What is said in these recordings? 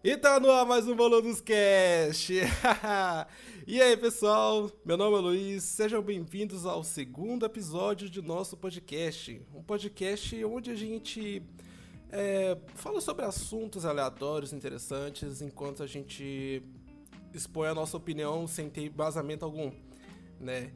E tá no ar mais um Boludos Cast. E aí, pessoal? Meu nome é Luiz. Sejam bem-vindos ao segundo episódio de nosso podcast. Um podcast onde a gente fala sobre assuntos aleatórios, interessantes, enquanto a gente expõe a nossa opinião sem ter embasamento algum, né?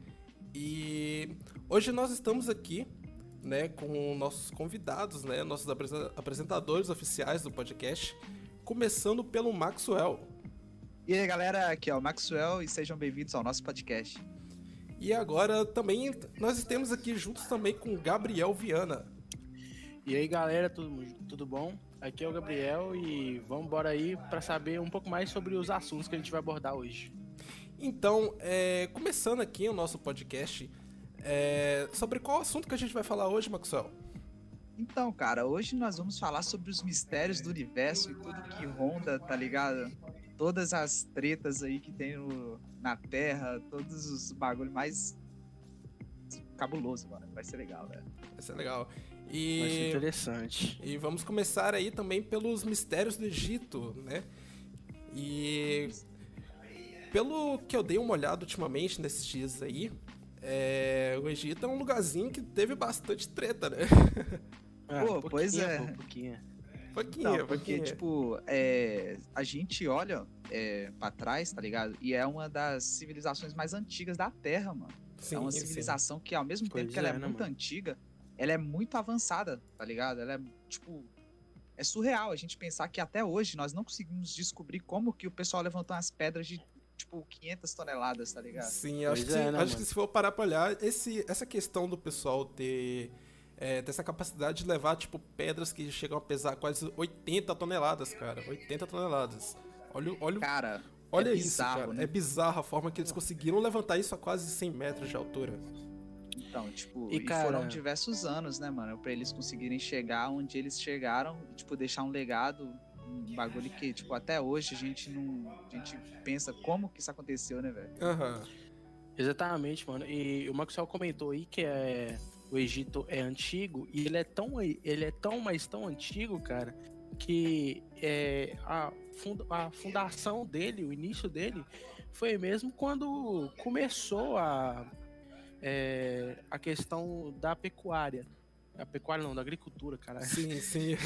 E hoje nós estamos aqui, né, com nossos convidados, né, nossos apresentadores oficiais do podcast, começando pelo Maxwell. E aí, galera, aqui é o Maxwell e sejam bem-vindos ao nosso podcast. E agora também nós estamos aqui juntos também com o Gabriel Viana. E aí, galera, tudo bom? Aqui é o Gabriel e vamos embora aí para saber um pouco mais sobre os assuntos que a gente vai abordar hoje. Então, começando aqui o nosso podcast, sobre qual assunto que a gente vai falar hoje, Maxwell? Então, cara, hoje nós vamos falar sobre os mistérios do universo e tudo que ronda, tá ligado? Todas as tretas aí que tem na Terra, todos os bagulhos mais cabuloso, mano. Vai ser legal, velho. Vai ser legal. Vai ser interessante. E vamos começar aí também pelos mistérios do Egito, né? E pelo que eu dei uma olhada ultimamente nesses dias aí, o Egito é um lugarzinho que teve bastante treta, né? Pô, pois é. Pouquinho. Porque, tipo, a gente olha pra trás, tá ligado? E é uma das civilizações mais antigas da Terra, mano. Sim, é uma civilização que, ao mesmo tempo que ela é muito antiga, ela é muito avançada, tá ligado? Ela é, tipo... É surreal a gente pensar que até hoje nós não conseguimos descobrir como que o pessoal levantou as pedras de, tipo, 500 toneladas, tá ligado? Sim, acho que se for parar pra olhar, essa questão do pessoal ter essa capacidade de levar, tipo, pedras que chegam a pesar quase 80 toneladas, cara. 80 toneladas. Cara, olha isso, bizarro, cara. né? É bizarro a forma que eles conseguiram levantar isso a quase 100 metros de altura. Então, tipo, cara... foram diversos anos, né, mano? Pra eles conseguirem chegar onde eles chegaram e, tipo, deixar um legado, um bagulho que, tipo, até hoje a gente pensa como que isso aconteceu, né, velho? Aham. Exatamente, mano. E o Maxwell comentou aí que o Egito é antigo e ele é tão, mas tão antigo, cara, que a fundação dele, o início dele, foi mesmo quando começou a questão da pecuária. A pecuária não, da agricultura, caralho. Sim, sim.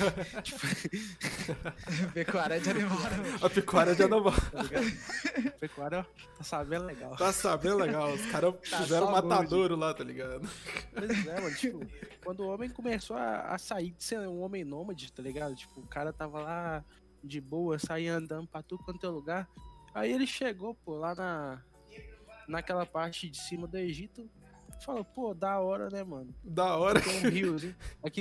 Pecuária de animal, né? A pecuária de animal. A pecuária tá sabendo legal. Tá sabendo legal. Os caras fizeram matadouro lá, tá ligado? Pois é, mano. Tipo, quando o homem começou a sair de ser um homem nômade, tá ligado? Tipo, o cara tava lá de boa, saía andando pra tudo quanto é lugar. Aí ele chegou, pô, lá naquela parte de cima do Egito. Falou, pô, da hora, né, mano? Da hora. Aqui tem um riozinho,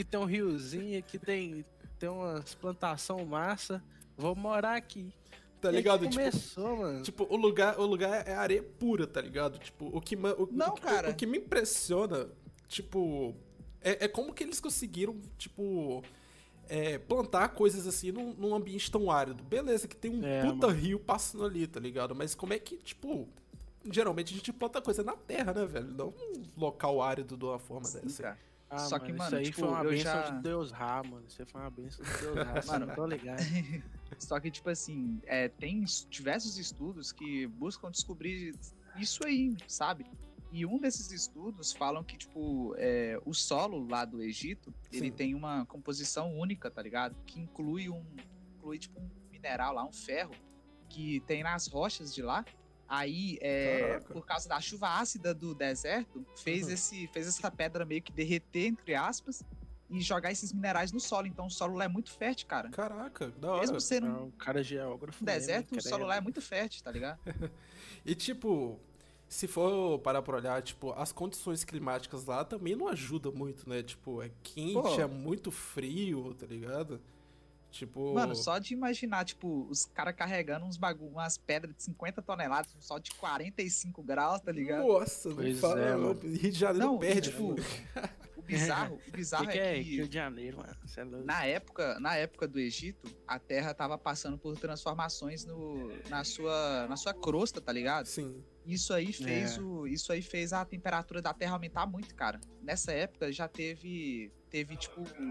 aqui tem umas plantação massa. Vou morar aqui. Tá ligado? Começou, mano. Tipo, o lugar é areia pura, tá ligado? Tipo, Cara. O que me impressiona, tipo, é como que eles conseguiram, tipo, plantar coisas assim num ambiente tão árido. Beleza, que tem um puta rio passando ali, tá ligado? Mas como é que, tipo... Geralmente a gente planta coisa na terra, né, velho? Não num local árido de uma forma dessa. Cara. Só que, mano, isso aí tipo, foi uma bênção de Deus Ra, mano. Isso aí foi uma bênção de Deus Ra, mano. Tô ligado. Só que, tipo assim, tem diversos estudos que buscam descobrir isso aí, sabe? E um desses estudos falam que, tipo, o solo lá do Egito, ele tem uma composição única, tá ligado? Que inclui tipo, um mineral lá, um ferro, que tem nas rochas de lá. Aí, por causa da chuva ácida do deserto, fez essa pedra meio que derreter, entre aspas, e jogar esses minerais no solo. Então o solo lá é muito fértil, cara. Caraca, da hora. Mesmo sendo um cara geógrafo. No deserto, o solo lá é muito fértil, tá ligado? E tipo, se for parar pra olhar, tipo, as condições climáticas lá também não ajudam muito, né? Tipo, é quente, é muito frio, tá ligado? Tipo... Mano, só de imaginar, tipo, os caras carregando umas pedras de 50 toneladas, um sol de 45 graus, tá ligado? Nossa, não fala, mano. Rio de Janeiro não perde, tipo, o bizarro é que Rio de Janeiro, mano. Você é louco. Na época do Egito, a Terra tava passando por transformações na sua crosta, tá ligado? Sim. Isso aí fez a temperatura da Terra aumentar muito, cara. Nessa época já teve tipo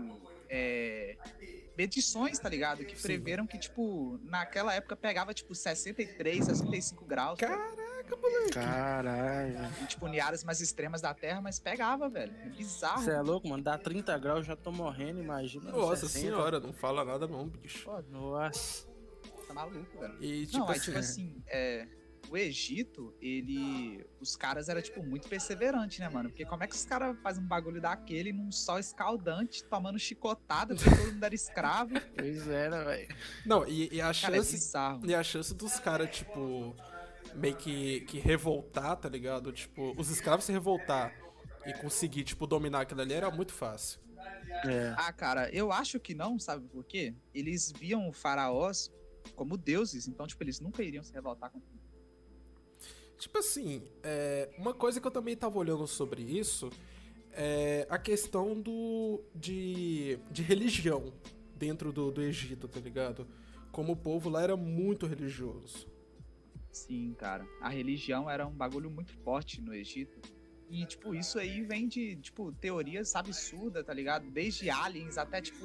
medições, tá ligado? Que preveram que, tipo, naquela época pegava, tipo, 63, 65 graus. Caraca, moleque. Caralho. E, tipo, em áreas mais extremas da Terra, mas pegava, velho. É bizarro. Você é louco, mano? Dá 30 graus, já tô morrendo, imagina. Nossa 60. senhora, não fala nada não, bicho. Pô, Nossa. tá maluco, velho. E tipo Não, aí, assim, tipo assim, o Egito, os caras eram, tipo, muito perseverantes, né, mano? Porque como é que os caras fazem um bagulho daquele num sol escaldante, tomando chicotada, porque todo mundo era escravo? Pois era, velho. não, e a Cara, é chance bizarro. e a chance dos caras, tipo, meio que revoltar, tá ligado? Tipo, os escravos se revoltar e conseguir, tipo, dominar aquilo ali era muito fácil. É. Ah, cara, eu acho que não, sabe por quê? Eles viam faraós como deuses, então, tipo, eles nunca iriam se revoltar contra ele. Tipo assim, uma coisa que eu também tava olhando sobre isso é a questão de religião dentro do Egito, tá ligado? Como o povo lá era muito religioso. Sim, cara. A religião era um bagulho muito forte no Egito. E, tipo, isso aí vem de, tipo, teorias absurdas, tá ligado? Desde aliens até, tipo,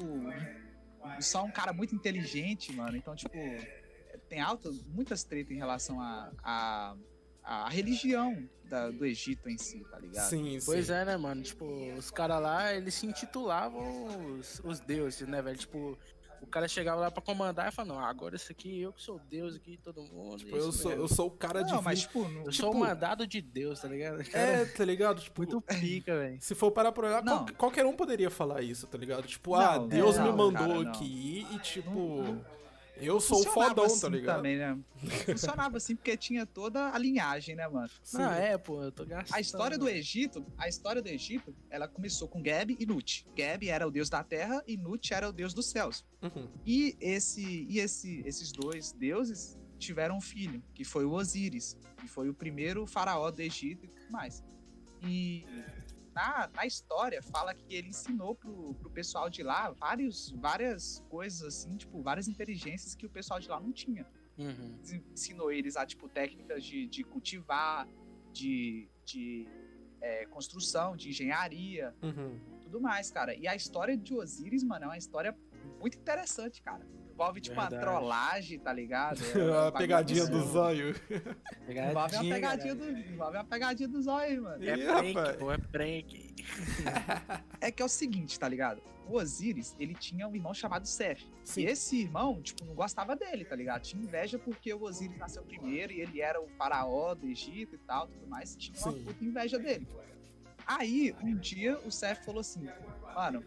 só um cara muito inteligente, mano. Então, tipo, tem muitas tretas em relação à religião do Egito em si, tá ligado? Sim, Pois sim. é, né, mano? Tipo, os caras lá, eles se intitulavam os deuses, né, velho? Tipo, o cara chegava lá pra comandar e falava, não, agora isso aqui, eu que sou Deus aqui, todo mundo. Tipo, eu sou o cara Não, divino. mas, tipo, Eu sou o mandado de Deus, tá ligado? Tá ligado? Tipo, Muito pica, velho. se for parar pra olhar, Não. qualquer um poderia falar isso, tá ligado? Tipo, Não, Deus me não, mandou cara, não. aqui e, tipo, Não. eu sou o Funcionava fodão, assim tá ligado? também, né? Funcionava assim porque tinha toda a linhagem, né, mano? Sim. Não, pô, eu tô gastando. A história do Egito, ela começou com Geb e Nut. Geb era o deus da terra e Nut era o deus dos céus. Uhum. E esses dois deuses tiveram um filho, que foi o Osíris, que foi o primeiro faraó do Egito e tudo mais. E na história fala que ele ensinou pro pessoal de lá várias coisas assim, tipo, várias inteligências que o pessoal de lá não tinha. Uhum. Ensinou eles a, tipo, técnicas de cultivar, de construção, de engenharia, Uhum. tudo mais, cara. E a história de Osíris, mano, é uma história muito interessante, cara. Envolve, tipo, uma Verdade. trollagem, tá ligado? A pegadinha do zóio. Envolve uma pegadinha do zóio, mano. É Ih, prank, rapaz. pô, é prank. É que é o seguinte, tá ligado? O Osíris, ele tinha um irmão chamado Seth. Sim. E esse irmão, tipo, não gostava dele, tá ligado? Tinha inveja porque o Osíris nasceu primeiro e ele era o faraó do Egito e tal, tudo mais. Tinha uma Sim. puta inveja dele. Aí, um dia, o Seth falou assim, mano,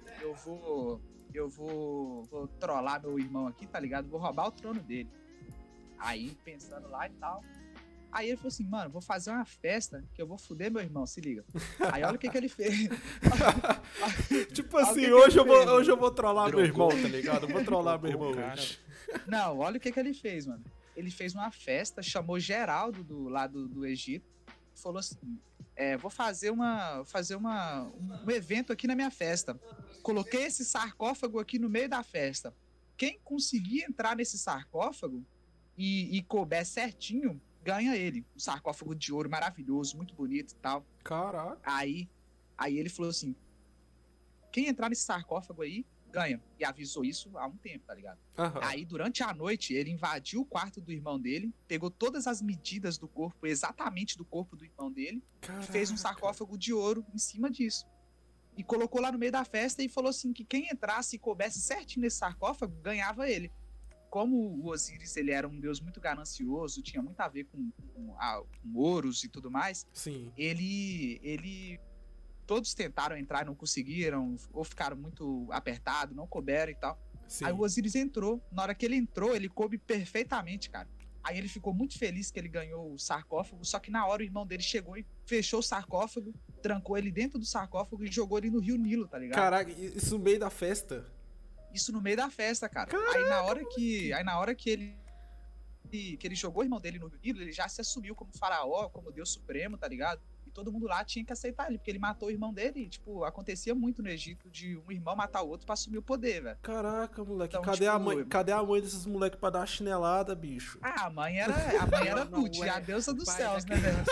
eu vou trollar meu irmão aqui, tá ligado? Vou roubar o trono dele. Aí, pensando lá e tal. Aí ele falou assim, mano, vou fazer uma festa que eu vou foder meu irmão, se liga. Aí olha o que ele fez. Tipo Olha o assim, que hoje ele eu fez, vou, trollar meu irmão, Drogou. tá ligado? Eu vou trollar meu irmão Drogou o hoje. Não, olha o que ele fez, mano. Ele fez uma festa, chamou Geraldo lá do Egito, falou assim, vou fazer um evento aqui na minha festa. Coloquei esse sarcófago aqui no meio da festa. Quem conseguir entrar nesse sarcófago e couber certinho, ganha ele. Um sarcófago de ouro maravilhoso, muito bonito e tal. Caraca. Aí ele falou assim, quem entrar nesse sarcófago aí, ganha. E avisou isso há um tempo, tá ligado? Aham. Aí, durante a noite, ele invadiu o quarto do irmão dele, pegou todas as medidas do corpo, exatamente do corpo do irmão dele, e fez um sarcófago de ouro em cima disso. E colocou lá no meio da festa e falou assim que quem entrasse e coubesse certinho nesse sarcófago, ganhava ele. Como o Osíris, ele era um deus muito ganancioso, tinha muito a ver com ouros e tudo mais, Sim. ele todos tentaram entrar e não conseguiram, ou ficaram muito apertados, não couberam e tal. Sim. Aí o Osíris entrou. Na hora que ele entrou, ele coube perfeitamente, cara. Aí ele ficou muito feliz que ele ganhou o sarcófago, só que na hora o irmão dele chegou e fechou o sarcófago, trancou ele dentro do sarcófago e jogou ele no Rio Nilo, tá ligado? Caraca, isso no meio da festa. Isso no meio da festa, cara. Caraca, Aí na hora que ele jogou o irmão dele no Rio Nilo, ele já se assumiu como faraó, como Deus Supremo, tá ligado? E todo mundo lá tinha que aceitar ele, porque ele matou o irmão dele e, tipo, acontecia muito no Egito de um irmão matar o outro pra assumir o poder, velho. Caraca, moleque. Então, cadê, tipo, cadê a mãe desses moleques pra dar uma chinelada, bicho? Ah, a mãe era Nut, a deusa dos céus, né, velho?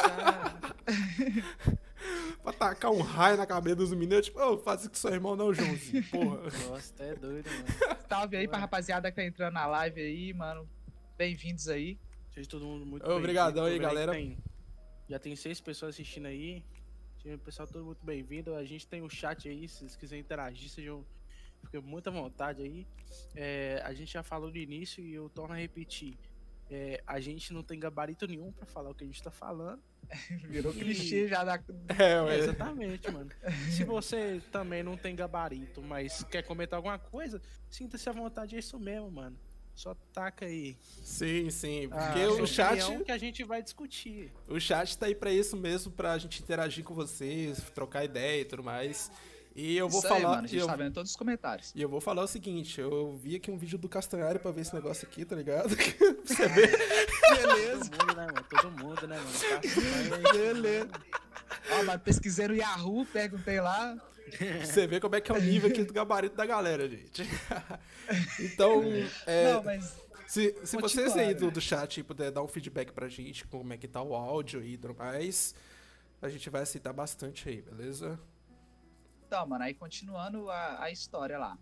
Pra tacar um raio na cabeça dos meninos, tipo, ô, faz isso com seu irmão não, Joãozinho, porra. Nossa, tá doido, mano. Salve aí pra rapaziada que tá entrando na live aí, mano. Bem-vindos aí. Seja todo mundo muito Obrigadão aí, bem-vindo. galera. Já tem 6 pessoas assistindo aí. O pessoal todo muito bem-vindo. A gente tem um chat aí, se vocês quiserem interagir, fiquem muito à vontade aí. A gente já falou no início e eu torno a repetir. A gente não tem gabarito nenhum pra falar o que a gente tá falando. Virou clichê já da... Exatamente, mano. Se você também não tem gabarito, mas quer comentar alguma coisa, sinta-se à vontade, é isso mesmo, mano. Só taca aí. Sim, porque o chat... que a gente vai discutir. O chat tá aí pra isso mesmo, pra gente interagir com vocês, trocar ideia e tudo mais. E eu vou Isso falar... aí, mano, a gente tá vendo todos os comentários. E eu vou falar o seguinte, eu vi aqui um vídeo do Castanhari pra ver esse negócio aqui, tá ligado? Pra você ver. Beleza. Todo mundo, né, mano? Beleza. Ó, mas pesquisei no Yahoo, perguntei lá. Pra você ver como é que é o nível aqui do gabarito da galera, gente. Então, Não, mas... se vocês aí do chat puder dar um feedback pra gente, como é que tá o áudio e tudo mais, a gente vai aceitar bastante aí, beleza? Então, mano, aí continuando a história lá.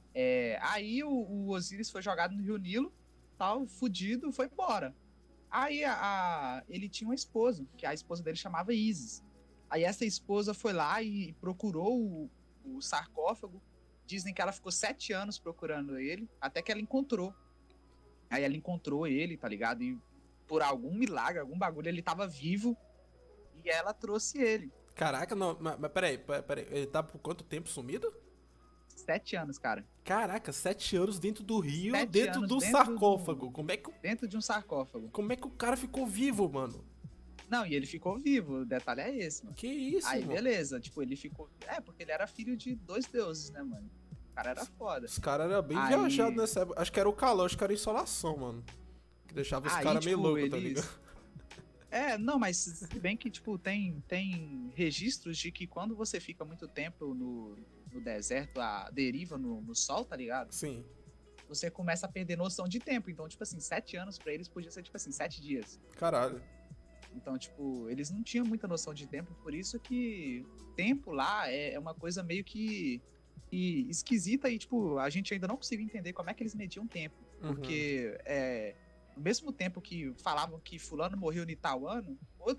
Aí o Osíris foi jogado no Rio Nilo, tal, fudido, foi embora. Aí ele tinha uma esposa, que a esposa dele chamava Isis. Aí essa esposa foi lá e procurou o sarcófago. Dizem que ela ficou 7 anos procurando ele, até que ela encontrou. Aí ela encontrou ele, tá ligado? E por algum milagre, algum bagulho, ele tava vivo. E ela trouxe ele. Caraca, não, mas peraí, ele tá por quanto tempo sumido? 7 anos, cara. Caraca, 7 anos dentro do rio, 7 dentro anos do dentro sarcófago. Dentro de um sarcófago. Como é que o cara ficou vivo, mano? Não, e ele ficou vivo, o detalhe é esse, mano. Que isso, Aí, mano? beleza, tipo, ele ficou... porque ele era filho de 2 deuses, né, mano? O cara era foda. Os caras eram bem Aí- viajados nessa época. Acho que era o calor, acho que era a insolação, mano. Que deixava os Aí, caras meio tipo, loucos, tá eles- ligado? Não, mas se bem que, tipo, tem registros de que quando você fica muito tempo no deserto, a deriva no sol, tá ligado? Sim. Você começa a perder noção de tempo. Então, tipo assim, 7 anos pra eles podia ser, tipo assim, 7 dias. Caralho. Então, tipo, eles não tinham muita noção de tempo, por isso que tempo lá é uma coisa meio que esquisita e, tipo, a gente ainda não conseguiu entender como é que eles mediam tempo. Porque no mesmo tempo que falavam que fulano morreu em tal ano,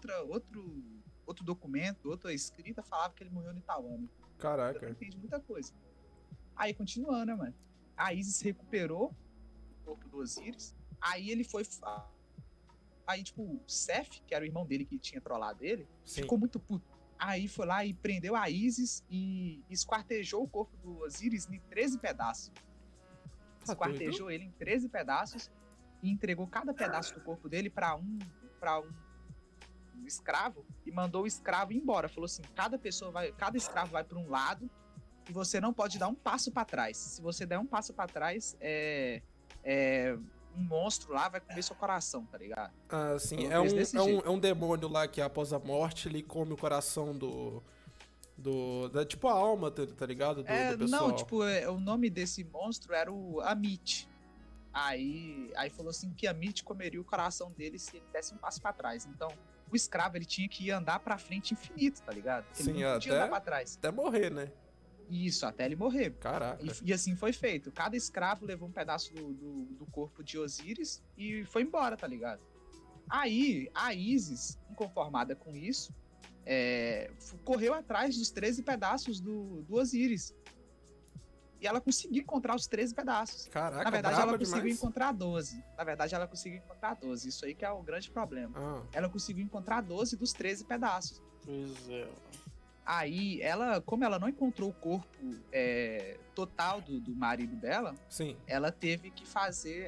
outro documento, outra escrita falava que ele morreu em tal ano. Você não Caraca. entende muita coisa. Aí, continuando, né, mano? A Isis recuperou o corpo do Osíris, aí ele foi... Aí, tipo, o Seth, que era o irmão dele que tinha trollado ele, Sim. ficou muito puto. Aí foi lá e prendeu a Isis e esquartejou o corpo do Osíris em 13 pedaços. Tá Esquartejou ele em 13 pedaços e entregou cada pedaço do corpo dele pra um escravo e mandou o escravo ir embora. Falou assim: cada escravo vai pra um lado e você não pode dar um passo pra trás. Se você der um passo pra trás, um monstro lá vai comer seu coração, tá ligado? Ah, sim. Então, fez desse jeito. É um demônio lá que após a morte ele come o coração tipo a alma, tá ligado? Do pessoal. Não, tipo, o nome desse monstro era o Amit. Aí falou assim que Amit comeria o coração dele se ele desse um passo pra trás. Então, o escravo, ele tinha que andar pra frente infinito, tá ligado? Ele Sim, não podia andar pra trás. Até morrer, né? Isso, até ele morrer. Caraca. E assim foi feito. Cada escravo levou um pedaço do corpo de Osíris e foi embora, tá ligado? Aí, a Isis, inconformada com isso, correu atrás dos 13 pedaços do Osíris. E ela conseguiu encontrar os 13 pedaços. Caraca, Na verdade, braba ela conseguiu demais. encontrar 12. Isso aí que é o grande problema. Ah, Ela conseguiu encontrar 12 dos 13 pedaços. Pois é. Aí, como ela não encontrou o corpo total do marido dela, sim. ela teve que fazer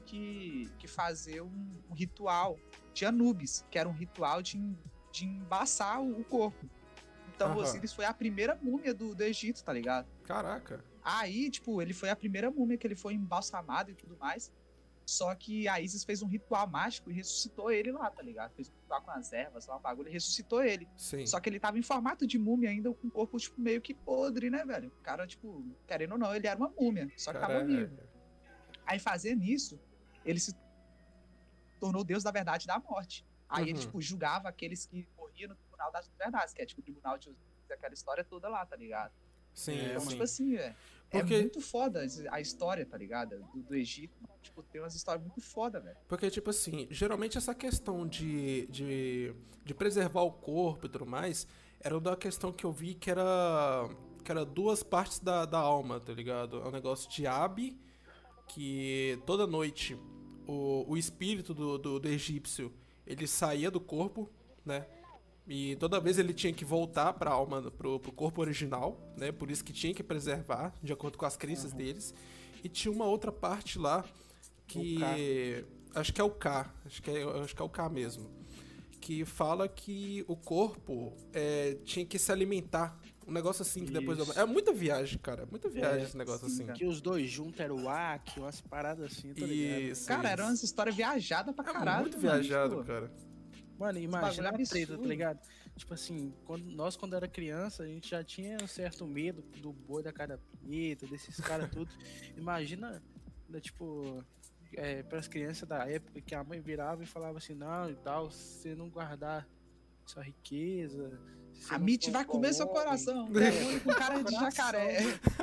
um ritual de Anubis, que era um ritual de embaçar o corpo. Então, Aham. Osíris foi a primeira múmia do Egito, tá ligado? Caraca. Aí, tipo, ele foi a primeira múmia que ele foi embalsamado e tudo mais. Só que a Isis fez um ritual mágico e ressuscitou ele lá, tá ligado? Fez um ritual com as ervas lá, um bagulho, e ressuscitou ele. Sim. Só que ele tava em formato de múmia ainda, com o corpo, tipo, meio que podre, né, velho? O cara, tipo, querendo ou não, ele era uma múmia, só que tava Caraca. vivo. Aí, fazendo isso, ele se tornou o deus da verdade e da morte. Aí ele, tipo, julgava aqueles que morriam no tribunal das verdades, que é, tipo, o tribunal de Osíris, aquela história toda lá, tá ligado? Sim, Então, sim. tipo assim, velho, Porque- é muito foda a história, tá ligado? Do Egito. Tipo, tem umas histórias muito foda, velho. Porque, tipo assim, geralmente essa questão de preservar o corpo e tudo mais, era uma questão que eu vi que era duas partes da alma, tá ligado? É um negócio de Abi, que toda noite o espírito do egípcio, ele saía do corpo, né? E toda vez ele tinha que voltar pra alma, pro corpo original, né? Por isso que tinha que preservar, de acordo com as crenças deles. E tinha uma outra parte lá que... Acho que é o K. Acho que é o K mesmo. Que fala que o corpo tinha que se alimentar. Um negócio assim que depois... Isso. É muita viagem, cara. Muita viagem esse negócio sim, assim. cara. Que os dois juntos eram o Aki, umas paradas assim, tá ligado? Isso, Cara, era isso. umas histórias viajadas pra É caralho. muito mano, viajado, tipo, cara. Mano, imagina a bagulho treta, tá absurdo. ligado? Tipo assim, quando era criança, a gente já tinha um certo medo do boi da cara preta, desses caras tudo. Imagina, né, tipo, pras crianças da época que a mãe virava e falava assim, não, e tal, se você não guardar sua riqueza... se você A não Mitch for vai um bom comer seu homem, coração. Demônio com cara de Coração. jacaré.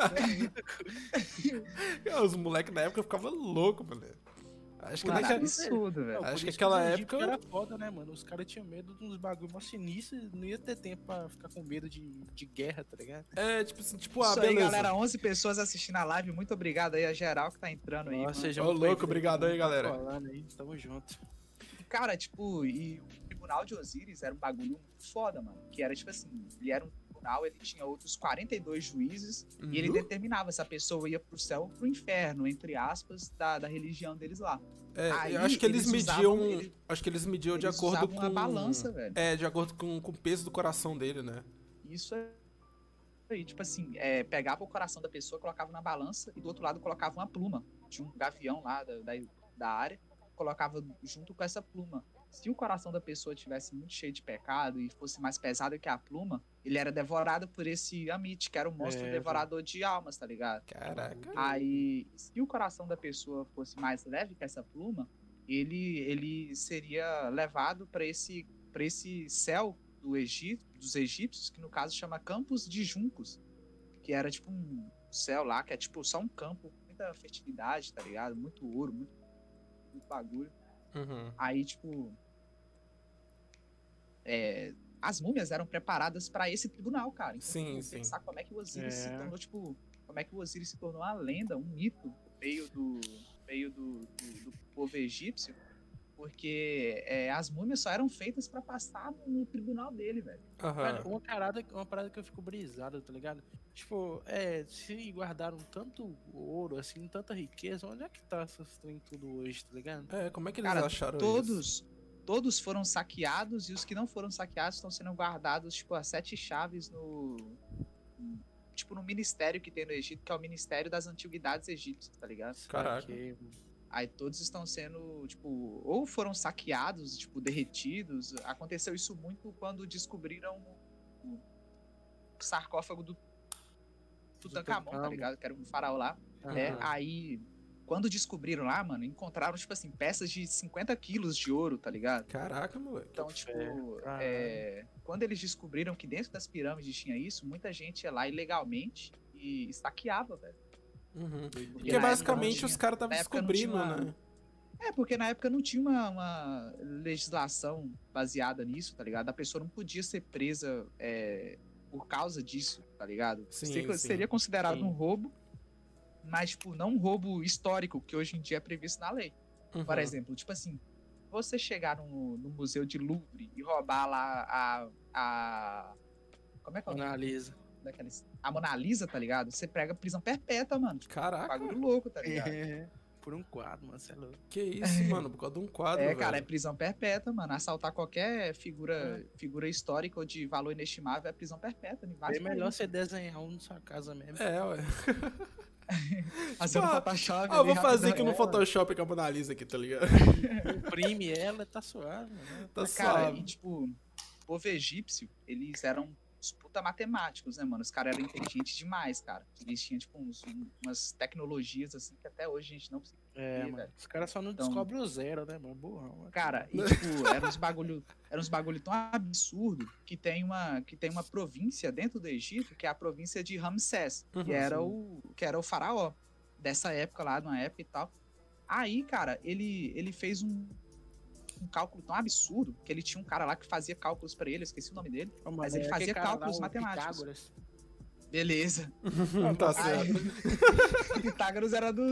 Os moleques na época ficavam loucos, mano. Acho que Cara, naquela... absurdo, velho. Não, Acho por que isso aquela os época- egípcios era foda, né, mano? Os caras tinham medo de uns bagulho mó sinistro e não ia ter tempo pra ficar com medo de guerra, tá ligado? Tipo assim, tipo, Isso aí, beleza. galera. 11 pessoas assistindo a live. Muito obrigado aí a geral que tá entrando aí. Nossa, mano. já Ô, louco, obrigado aí, galera. Colando aí, tamo junto. Cara, tipo, e o tribunal de Osíris era um bagulho muito foda, mano. Que era, tipo assim, ele era um tribunal, ele tinha outros 42 juízes e ele Uhum. determinava se a pessoa ia pro céu ou pro inferno, entre aspas, da religião deles lá. Aí, eu acho que eles eles mediam. usavam- Acho que eles mediam de Eles acordo usavam com. uma balança, velho. De acordo com o peso do coração dele, né? Isso aí, tipo assim, pegava o coração da pessoa, colocava na balança e do outro lado colocava uma pluma. Tinha um gavião lá da área, colocava junto com essa pluma. Se o coração da pessoa tivesse muito cheio de pecado e fosse mais pesado que a pluma, ele era devorado por esse Amit, que era o monstro devorador de almas, tá ligado? Caraca. Aí, se o coração da pessoa fosse mais leve que essa pluma, ele seria levado para esse céu dos egípcios, que no caso chama Campos de Juncos, que era tipo um céu lá, que é tipo só um campo com muita fertilidade, tá ligado? Muito ouro, muito bagulho. Uhum. Aí, tipo, as múmias eram preparadas para esse tribunal, cara. Então, Sim, tipo, sim. pensar como é que o Osíris se É. tornou, tipo, como é que o Osíris se tornou uma lenda, um mito no meio do povo egípcio, porque as múmias só eram feitas para passar no tribunal dele, velho. Aham. Velho, uma parada que eu fico brisado, tá ligado? Tipo, se guardaram tanto ouro, assim, tanta riqueza, onde é que tá essas trem tudo hoje, tá ligado? Como é que eles Cara, acharam isso? todos foram saqueados e os que não foram saqueados estão sendo guardados, tipo, as 7 chaves no ministério que tem no Egito, que é o Ministério das Antiguidades Egípcias, tá ligado? Caraca. Saquei. Aí todos estão sendo, tipo, ou foram saqueados, tipo, derretidos. Aconteceu isso muito quando descobriram o sarcófago do Tutankhamon, tá ligado? Que era um faraó lá. Aham. Aí, quando descobriram lá, mano, encontraram, tipo assim, peças de 50 quilos de ouro, tá ligado? Caraca, moleque. Então, tipo, caralho. quando eles descobriram que dentro das pirâmides tinha isso, muita gente ia lá ilegalmente e saqueava, velho. Uhum. Porque Porque na basicamente época os caras estavam na época não descobrindo, tinha uma- né? Porque na época não tinha uma legislação baseada nisso, tá ligado? A pessoa não podia ser presa por causa disso, tá ligado? Sim, sim. Seria considerado Sim. um roubo, mas, tipo, não um roubo histórico, que hoje em dia é previsto na lei. Uhum. Por exemplo, tipo assim, você chegar no Museu de Louvre e roubar lá como é que é o nome Analisa. daqueles? A Mona Lisa, tá ligado? Você prega prisão perpétua, mano. Caraca, Bagulho louco, tá ligado? Por um quadro, mano, você é louco. que isso, mano? Por causa de um quadro, velho. Cara, é prisão perpétua, mano. Assaltar qualquer figura histórica ou de valor inestimável é prisão perpétua. Em vários É melhor países. você desenhar um na sua casa mesmo. Ué. Fazer no Ah, Photoshop. eu vou ali, fazer aqui rapidão. no Photoshop que a Mona Lisa aqui, tá ligado? Imprime ela, tá suave, né? Tá Cara, suave. e tipo, o povo egípcio, eles eram os puta matemáticos, né, mano? Os caras eram inteligentes demais, cara. Eles tinham, tipo, umas tecnologias, assim, que até hoje a gente não consegue É, entender, mano. velho. Os caras só não Então- descobrem o zero, né, mano? Burrão. Mano. Cara, e tipo, eram uns bagulho tão absurdo que tem uma província dentro do Egito, que é a província de Ramsés, Uhum, que era o faraó dessa época lá, numa época e tal. Aí, cara, ele fez um cálculo tão absurdo que ele tinha um cara lá que fazia cálculos pra ele, eu esqueci o nome dele. Ô, mano, Mas ele é fazia aquele cara lá, cálculos o matemáticos. Pitágoras. Beleza. Tá Aí, certo. o Pitágoras era do.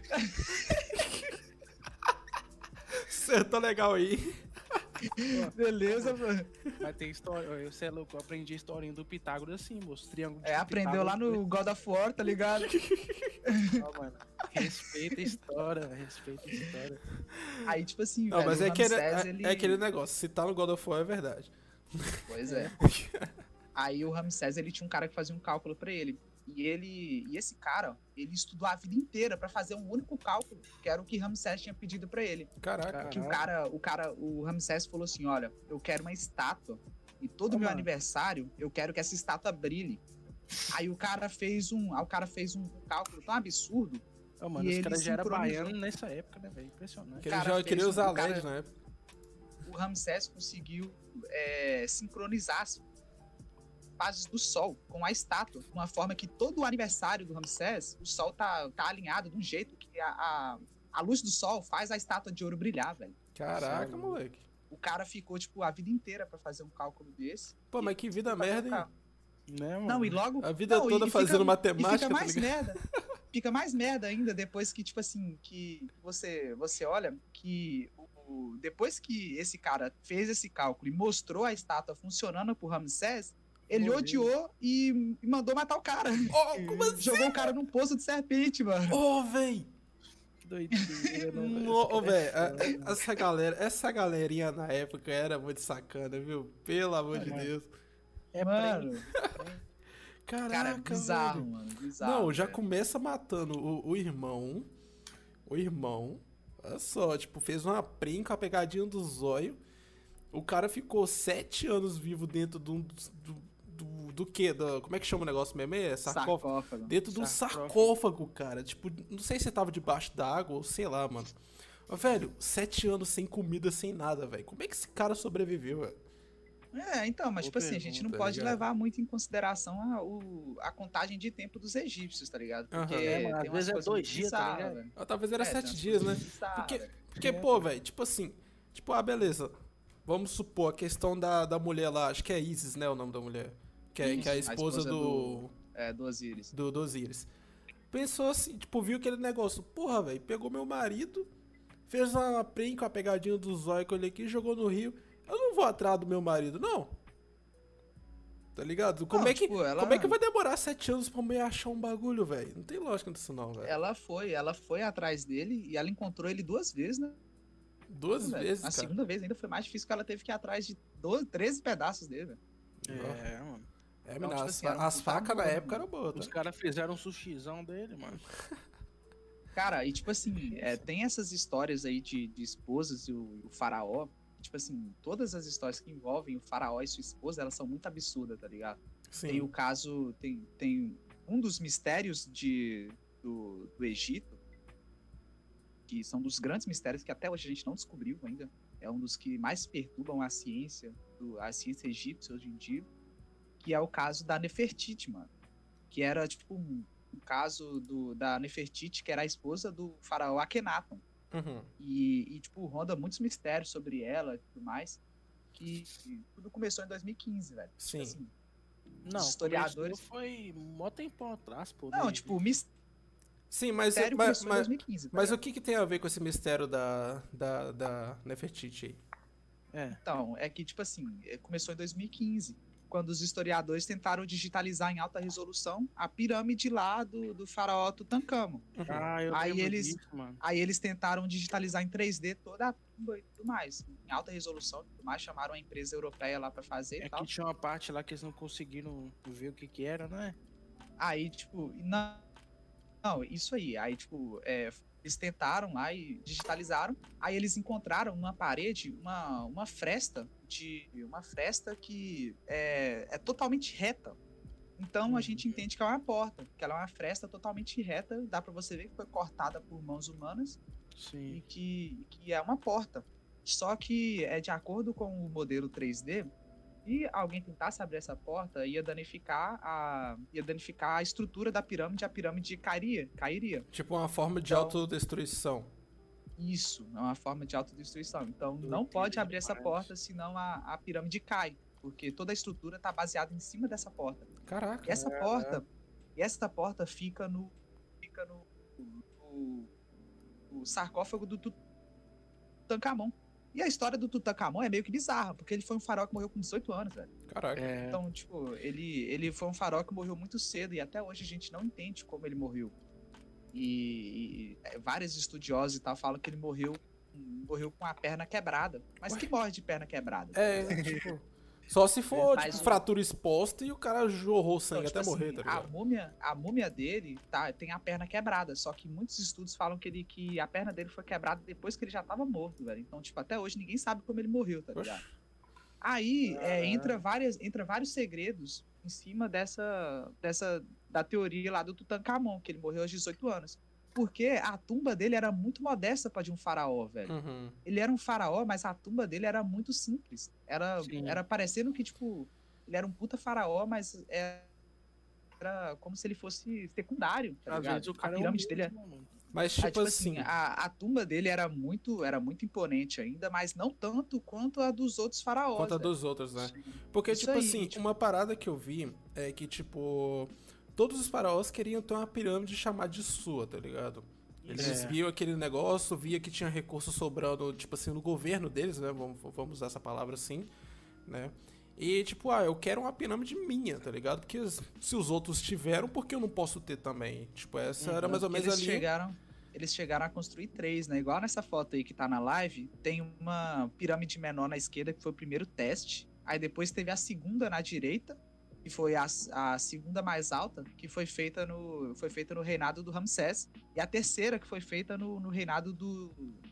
Acertou legal aí. Beleza, mano. Mas tem história. Você é louco, eu aprendi a historinha do Pitágoras assim, moço. Triângulo de Aprendeu lá Pitágoras. no God of War, tá ligado? Ó, mano, respeita a história, respeita a história. Aí, tipo assim, Não, velho, mas o é aquele, Ramsés, é, ele... é aquele negócio. Se tá no God of War, é verdade. Pois é. Aí o Ramsés, ele tinha um cara que fazia um cálculo pra ele. E esse cara, ele estudou a vida inteira pra fazer um único cálculo, que era o que Ramsés tinha pedido pra ele. Caraca. Que o Ramsés falou assim, olha, eu quero uma estátua e todo Ô, meu mano. aniversário eu quero que essa estátua brilhe. Aí o cara fez um cálculo tão absurdo. Ô, mano, E os ele caras já eram sincronizou. baianos nessa época, né, velho? Impressionante. Que ele cara já fez queria usar o cara- LED na época. O Ramsés conseguiu sincronizar as fases do Sol com a estátua, de uma forma que todo o aniversário do Ramsés, o Sol tá alinhado de um jeito que a luz do Sol faz a estátua de ouro brilhar, velho. Caraca, Sério? moleque. O cara ficou, tipo, a vida inteira pra fazer um cálculo desse. Pô, mas que vida Fazer um merda, hein? cálculo. Né, mano? Não, e logo... A vida não, toda fazendo e matemática, fica tá mais ligado? merda. Fica mais merda ainda depois que, tipo assim, que você olha que depois que esse cara fez esse cálculo e mostrou a estátua funcionando pro Ramsés, ele Morreu. odiou e mandou matar o cara. Ô, como assim? Jogou o cara num poço de serpente, mano. Ô, véi! Que doideira, né, velho? Ô, Esse cara velho, é foda, essa galerinha na época era muito sacana, viu? Pelo amor de Mano. Deus. É Mano, Caraca, cara, é bizarro, velho. mano. Bizarro. Não, já velho. começa matando o irmão. O irmão, olha só, tipo, fez uma prim com a pegadinha do zóio. O cara ficou 7 anos vivo dentro do quê? Como é que chama o negócio mesmo? É sarcófago? Sarcófago. Dentro de um sarcófago, cara. Tipo, não sei se tava debaixo d'água ou sei lá, mano. Mas, velho, 7 anos sem comida, sem nada, velho. Como é que esse cara sobreviveu, velho? Então, mas Boa tipo assim, a gente não pergunta, pode ligado? levar muito em consideração a contagem de tempo dos egípcios, tá ligado? Aham. Porque É, mano, às tem umas vezes é coisas 2 muito dias, tá bizarras, ligado? velho. Ah, talvez era tem 7 umas dias, né? coisas bizarras, Porque, velho. porque pô, velho, tipo assim. Tipo, ah, beleza. Vamos supor a questão da mulher lá. Acho que é Isis, né? O nome da mulher. Que é a Isso, esposa do do Osíris. do Osiris. Pensou assim, tipo, viu aquele negócio. Porra, velho, pegou meu marido, fez uma prim com a pegadinha do zóio que eu olhei aqui e jogou no rio. Eu não vou atrás do meu marido, não. Tá ligado? Como, Não, é, que, tipo, ela- como é que vai demorar 7 anos pra mulher achar um bagulho, velho? Não tem lógica nisso, não, velho. Ela foi atrás dele e ela encontrou ele 2 vezes, né? 2 velho? vezes, A cara. segunda vez ainda foi mais difícil, porque ela teve que ir atrás de 13 pedaços dele, velho. É, mano. É, Então, menina, tipo as, assim, era um as puta facas na amor, época mano. eram boas, Os tá? caras fizeram um sushizão dele, mano. Cara, e tipo assim, tem essas histórias aí de esposas e o faraó. Tipo assim, todas as histórias que envolvem o faraó e sua esposa, elas são muito absurdas, tá ligado? Tem o Sim. caso, tem um dos mistérios do Egito, que são dos grandes mistérios que até hoje a gente não descobriu ainda. É um dos que mais perturbam a ciência egípcia hoje em dia, que é o caso da Nefertiti, mano. Que era, tipo, um caso da Nefertiti, que era a esposa do faraó Akhenaton. Uhum. E, tipo, ronda muitos mistérios sobre ela e tudo mais. Que tudo começou em 2015, velho. Sim. Tipo assim, Não, historiadores- começou foi mó tempão atrás, pô. não, né? tipo, o mistério Sim, mas começou em 2015. tá mas o ligado? que tem a ver com esse mistério da Nefertiti aí? É. Então, é que, tipo assim, começou em 2015, quando os historiadores tentaram digitalizar em alta resolução a pirâmide lá do faraó Tutankhamon. Ah, eu Aí lembro eles- disso, mano. Aí eles tentaram digitalizar em 3D toda a tumba e tudo mais. Em alta resolução e tudo mais, chamaram a empresa europeia lá pra fazer É e tal. que tinha uma parte lá que eles não conseguiram ver o que era, não é? Aí, tipo, não, Não, isso aí. Aí, tipo, eles tentaram lá e digitalizaram. Aí eles encontraram numa parede uma fresta que é totalmente reta. Então a gente entende que é uma porta, que ela é uma fresta totalmente reta. Dá pra você ver que foi cortada por mãos humanas Sim. e que é uma porta. Só que de acordo com o modelo 3D, se alguém tentasse abrir essa porta, ia danificar a estrutura da pirâmide, a pirâmide cairia. Tipo uma forma de Então- autodestruição. Isso, é uma forma de autodestruição. Então não Doideira pode abrir essa demais. porta, senão a pirâmide cai, porque toda a estrutura está baseada em cima dessa porta. Caraca. E essa porta fica no sarcófago do Tutankhamon. E a história do Tutankhamon é meio que bizarra, porque ele foi um faraó que morreu com 18 anos, velho. Caraca. É, Então, tipo, ele foi um faraó que morreu muito cedo e até hoje a gente não entende como ele morreu. E vários estudiosos e tal falam que ele morreu com a perna quebrada. Mas Ué? que morre de perna quebrada? Tipo. Só se for, Mas tipo, o- fratura exposta e o cara jorrou sangue Então, tipo até morrer, assim, tá ligado? a múmia dele tem a perna quebrada, só que muitos estudos falam que a perna dele foi quebrada depois que ele já tava morto, velho. Então, tipo, até hoje ninguém sabe como ele morreu, tá ligado? Oxe. Aí entra vários segredos em cima da teoria lá do Tutankhamon, que ele morreu aos 18 anos. Porque a tumba dele era muito modesta pra de um faraó, velho. Uhum. Ele era um faraó, mas a tumba dele era muito simples. Sim. Era parecendo que, tipo, ele era um puta faraó, mas era como se ele fosse secundário, tá às ligado? vezes o cara A pirâmide dele mano. Mas, tipo, tipo assim. a tumba dele era muito imponente ainda, mas não tanto quanto a dos outros faraós. Conta velho. dos outros, né? Porque, Isso tipo aí, assim, tipo- uma parada que eu vi é que, tipo, todos os faraós queriam ter uma pirâmide chamada de sua, tá ligado? Eles É. viam aquele negócio, via que tinha recurso sobrando, tipo assim, no governo deles, né? Vamos usar essa palavra assim, né? E, tipo, eu quero uma pirâmide minha, tá ligado? Porque se os outros tiveram, por que eu não posso ter também? Tipo, essa era mais ou Porque menos ali. eles chegaram a construir 3, né? Igual nessa foto aí que tá na live, tem uma pirâmide menor na esquerda, que foi o primeiro teste. Aí depois teve a segunda na direita, que foi a segunda mais alta, que foi feita no reinado do Ramsés. E a terceira, que foi feita no reinado do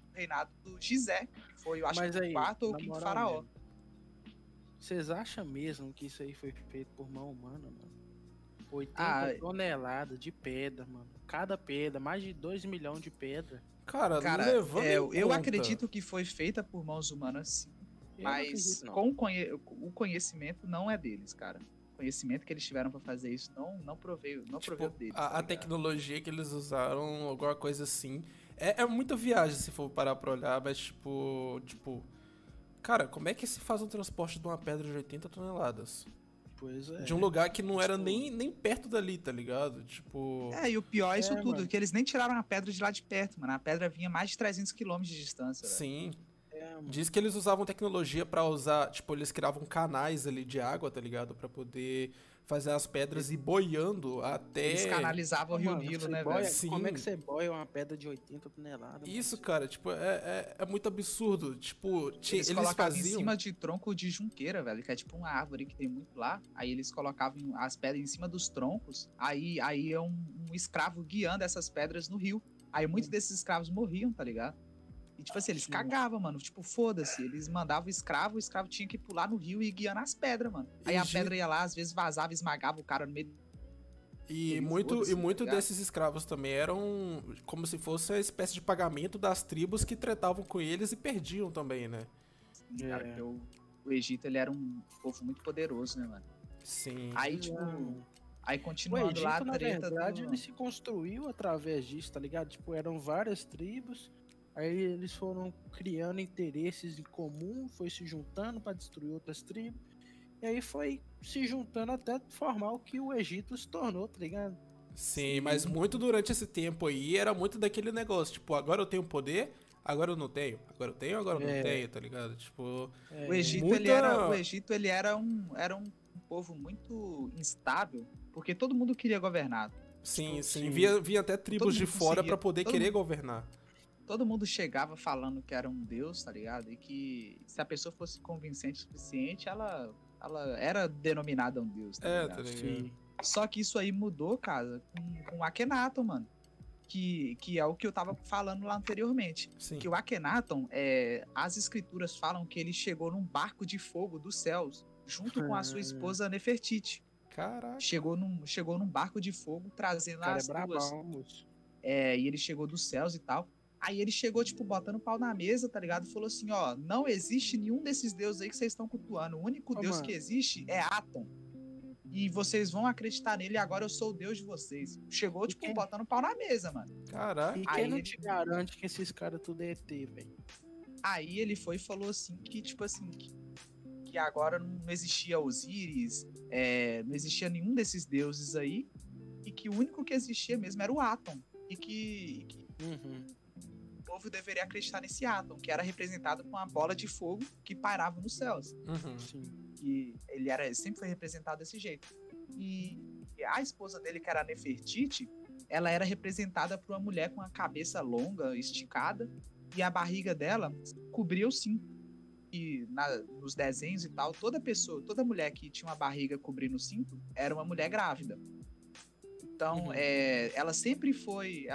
Gizé, que foi, eu acho, Mas que o aí, quarto ou o na quinto moral faraó. mesmo, vocês acham mesmo que isso aí foi feito por mão humana, mano? 80 toneladas de pedra, mano. Cada pedra, mais de 2 milhões de pedra. Cara, Cara, levando em eu conta- acredito que foi feita por mãos humanas, sim. Eu não Mas acredito, não. o conhecimento não é deles, cara. O conhecimento que eles tiveram pra fazer isso não proveu Tipo, deles. a tá ligado? tecnologia que eles usaram, alguma coisa assim. É muita viagem se for parar pra olhar, mas tipo. Cara, como é que se faz o transporte de uma pedra de 80 toneladas? Pois é. De um lugar que não era Tipo- nem perto dali, tá ligado? Tipo. E o pior é isso tudo, mano. que eles nem tiraram a pedra de lá de perto, mano. A pedra vinha mais de 300 km de distância, velho. Sim. Mano. Diz que eles usavam tecnologia pra usar. Tipo, eles criavam canais ali de água, tá ligado? Pra poder fazer as pedras ir boiando até. Eles canalizavam o Rio Mano, Nilo, você né, boia- velho? Sim. Como é que você boia uma pedra de 80 toneladas? mano? Isso, cara, tipo, é muito absurdo. Tipo, Eles eles colocavam em faziam. cima de tronco de junqueira, velho, que é tipo uma árvore que tem muito lá. Aí eles colocavam as pedras em cima dos troncos. Aí é um escravo guiando essas pedras no rio. Aí muitos desses escravos morriam, tá ligado? E tipo assim, eles Sim. cagavam, mano. Tipo, foda-se. Eles mandavam o escravo tinha que pular no rio e ir guiando as pedras, mano. Aí E a pedra ia lá, às vezes vazava e esmagava o cara no meio. E Eles muito foda-se, tá ligado? desses escravos também eram como se fosse a espécie de pagamento das tribos que tretavam com eles e perdiam também, né? Cara, É. porque o Egito, ele era um povo muito poderoso, né, mano? Sim. Aí, É, tipo, mano. aí O continuando lá a Egito, na treta verdade, do... ele se construiu através disso, tá ligado? Tipo, eram várias tribos, aí eles foram criando interesses em comum, foi se juntando pra destruir outras tribos, e aí foi se juntando até formar o que o Egito se tornou, tá ligado? Sim, mas muito durante esse tempo aí era muito daquele negócio, tipo, agora eu tenho poder, agora eu não tenho. Agora eu tenho, agora eu não tenho, tá ligado? Tipo, É, O Egito, ele era um povo muito instável, porque todo mundo queria governar. sim, Tipo, sim. sim. Via até tribos Todo de mundo fora conseguia, pra poder todo querer mundo. governar. Todo mundo chegava falando que era um deus, tá ligado? E que se a pessoa fosse convincente o suficiente, ela era denominada um deus, tá É, ligado? tá ligado? sim. Só que isso aí mudou, cara, com Akhenaton, mano. que é o que eu tava falando lá anteriormente. Sim. Que o Akhenaton, as escrituras falam que ele chegou num barco de fogo dos céus, junto com a sua esposa Nefertiti. Caraca. Chegou num barco de fogo, trazendo O cara é as duas. brabão, moço. E ele chegou dos céus e tal. Aí ele chegou, tipo, botando o pau na mesa, tá ligado? E falou assim, ó, não existe nenhum desses deuses aí que vocês estão cultuando. O único Deus mano. que existe é Atom. E vocês vão acreditar nele e agora eu sou o Deus de vocês. Chegou, E tipo, quem- botando o pau na mesa, mano. Caraca. E Aí quem não ele- te garante que esses caras tudo é ET, velho? Aí ele foi e falou assim, que, tipo assim, que agora não existia Osíris, não existia nenhum desses deuses aí, e que o único que existia mesmo era o Atom. E que Uhum. o povo deveria acreditar nesse Atom, que era representado com uma bola de fogo que pairava nos céus. Uhum. Sim. Que ele sempre foi representado desse jeito. E a esposa dele, que era a Nefertiti, ela era representada por uma mulher com a cabeça longa, esticada, e a barriga dela cobria o cinto. E nos desenhos e tal, toda mulher que tinha uma barriga cobrindo o cinto era uma mulher grávida. Então, Uhum. ela sempre foi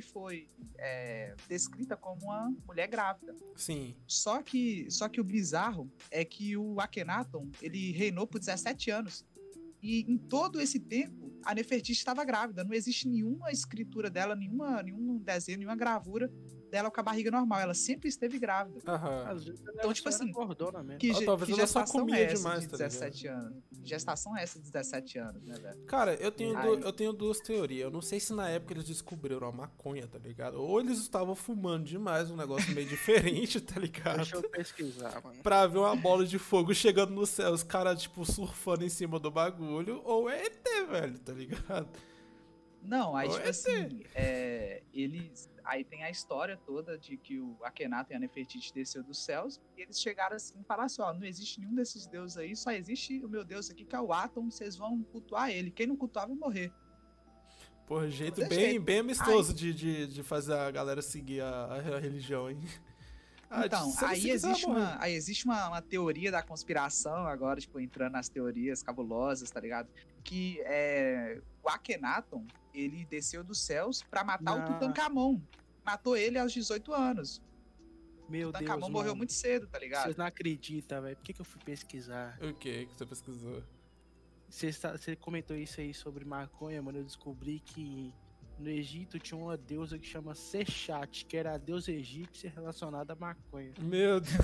descrita como uma mulher grávida. Sim. Só que o bizarro é que o Akhenaton, ele reinou por 17 anos. E em todo esse tempo, a Nefertiti estava grávida. Não existe nenhuma escritura dela, nenhum desenho, nenhuma gravura dela com a barriga normal. Ela sempre esteve grávida. Aham. Às vezes Então, tipo assim, gordona mesmo. Que, talvez ela só gestação comia é essa demais, de tá ligado? 17 anos? Que gestação é essa de 17 anos, né, velho? Cara, eu tenho, Aí. eu tenho duas teorias. Eu não sei se na época eles descobriram a maconha, tá ligado? Ou eles estavam fumando demais, um negócio meio diferente, tá ligado? Deixa eu pesquisar, mano. Pra ver uma bola de fogo chegando no céu, os caras, tipo, surfando em cima do bagulho. Ou é ET, velho, tá ligado? Não, aí, Ou tipo é assim, eles... Aí tem a história toda de que o Akhenaton e a Nefertiti desceu dos céus, e eles chegaram assim e falaram assim, ó, não existe nenhum desses deuses aí, só existe o meu Deus aqui, que é o Atom, vocês vão cultuar ele. Quem não cultuar vai morrer. Porra, jeito Desse bem, jeito. bem amistoso de fazer a galera seguir a religião, hein? Então, se aí você quiser existe, morrer. aí existe uma teoria da conspiração, agora, tipo, entrando nas teorias cabulosas, tá ligado? Que o Akhenaton, ele desceu dos céus pra matar o Não. Tutankhamon. Matou ele aos 18 anos. Meu O Tutankhamon Deus, morreu mano. muito cedo, tá ligado? Vocês não acreditam, velho. Por que eu fui pesquisar? O que você pesquisou? Você comentou isso aí sobre maconha, mano. Eu descobri que no Egito tinha uma deusa que chama Sechat, que era a deusa egípcia relacionada à maconha. Meu Deus.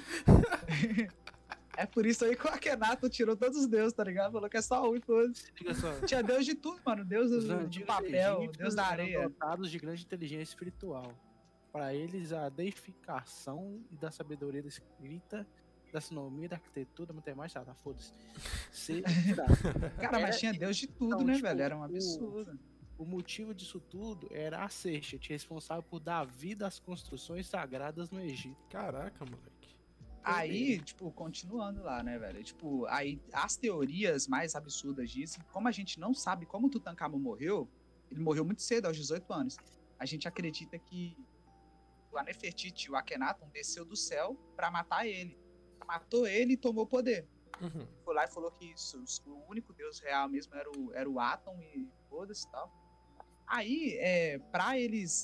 É por isso aí que o Akhenaton tirou todos os deuses, tá ligado? Falou que é só um e foda-se. Liga só. Tinha deus de tudo, mano. Deus Os do antigos papel, egípcios deus da eram areia. dotados de grande inteligência espiritual. Para eles, a deificação e da sabedoria da escrita, da astronomia, da arquitetura, da matemática, tá, foda-se. Cara, mas tinha deus de tudo, Então, né, tipo, velho? Era um absurdo. O motivo disso tudo era a Sechat, responsável por dar vida às construções sagradas no Egito. Caraca, moleque. Aí, tipo, continuando lá, né, velho? Tipo, aí as teorias mais absurdas dizem, como a gente não sabe como o Tutankhamon morreu, ele morreu muito cedo, aos 18 anos. A gente acredita que a Nefertiti e o Akhenaton desceu do céu pra matar ele. Matou ele e tomou poder. Uhum. Foi lá e falou que o único deus real mesmo era o Atom e foda-se e tal. Aí, pra eles,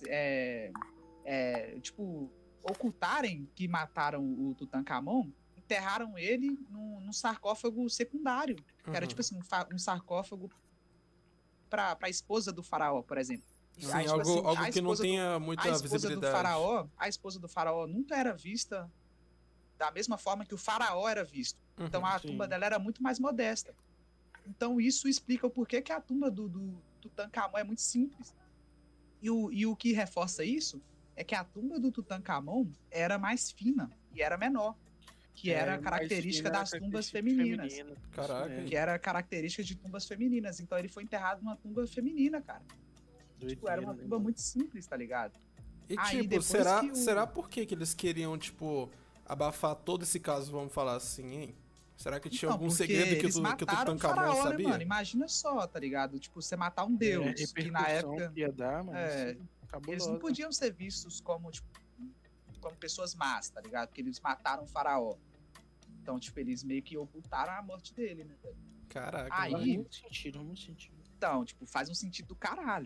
tipo, ocultarem que mataram o Tutankhamon, enterraram ele num sarcófago secundário. Que era, Uhum. tipo assim, um sarcófago pra esposa do faraó, por exemplo. Sim, Aí, tipo algo, assim, algo a que não esposa tenha muita a esposa visibilidade. a esposa do faraó nunca era vista da mesma forma que o faraó era visto. Então Uhum. a sim. tumba dela era muito mais modesta. Então isso explica o porquê que a tumba do Tutankhamon é muito simples. E o que reforça isso é que a tumba do Tutankhamon era mais fina e era menor, que era a característica das tumbas femininas. Caraca. Que era a característica de tumbas femininas. Então ele foi enterrado numa tumba feminina, cara. Tipo, era uma tumba muito simples, tá ligado? E Aí, tipo, depois será, que o- será por que eles queriam, tipo, abafar todo esse caso, vamos falar assim, hein? Será que tinha Não, algum porque segredo que eles o mataram o Tutankhamon faraó, né, sabia? mano? Imagina só, tá ligado? Tipo, você matar um deus, que na época ia dar, mano, é, cabuloso. eles não podiam ser vistos como, tipo, como pessoas más, tá ligado? Porque eles mataram o faraó. Então, tipo, eles meio que ocultaram a morte dele, né, velho? Caraca, Aí- mano. Faz muito sentido, muito sentido. Então, tipo, faz um sentido do caralho.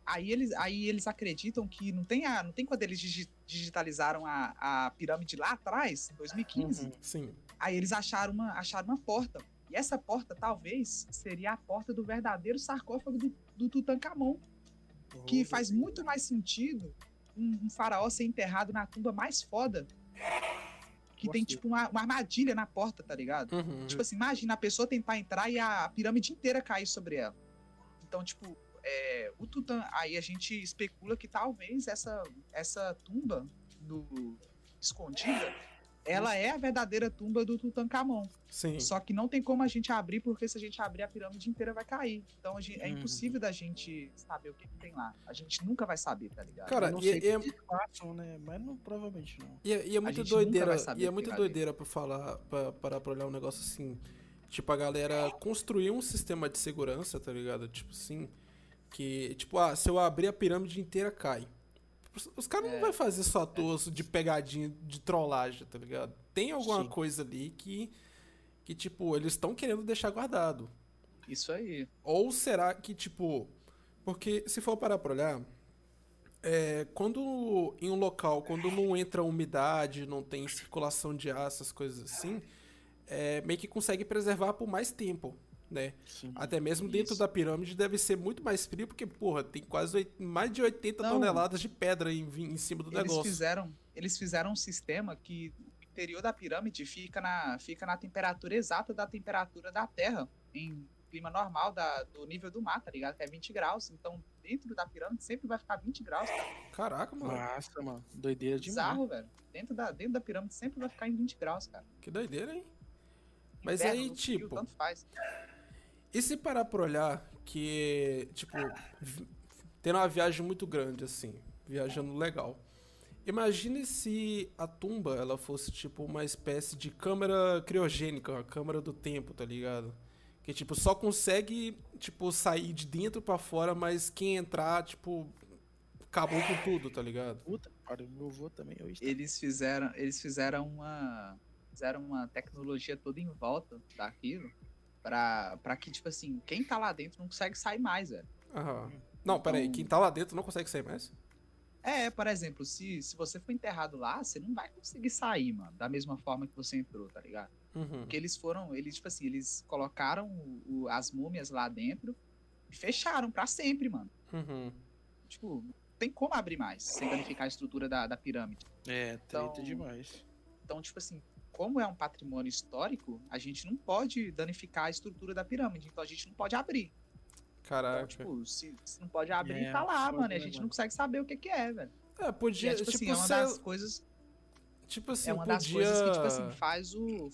Aí eles acreditam que não tem quando eles digitalizaram a pirâmide lá atrás, em 2015. Sim. Aí eles acharam uma porta. E essa porta, talvez, seria a porta do verdadeiro sarcófago do Tutankhamon. Que faz muito mais sentido um faraó ser enterrado na tumba mais foda. Que tem, tipo, uma armadilha na porta, tá ligado? Tipo assim, imagina a pessoa tentar entrar e a pirâmide inteira cair sobre ela. Então, tipo, aí a gente especula que talvez essa tumba escondida, ela é a verdadeira tumba do Tutankhamon. Sim. Só que não tem como a gente abrir, porque se a gente abrir, a pirâmide inteira vai cair. Então é impossível da gente saber o que tem lá. A gente nunca vai saber, tá ligado? Cara, não sei que passam, né? Mas não, provavelmente não. E é muito doideira. E é muito doideira pra falar, parar pra olhar um negócio assim. Tipo, a galera construiu um sistema de segurança, tá ligado? Tipo assim, que, tipo, se eu abrir a pirâmide inteira, cai. Os caras não vão fazer só à toa de pegadinha, de trollagem, tá ligado? Tem alguma coisa ali que tipo, eles estão querendo deixar guardado. Isso aí. Ou será que, tipo... Porque, se for parar pra olhar, quando em um local, quando não entra umidade, não tem circulação de ar, essas coisas assim, meio que consegue preservar por mais tempo, né? Sim. Até mesmo dentro da pirâmide deve ser muito mais frio, porque, porra, tem quase mais de 80 toneladas de pedra em cima do negócio. Eles fizeram um sistema que o interior da pirâmide fica na temperatura exata da temperatura da Terra, em clima normal do nível do mar, tá ligado? Que é 20 graus. Então, dentro da pirâmide sempre vai ficar 20 graus, cara. Caraca, mano. Nossa, mano. Doideira demais. Bizarro, velho. Dentro da pirâmide sempre vai ficar em 20 graus, cara. Que doideira, hein? Mas Inverno, aí, no frio, tipo... tanto faz. E se parar pra olhar que, tipo, tendo uma viagem muito grande, assim, viajando legal. Imagine se a tumba, ela fosse, tipo, uma espécie de câmara criogênica, uma câmara do tempo, tá ligado? Que, tipo, só consegue, tipo, sair de dentro pra fora, mas quem entrar, tipo, acabou com tudo, tá ligado? Puta, cara, meu avô também. Eles fizeram uma tecnologia toda em volta daquilo pra que, tipo assim, quem tá lá dentro não consegue sair mais, velho. Aham. Não, peraí, quem tá lá dentro não consegue sair mais? Por exemplo, se você for enterrado lá, você não vai conseguir sair, mano, da mesma forma que você entrou, tá ligado? Porque eles tipo assim, eles colocaram as múmias lá dentro e fecharam pra sempre, mano. Tipo, não tem como abrir mais, sem danificar a estrutura da pirâmide. Treta demais. Então, tipo assim, como é um patrimônio histórico, a gente não pode danificar a estrutura da pirâmide, então a gente não pode abrir. Caraca. Então, tipo, se não pode abrir, tá lá, mano, e a gente não consegue saber o que é, velho. Podia, tipo assim, é uma das coisas... Tipo assim, é uma das coisas que, tipo assim, faz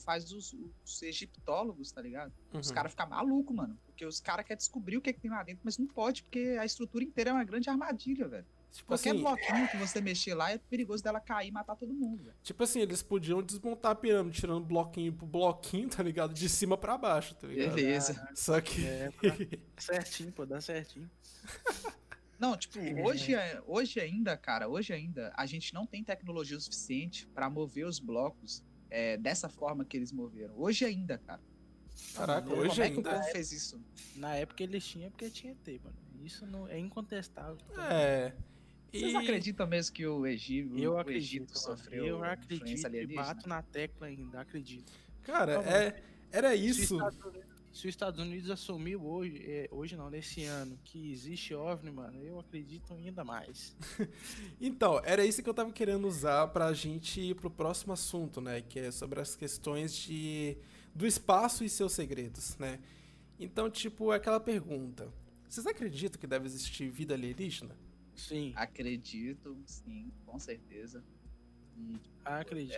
os egiptólogos, tá ligado? Os caras ficam malucos, mano. Porque os caras querem descobrir o que tem lá dentro, mas não pode, porque a estrutura inteira é uma grande armadilha, velho. Tipo Qualquer assim, bloquinho que você mexer lá é perigoso dela cair e matar todo mundo, velho. tipo assim, eles podiam desmontar a pirâmide, tirando bloquinho por bloquinho, tá ligado? De cima pra baixo, tá ligado? Beleza. Só que... Certinho, pô, dá certinho. Não, tipo, hoje ainda, a gente não tem tecnologia suficiente pra mover os blocos dessa forma que eles moveram. Hoje ainda, cara. Caraca, Como hoje é que o ainda... povo fez isso? Na época eles tinham, porque tinha que ter, mano. Isso não é incontestável. Vocês acreditam mesmo que o Egito sofreu Eu influência acredito e alienígena? bato na tecla ainda, acredito. Cara, era isso. Se os Estados Unidos assumiu hoje não, nesse ano, que existe OVNI, mano, eu acredito ainda mais. Então, era isso que eu tava querendo usar pra gente ir pro próximo assunto, né? Que é sobre as questões do espaço e seus segredos, né? Então, tipo, é aquela pergunta. Vocês acreditam que deve existir vida alienígena? Sim. Acredito, sim, com certeza. Acredito.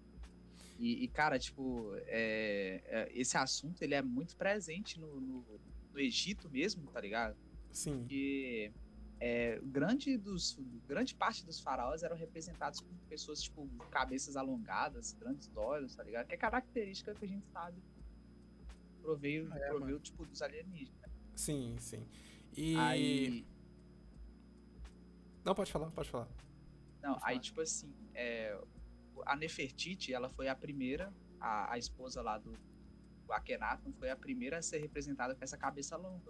Cara, tipo, esse assunto, ele é muito presente no Egito mesmo, tá ligado? Sim. Porque grande parte dos faraós eram representados por pessoas, tipo, cabeças alongadas, grandes olhos, tá ligado? Que é característica que a gente sabe proveio tipo, dos alienígenas. Sim. Aí... Não, pode falar. Não, aí, tipo assim, a Nefertiti, ela foi a primeira, a esposa lá do Akhenaton, foi a primeira a ser representada com essa cabeça longa.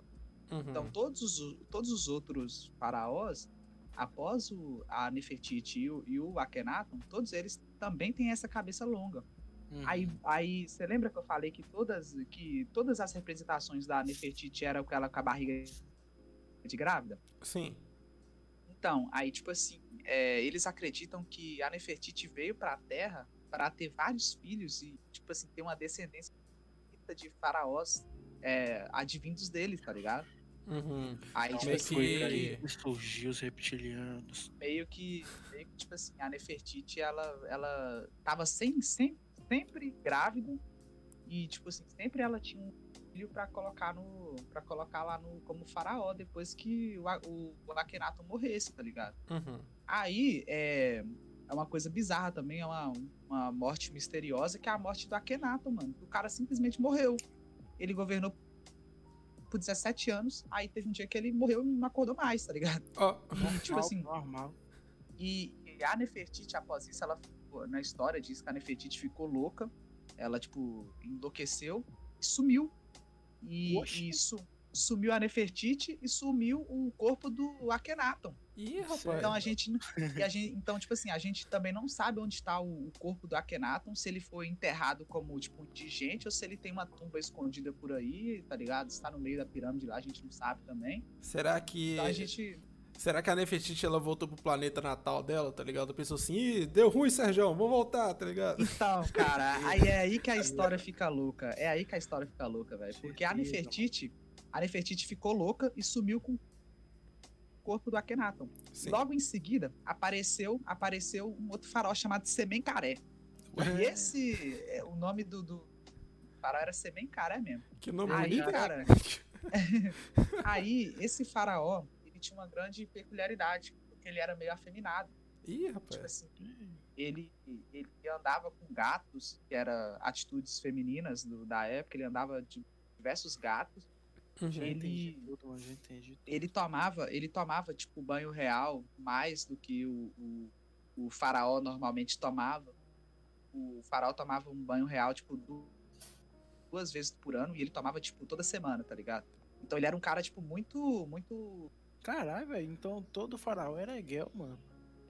Então, todos os outros faraós, após a Nefertiti e o Akhenaton, todos eles também têm essa cabeça longa. Aí você lembra que eu falei que todas as representações da Nefertiti eram com ela com a barriga de grávida? Sim. Então, aí tipo assim, eles acreditam que a Nefertiti veio pra Terra para ter vários filhos e tipo assim, ter uma descendência de faraós advindos deles, tá ligado? Aí, Então, tipo assim, foi aí que surgiu os reptilianos. meio que, tipo assim, a Nefertiti, ela tava sempre grávida e, tipo assim, sempre ela tinha um filho pra colocar lá como faraó depois que o Akhenaton morresse, tá ligado? Aí, é uma coisa bizarra também, é uma morte misteriosa, que é a morte do Akhenaton, mano. O cara simplesmente morreu. Ele governou por 17 anos, aí teve um dia que ele morreu e não acordou mais, tá ligado? E, tipo assim, normal. E a Nefertiti, após isso, ela ficou, na história diz que a Nefertiti ficou louca, ela, tipo, enlouqueceu e sumiu. E isso sumiu a Nefertiti e sumiu o corpo do Akhenaton. Ih, rapaz. Então, tipo assim, a gente também não sabe onde está o corpo do Akhenaton, se ele foi enterrado como, tipo, indigente ou se ele tem uma tumba escondida por aí, tá ligado? Se tá no meio da pirâmide lá, a gente não sabe também. Será que... Então Será que a Nefertiti, ela voltou pro planeta natal dela, tá ligado? Pensou assim, ih, deu ruim, Serjão, vou voltar, tá ligado? Então, cara, aí é aí que a história fica louca. É aí que a história fica louca, velho. Porque a Nefertiti ficou louca e sumiu com o corpo do Akhenaton. Sim. Logo em seguida, apareceu um outro faraó chamado Semencaré. E o nome do faraó era Semencaré mesmo. Que nome aí, bonito, cara. Aí, esse faraó, ele tinha uma grande peculiaridade, porque ele era meio afeminado. Ih, rapaz. Tipo assim, ele andava com gatos, que eram atitudes femininas da época, ele andava de diversos gatos. Ele tomava, tipo, banho real mais do que o faraó normalmente tomava. O faraó tomava um banho real, tipo, 2 vezes por ano, e ele tomava, tipo, toda semana, tá ligado? Então ele era um cara, tipo, muito... Caralho, velho, então todo faraó era Egel, mano.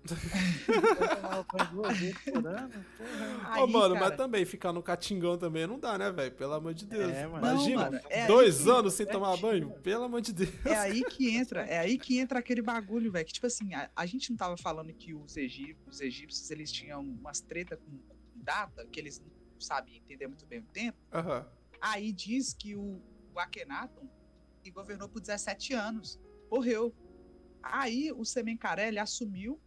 Ô, mano, cara... mas também ficar no catingão também não dá, né, velho? Pelo amor de Deus. Imagina, mano, 2 anos sem tomar banho? Pelo amor de Deus. É aí que entra aquele bagulho, velho. Que, tipo assim, a gente não tava falando que os egípcios, eles tinham umas treta com data, que eles não sabiam entender muito bem o tempo. Aí diz que o Akhenaton, que governou por 17 anos, morreu. Aí o Semencaré, ele assumiu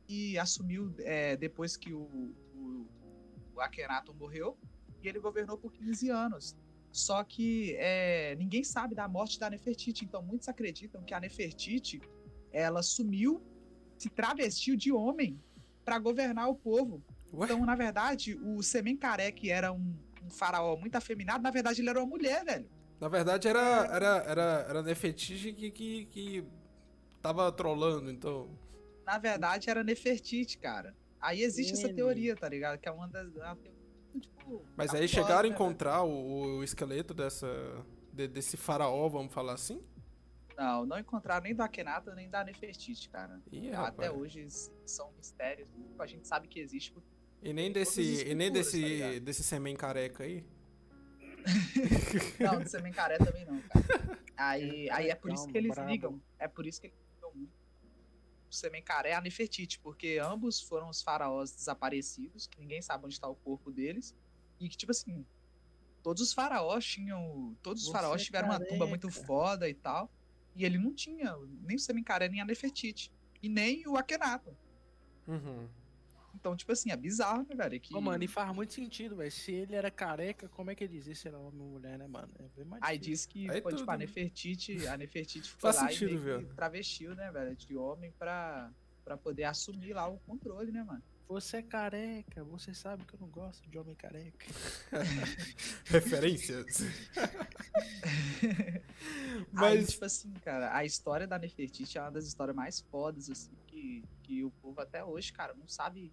depois que o Akhenaton morreu, e ele governou por 15 anos. Só que ninguém sabe da morte da Nefertiti, então muitos acreditam que a Nefertiti, ela sumiu, se travestiu de homem para governar o povo. Ué? Então, na verdade, o Semencaré, que era um faraó muito afeminado, na verdade ele era uma mulher, velho. Na verdade era a Nefertiti que tava trolando, então... Na verdade, era Nefertiti, cara. Aí existe essa teoria, tá ligado? Que é uma das... Tipo, mas aí chegaram a encontrar o esqueleto desse faraó, vamos falar assim? Não encontraram nem do Akhenaton, nem da Nefertiti, cara. Até hoje são mistérios. A gente sabe que existe. E nem desse semen careca aí? Não, do Semencaré também não, cara. Aí é por isso que eles ligam. É por isso que eles ligam muito o Semencaré e a Nefertiti, porque ambos foram os faraós desaparecidos, que ninguém sabe onde está o corpo deles. E que, tipo assim, todos os faraós tiveram uma tumba muito foda e tal. E ele não tinha nem o Semencaré, nem a Nefertiti. E nem o Akhenaton. Então, tipo assim, é bizarro, né, velho? Ô, mano, e faz muito sentido, velho. Se ele era careca, como é que ele dizia se era homem ou mulher, né, mano? Aí diz que foi, tipo, a Nefertiti foi faz lá sentido, e meio que travestiu, né, velho, de homem pra poder assumir lá o controle, né, mano? Você é careca, você sabe que eu não gosto de homem careca. Referências. Mas, aí, tipo assim, cara, a história da Nefertiti é uma das histórias mais fodas, assim, que o povo até hoje, cara, não sabe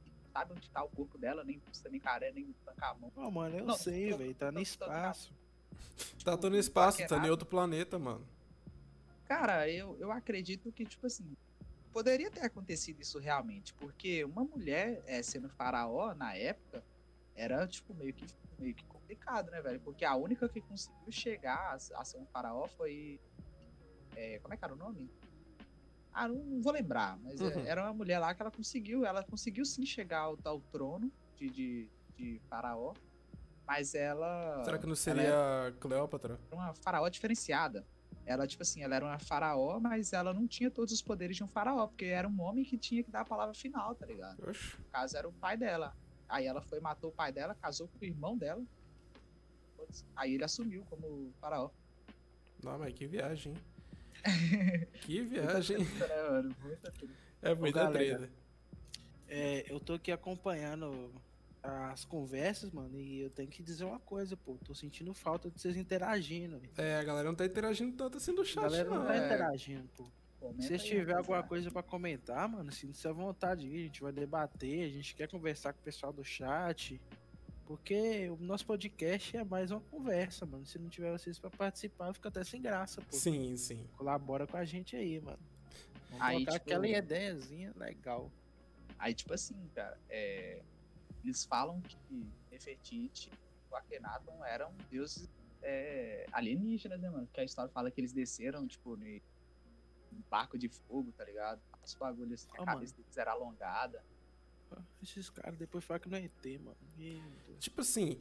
onde tá o corpo dela, nem o Semencaré, nem o Tancamão. Não, mano, eu sei, velho, tá no espaço. Tá todo no espaço, tá em paquerado. outro planeta, mano. Cara, eu acredito que, tipo assim, poderia ter acontecido isso realmente, porque uma mulher sendo faraó na época era, tipo, meio que complicado, né, velho? Porque a única que conseguiu chegar a ser um faraó foi. Como é que era o nome? Ah, não vou lembrar, mas Uhum. era uma mulher lá que ela conseguiu sim chegar ao trono de faraó, mas Será que não ela era seria Cleópatra? uma faraó diferenciada. Ela, tipo assim, ela era uma faraó, mas ela não tinha todos os poderes de um faraó, porque era um homem que tinha que dar a palavra final, tá ligado? Oxe. No caso, era o pai dela. Aí ela foi, matou o pai dela, casou com o irmão dela, aí ele assumiu como faraó. Não, mas que viagem, hein? Que Muita viagem. treta, né, mano? Muita treta. É muita galera, treta. eu tô aqui acompanhando as conversas, mano, e eu tenho que dizer uma coisa, pô. Tô sentindo falta de vocês interagindo, velho. É, a galera não tá interagindo tanto assim no A chat, galera não não. tá É, interagindo, pô. comenta Se vocês aí, tiverem alguma rapaziada. coisa pra comentar, mano, sinta-se à vontade aí, a gente vai debater, a gente quer conversar com o pessoal do chat, porque o nosso podcast é mais uma conversa, mano. Se não tiver vocês pra participar, fica até sem graça, pô. Sim, sim. Colabora com a gente aí, mano. Vamos Aí, colocar tipo, aquela ideiazinha legal. Aí, tipo assim, cara, eles falam que Nefertiti e o Akhenaton eram deuses alienígenas, né, mano? Porque a história fala que eles desceram, tipo, num barco de fogo, tá ligado? Os bagulhos assim, a Ó, cabeça deles era alongada. Esses caras depois falam que não é ET, mano. Meu Deus. Tipo assim,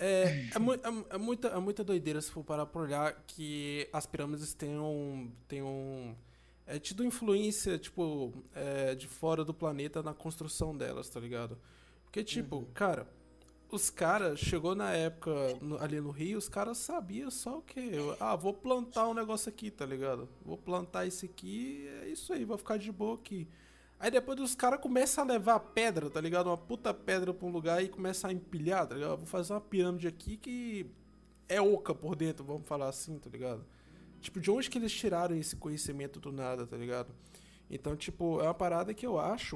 é muita doideira se for parar pra olhar que as pirâmides tenham tido influência, tipo, de fora do planeta na construção delas, tá ligado? Porque, tipo, cara, os caras, chegou na época ali no Rio, os caras sabiam só o quê? Vou plantar um negócio aqui, tá ligado? Vou plantar esse aqui, é isso aí, vou ficar de boa aqui. Aí depois os caras começam a levar pedra, tá ligado? Uma puta pedra pra um lugar e começam a empilhar, tá ligado? Vou fazer uma pirâmide aqui que é oca por dentro, vamos falar assim, tá ligado? Tipo, de onde que eles tiraram esse conhecimento do nada, tá ligado? Então, tipo, é uma parada que eu acho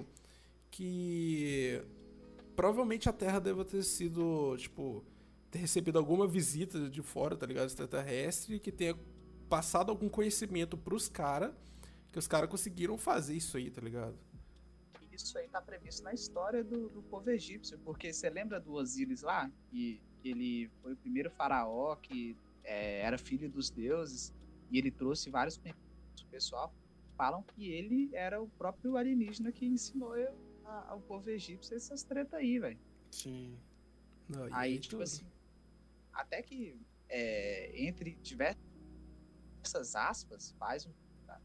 que provavelmente a Terra deva ter sido, tipo, ter recebido alguma visita de fora, tá ligado? Extraterrestre, que tenha passado algum conhecimento pros caras, que os caras conseguiram fazer isso aí, tá ligado? E isso aí tá previsto na história do povo egípcio, porque você lembra do Osíris lá? Que ele foi o primeiro faraó que era filho dos deuses, e ele trouxe vários conhecimentos pro pessoal. Falam que ele era o próprio alienígena que ensinou ao povo egípcio essas tretas aí, velho. Sim. Não, e Aí, tipo tudo. assim, até que entre diversas aspas, faz um.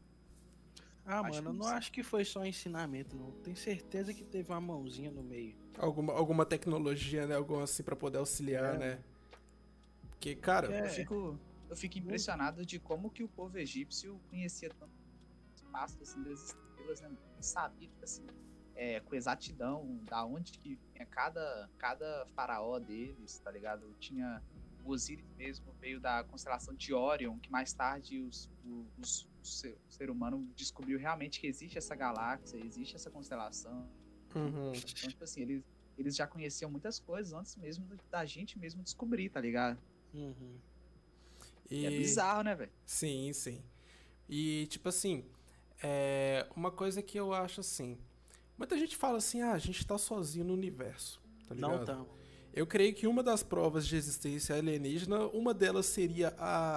Ah, Acho mano, eu que não sim. acho que foi só ensinamento, não. Tenho certeza que teve uma mãozinha no meio. Alguma tecnologia, né? Alguma assim pra poder auxiliar, É, né? Porque, cara, Eu fico impressionado de como que o povo egípcio conhecia tanto espaço assim, das estrelas, né? E sabia, tipo assim, com exatidão da onde que vinha cada faraó deles, tá ligado? Tinha o Osíris mesmo, veio da constelação de Órion, que mais tarde o ser humano descobriu realmente que existe essa galáxia, existe essa constelação. uhum. Então, tipo assim, eles já conheciam muitas coisas antes mesmo da gente mesmo descobrir, tá ligado? Uhum. É bizarro, né, velho? Sim, sim. E, tipo assim, uma coisa que eu acho assim. Muita gente fala assim, a gente tá sozinho no universo, tá Não ligado? tão. Eu creio que uma das provas de existência alienígena, uma delas seria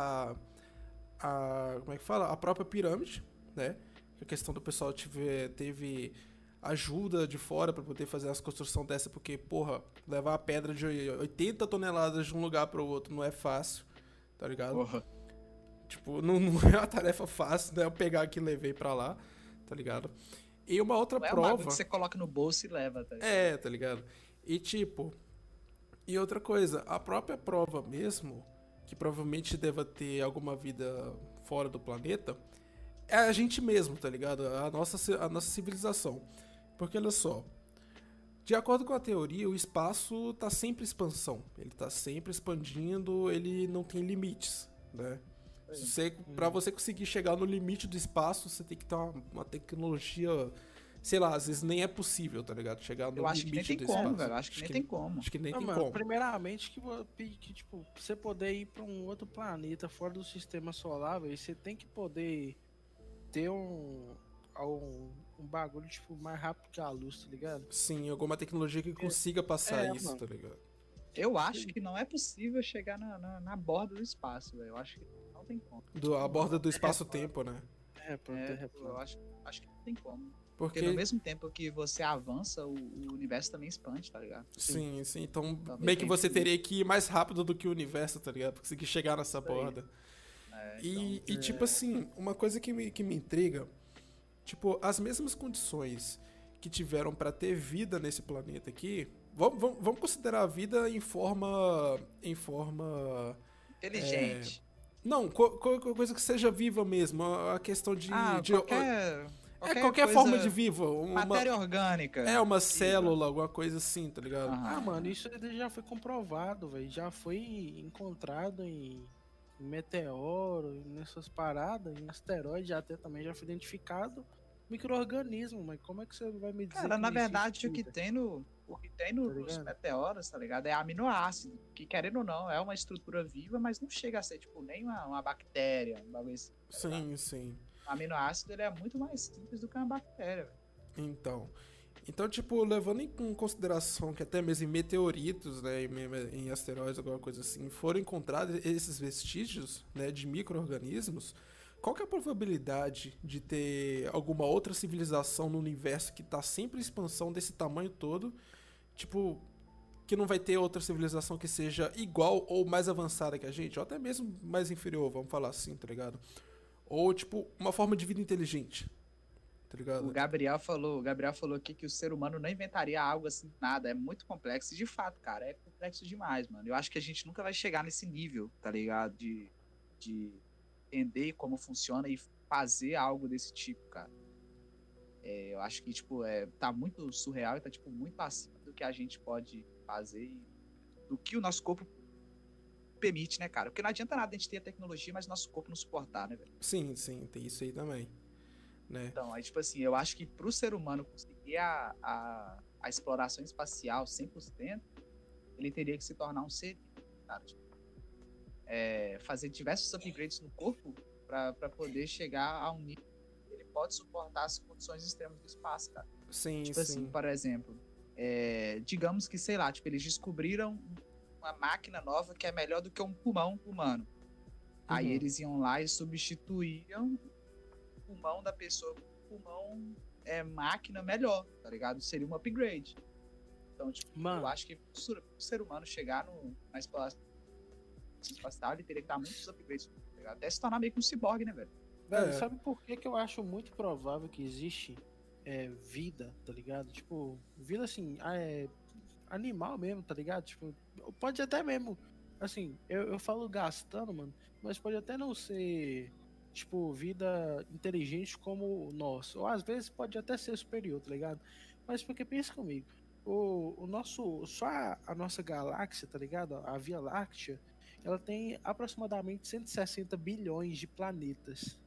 como é que fala? A própria pirâmide, né? A questão do pessoal teve ajuda de fora pra poder fazer as construções dessa, porque, porra, levar a pedra de 80 toneladas de um lugar pro outro não é fácil, tá ligado? Porra. Tipo, não é uma tarefa fácil, né? Eu pegar aqui e levei pra lá, tá ligado? E uma outra Não é um bagulho prova. que você coloca no bolso e leva, tá ligado? Tá ligado? E tipo. E outra coisa, a própria prova mesmo, que provavelmente deva ter alguma vida fora do planeta, é a gente mesmo, tá ligado? A nossa civilização. Porque olha só. De acordo com a teoria, o espaço tá sempre em expansão. Ele tá sempre expandindo, ele não tem limites, né? Pra você conseguir chegar no limite do espaço, você tem que ter uma tecnologia sei lá, às vezes nem é possível, tá ligado? Chegar no Eu acho que nem limite tem do como, espaço. velho. Acho que nem tem como. Acho que nem Não, tem mano, como. primeiramente tipo, pra você poder ir pra um outro planeta fora do sistema solar, velho, você tem que poder ter um bagulho, tipo, mais rápido que a luz, tá ligado? Sim, alguma tecnologia que consiga passar isso, mano. tá ligado? Eu acho que não é possível chegar na borda do espaço, velho. Eu acho que não tem como. A borda do espaço-tempo, né? Eu acho que não tem como. Porque Porque no mesmo tempo que você avança, o universo também expande, tá ligado? sim. Então Talvez meio que tenha você que- teria que ir mais rápido do que o universo, tá ligado? Pra conseguir chegar nessa Isso aí. borda. E Então, tipo assim, uma coisa que me intriga, tipo, as mesmas condições que tiveram pra ter vida nesse planeta aqui, vamos considerar a vida em forma. inteligente. Não, coisa que seja viva mesmo. A questão de. Qualquer forma coisa- de viva. Matéria orgânica. Uma célula, alguma coisa assim, tá ligado? Aham. Mano, isso já foi comprovado, velho. Já foi encontrado em meteoro, nessas paradas, em asteroide, até também já foi identificado micro-organismo, mas como é que você vai me dizer Cara, que na não existe verdade, vida? o que tem nos ligado? meteoros, tá ligado? É aminoácido, que querendo ou não, é uma estrutura viva, mas não chega a ser, tipo, nem uma bactéria, um bagulho assim. Tá ligado? Sim. O aminoácido, ele é muito mais simples do que uma bactéria, velho. Então, tipo, levando em consideração que até mesmo em meteoritos, né, em asteroides, alguma coisa assim, foram encontrados esses vestígios, né, de micro-organismos, qual que é a probabilidade de ter alguma outra civilização no universo que tá sempre em expansão desse tamanho todo, tipo, que não vai ter outra civilização que seja igual ou mais avançada que a gente, ou até mesmo mais inferior, vamos falar assim, tá ligado? Ou, tipo, uma forma de vida inteligente, tá ligado? O Gabriel falou aqui que o ser humano não inventaria algo assim, nada. É muito complexo. E de fato, cara, é complexo demais, mano. Eu acho que a gente nunca vai chegar nesse nível, tá ligado? De entender como funciona e fazer algo desse tipo, cara. Eu acho que, tipo, tá muito surreal e tá, tipo, muito acima do que a gente pode fazer e do que o nosso corpo permite, né, cara? Porque não adianta nada a gente ter a tecnologia, mas nosso corpo não suportar, né, velho? Sim, tem isso aí também, né? Então, aí, tipo assim, eu acho que pro ser humano conseguir a exploração espacial 100%, ele teria que se tornar um ser, cara, tipo, fazer diversos upgrades no corpo para poder chegar a um nível que ele pode suportar as condições extremas do espaço, cara. Sim, Tipo assim, por exemplo, digamos que, sei lá, tipo, eles descobriram uma máquina nova que é melhor do que um pulmão humano. Aí eles iam lá e substituíam o pulmão da pessoa com pulmão máquina melhor, tá ligado? Seria um upgrade. Então, tipo, Mano, eu acho que o ser humano chegar na exploração espacial, ele teria que dar muitos upgrades, tá ligado? Até se tornar meio que um ciborgue, né, velho? velho, sabe por que eu acho muito provável que existe vida, tá ligado? Tipo, vida assim, animal mesmo, tá ligado? Tipo, pode até mesmo, assim, eu falo gastando, mano, mas pode até não ser, tipo, vida inteligente como o nosso. Ou às vezes pode até ser superior, tá ligado? Mas porque pensa comigo, só a nossa galáxia, tá ligado? A Via Láctea, ela tem aproximadamente 160 bilhões de planetas.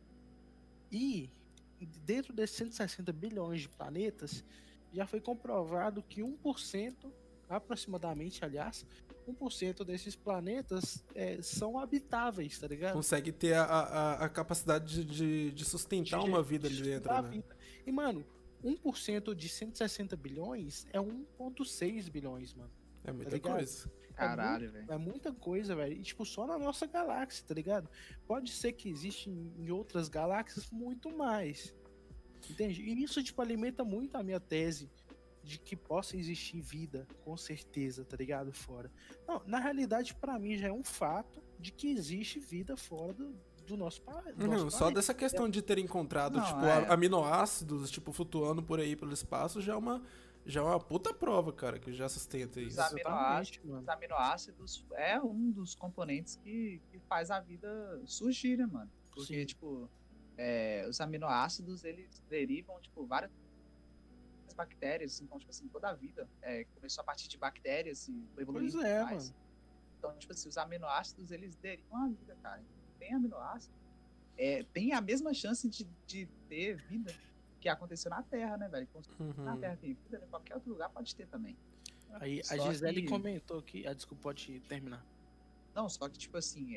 E dentro desses 160 bilhões de planetas, já foi comprovado que 1%, aproximadamente, aliás, 1% desses planetas são habitáveis, tá ligado? Consegue ter a capacidade de sustentar uma vida ali dentro, né? Vida. E, mano, 1% de 160 bilhões é 1,6 bilhões, mano. É muita ligado? coisa. Caralho, velho. É muita coisa, velho. E, tipo, só na nossa galáxia, tá ligado? Pode ser que existe em outras galáxias muito mais. Entende? E isso, tipo, alimenta muito a minha tese de que possa existir vida, com certeza, tá ligado? Fora. Não, na realidade, pra mim, já é um fato de que existe vida fora do nosso planeta. Só dessa questão de ter encontrado, Não, tipo, aminoácidos, tipo, flutuando por aí pelo espaço, já é uma puta prova, cara, que já sustenta isso. Os aminoácidos é um dos componentes que faz a vida surgir, né, mano? Porque, Sim. tipo, os aminoácidos, eles derivam, tipo, várias bactérias. Então, tipo assim, toda a vida começou a partir de bactérias e foi evoluindo mais. Mano. Então, tipo assim, os aminoácidos, eles derivam a vida, cara. Tem aminoácido, tem a mesma chance de ter vida que que aconteceu na Terra, né, velho? Na Uhum. Terra tem vida, em qualquer outro lugar pode ter também. Aí a Só Gisele que- comentou que. Ah, desculpa, pode terminar. Não, só que, tipo assim,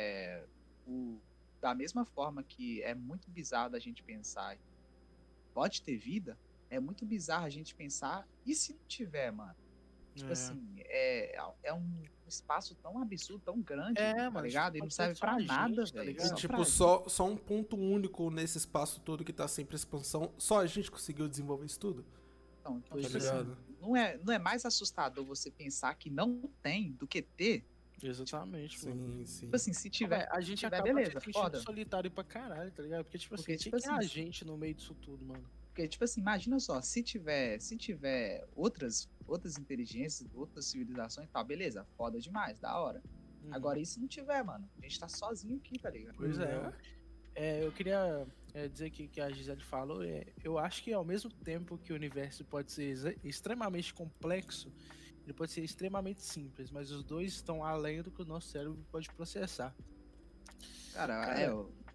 da mesma forma que é muito bizarro a gente pensar que pode ter vida, é muito bizarro a gente pensar, e se não tiver, mano? Tipo assim, é um espaço tão absurdo, tão grande, tá Mano, tipo, ligado? E não pode ser serve só pra a nada, gente, tá velho. E, ligado? Só tipo, pra só um ponto único nesse espaço todo que tá sempre em expansão. Só a gente conseguiu desenvolver isso tudo, Então, tá Pois tipo é. assim, ligado? não é mais assustador você pensar que não tem do que ter? Exatamente, mano. Sim, sim. Tipo assim, se tiver, A gente tiver acaba se beleza, sentindo foda. solitário pra caralho, tá ligado? Porque, tipo assim, Porque, o que tipo que é assim, a gente no meio disso tudo, mano? porque, tipo assim, imagina só, se tiver outras inteligências, outras civilizações e tal, beleza, foda demais, da hora. Uhum. Agora, e se não tiver, mano? A gente tá sozinho aqui, tá ligado? Pois é. Né? Eu queria dizer que a Gisele falou, eu acho que ao mesmo tempo que o universo pode ser extremamente complexo, ele pode ser extremamente simples, mas os dois estão além do que o nosso cérebro pode processar. Cara, Cara,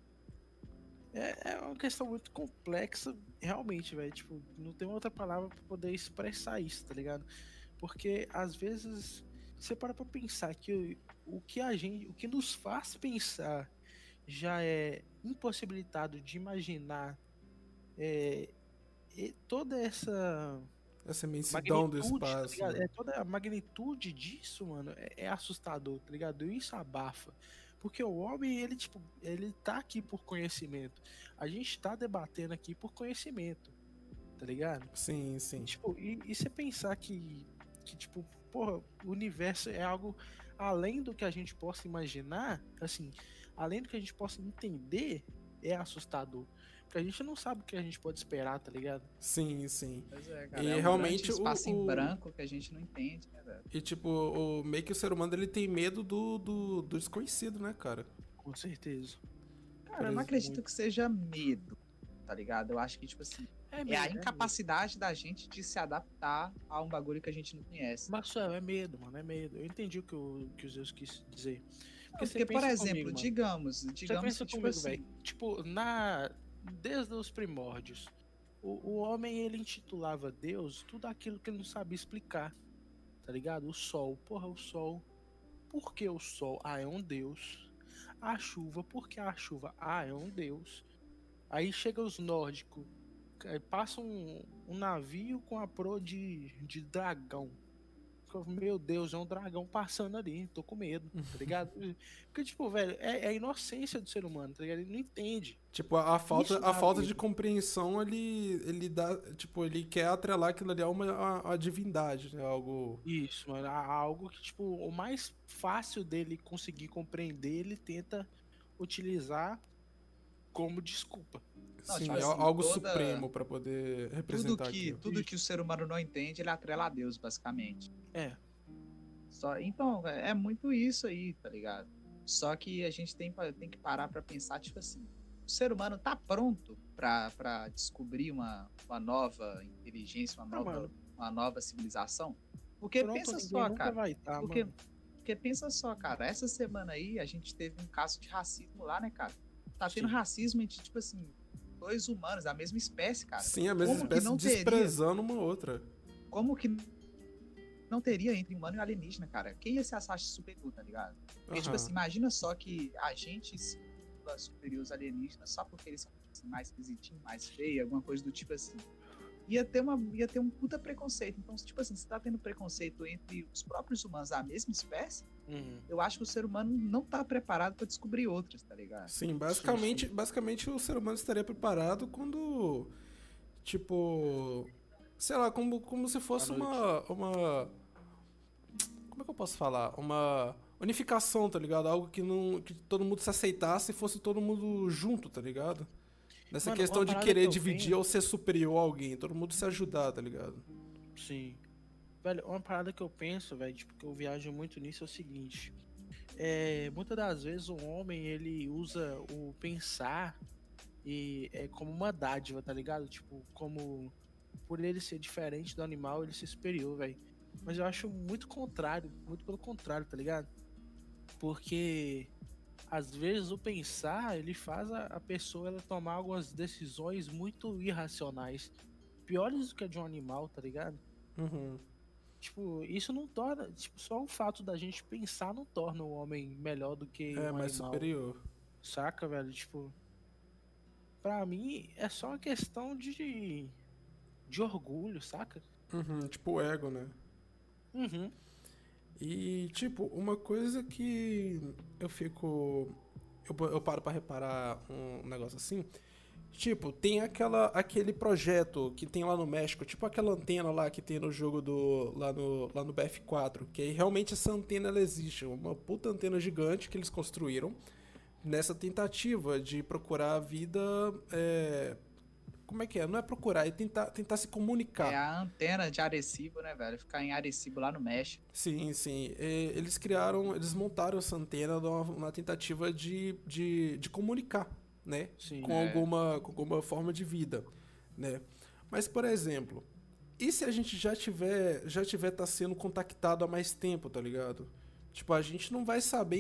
é uma questão muito complexa, realmente, velho. Tipo, não tem outra palavra pra poder expressar isso, tá ligado? Porque às vezes você para pra pensar que o que nos faz pensar já é impossibilitado de imaginar toda essa Essa imensidão do magnitude, tá espaço, ligado? né? Toda a magnitude disso, mano, é assustador, tá ligado? Isso abafa. Porque o homem, ele, tipo, ele tá aqui por conhecimento. A gente tá debatendo aqui por conhecimento, tá ligado? Sim, sim. Tipo, e você pensar tipo, porra, o universo é algo além do que a gente possa imaginar, assim, além do que a gente possa entender, é assustador. Porque a gente não sabe o que a gente pode esperar, tá ligado? Sim, sim. Pois é, cara, E é um realmente grande espaço em branco que a gente não entende, né, velho? E tipo, meio que o ser humano ele tem medo do desconhecido, né, cara? Com certeza. Cara, eu não acredito que seja medo, tá ligado? Eu acho que, tipo assim, é a medo. incapacidade da gente de se adaptar a um bagulho que a gente não conhece. Maxwell, é medo, mano, é medo. Eu entendi o que o Zeus quis dizer. Porque, por exemplo, digamos Você que, pensa tipo comigo, assim, velho. Tipo, desde os primórdios, o homem, ele intitulava Deus tudo aquilo que ele não sabia explicar, tá ligado? O sol, porra, o sol. Por que o sol? Ah, é um Deus. A chuva, por que a chuva? Ah, é um Deus. Aí chega os nórdicos, passa um navio com a proa de dragão. Meu Deus, é um dragão passando ali, tô com medo, tá ligado? Porque, tipo, velho, é a inocência do ser humano, tá ligado? Ele não entende. Tipo, a falta, Isso a dá falta medo. de compreensão, ele dá, tipo, ele quer atrelar aquilo ali a divindade, né? Algo. Isso, mano, algo que, tipo, o mais fácil dele conseguir compreender, ele tenta utilizar como desculpa. não, Sim, tipo é assim, algo supremo pra poder representar aquilo. tudo que o ser humano não entende, ele atrela a Deus, basicamente. É, Então, é muito isso aí, tá ligado? Só que a gente tem que parar pra pensar, tipo assim, o ser humano tá pronto pra descobrir uma nova inteligência, mano, uma nova civilização? Porque pronto, pensa ninguém só, nunca cara. vai estar, Porque, mano. porque pensa só, cara, essa semana aí a gente teve um caso de racismo lá, né, cara? Tá tendo Sim. racismo entre, tipo assim, dois humanos, da mesma espécie, cara. Sim, a mesma Como que espécie não teria? desprezando uma outra. Como que não teria entre humano e alienígena, cara? Quem ia se achar superior, tá ligado? Porque, tipo Aham. assim, imagina só que a gente se intitula superior aos alienígenas só porque eles são assim, mais esquisitinhos, mais feios, alguma coisa do tipo assim. Ia ter um puta preconceito. Então, tipo assim, se tá tendo preconceito entre os próprios humanos da mesma espécie, Uhum. eu acho que o ser humano não tá preparado pra descobrir outras, tá ligado? Sim, basicamente o ser humano estaria preparado quando, tipo, sei lá, como se fosse uma, como é que eu posso falar? Uma unificação, tá ligado? Algo que todo mundo se aceitasse e fosse todo mundo junto, tá ligado? Nessa Mano, questão uma de parada querer que eu dividir penso- ou ser superior a alguém, todo mundo se ajudar, tá ligado? Sim. Velho, uma parada que eu penso, velho, tipo, que eu viajo muito nisso é o seguinte. Muitas das vezes o homem, ele usa o pensar como uma dádiva, tá ligado? Tipo, como por ele ser diferente do animal, ele ser superior, velho. Mas eu acho muito contrário, muito pelo contrário, tá ligado? Porque às vezes o pensar, ele faz a pessoa ela tomar algumas decisões muito irracionais. Piores do que a de um animal, tá ligado? Uhum. Tipo, isso não torna. Tipo, só o fato da gente pensar não torna o homem melhor do que É um mais animal. superior. Saca, velho? Tipo, pra mim é só uma questão de orgulho, saca? Uhum, tipo o ego, né? Uhum. E, tipo, uma coisa que eu fico. Eu paro pra reparar um negócio assim. Tipo, tem aquele projeto que tem lá no México, tipo aquela antena lá que tem no jogo lá no BF4, que aí realmente essa antena ela existe, uma puta antena gigante que eles construíram nessa tentativa de procurar a vida. Como é que é? Não é procurar, é tentar se É comunicar. a antena de Arecibo, né, velho? Ficar em Arecibo, lá no México. Sim, sim. Eles montaram essa antena numa tentativa de comunicar, né? Sim. É. Com alguma forma de vida, né? Mas, por exemplo, e se a gente já tiver tá sendo contactado há mais tempo, tá ligado? Tipo, a gente não vai saber,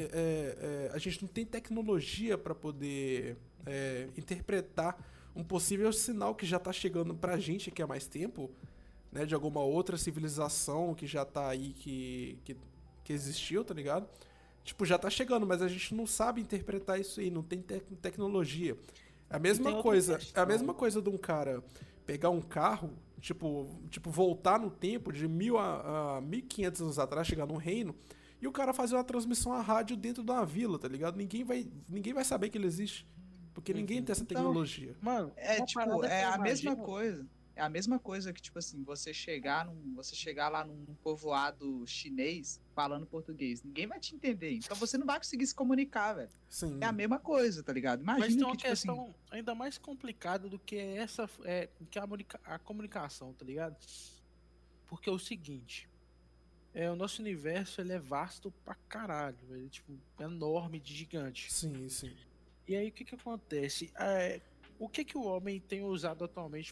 a gente não tem tecnologia para poder interpretar um possível sinal que já tá chegando pra gente aqui há mais tempo, né, de alguma outra civilização que já tá aí, que existiu, tá ligado? Tipo, já tá chegando, mas a gente não sabe interpretar isso aí, não tem tecnologia. É a E mesma tem outra coisa, é a questão. mesma coisa de um cara pegar um carro, tipo voltar no tempo de 1500 anos atrás, chegar num reino, e o cara fazer uma transmissão a rádio dentro de uma vila, tá ligado? Ninguém vai saber que ele existe, porque ninguém tem essa Então, tecnologia. Mano, é uma tipo, parada que é eu a mesma imagino. coisa. É a mesma coisa que, tipo assim, você chegar lá num povoado chinês falando português. Ninguém vai te entender. Então você não vai conseguir se comunicar, velho. É a Sim. mesma coisa, tá ligado? Mas Imagina tem que, uma tipo assim, questão ainda mais complicada do que essa, que a comunicação, tá ligado? Porque é o seguinte, o nosso universo ele é vasto pra caralho, ele tipo, é enorme, de gigante. Sim, sim. E aí o que que acontece? O que que o homem tem usado atualmente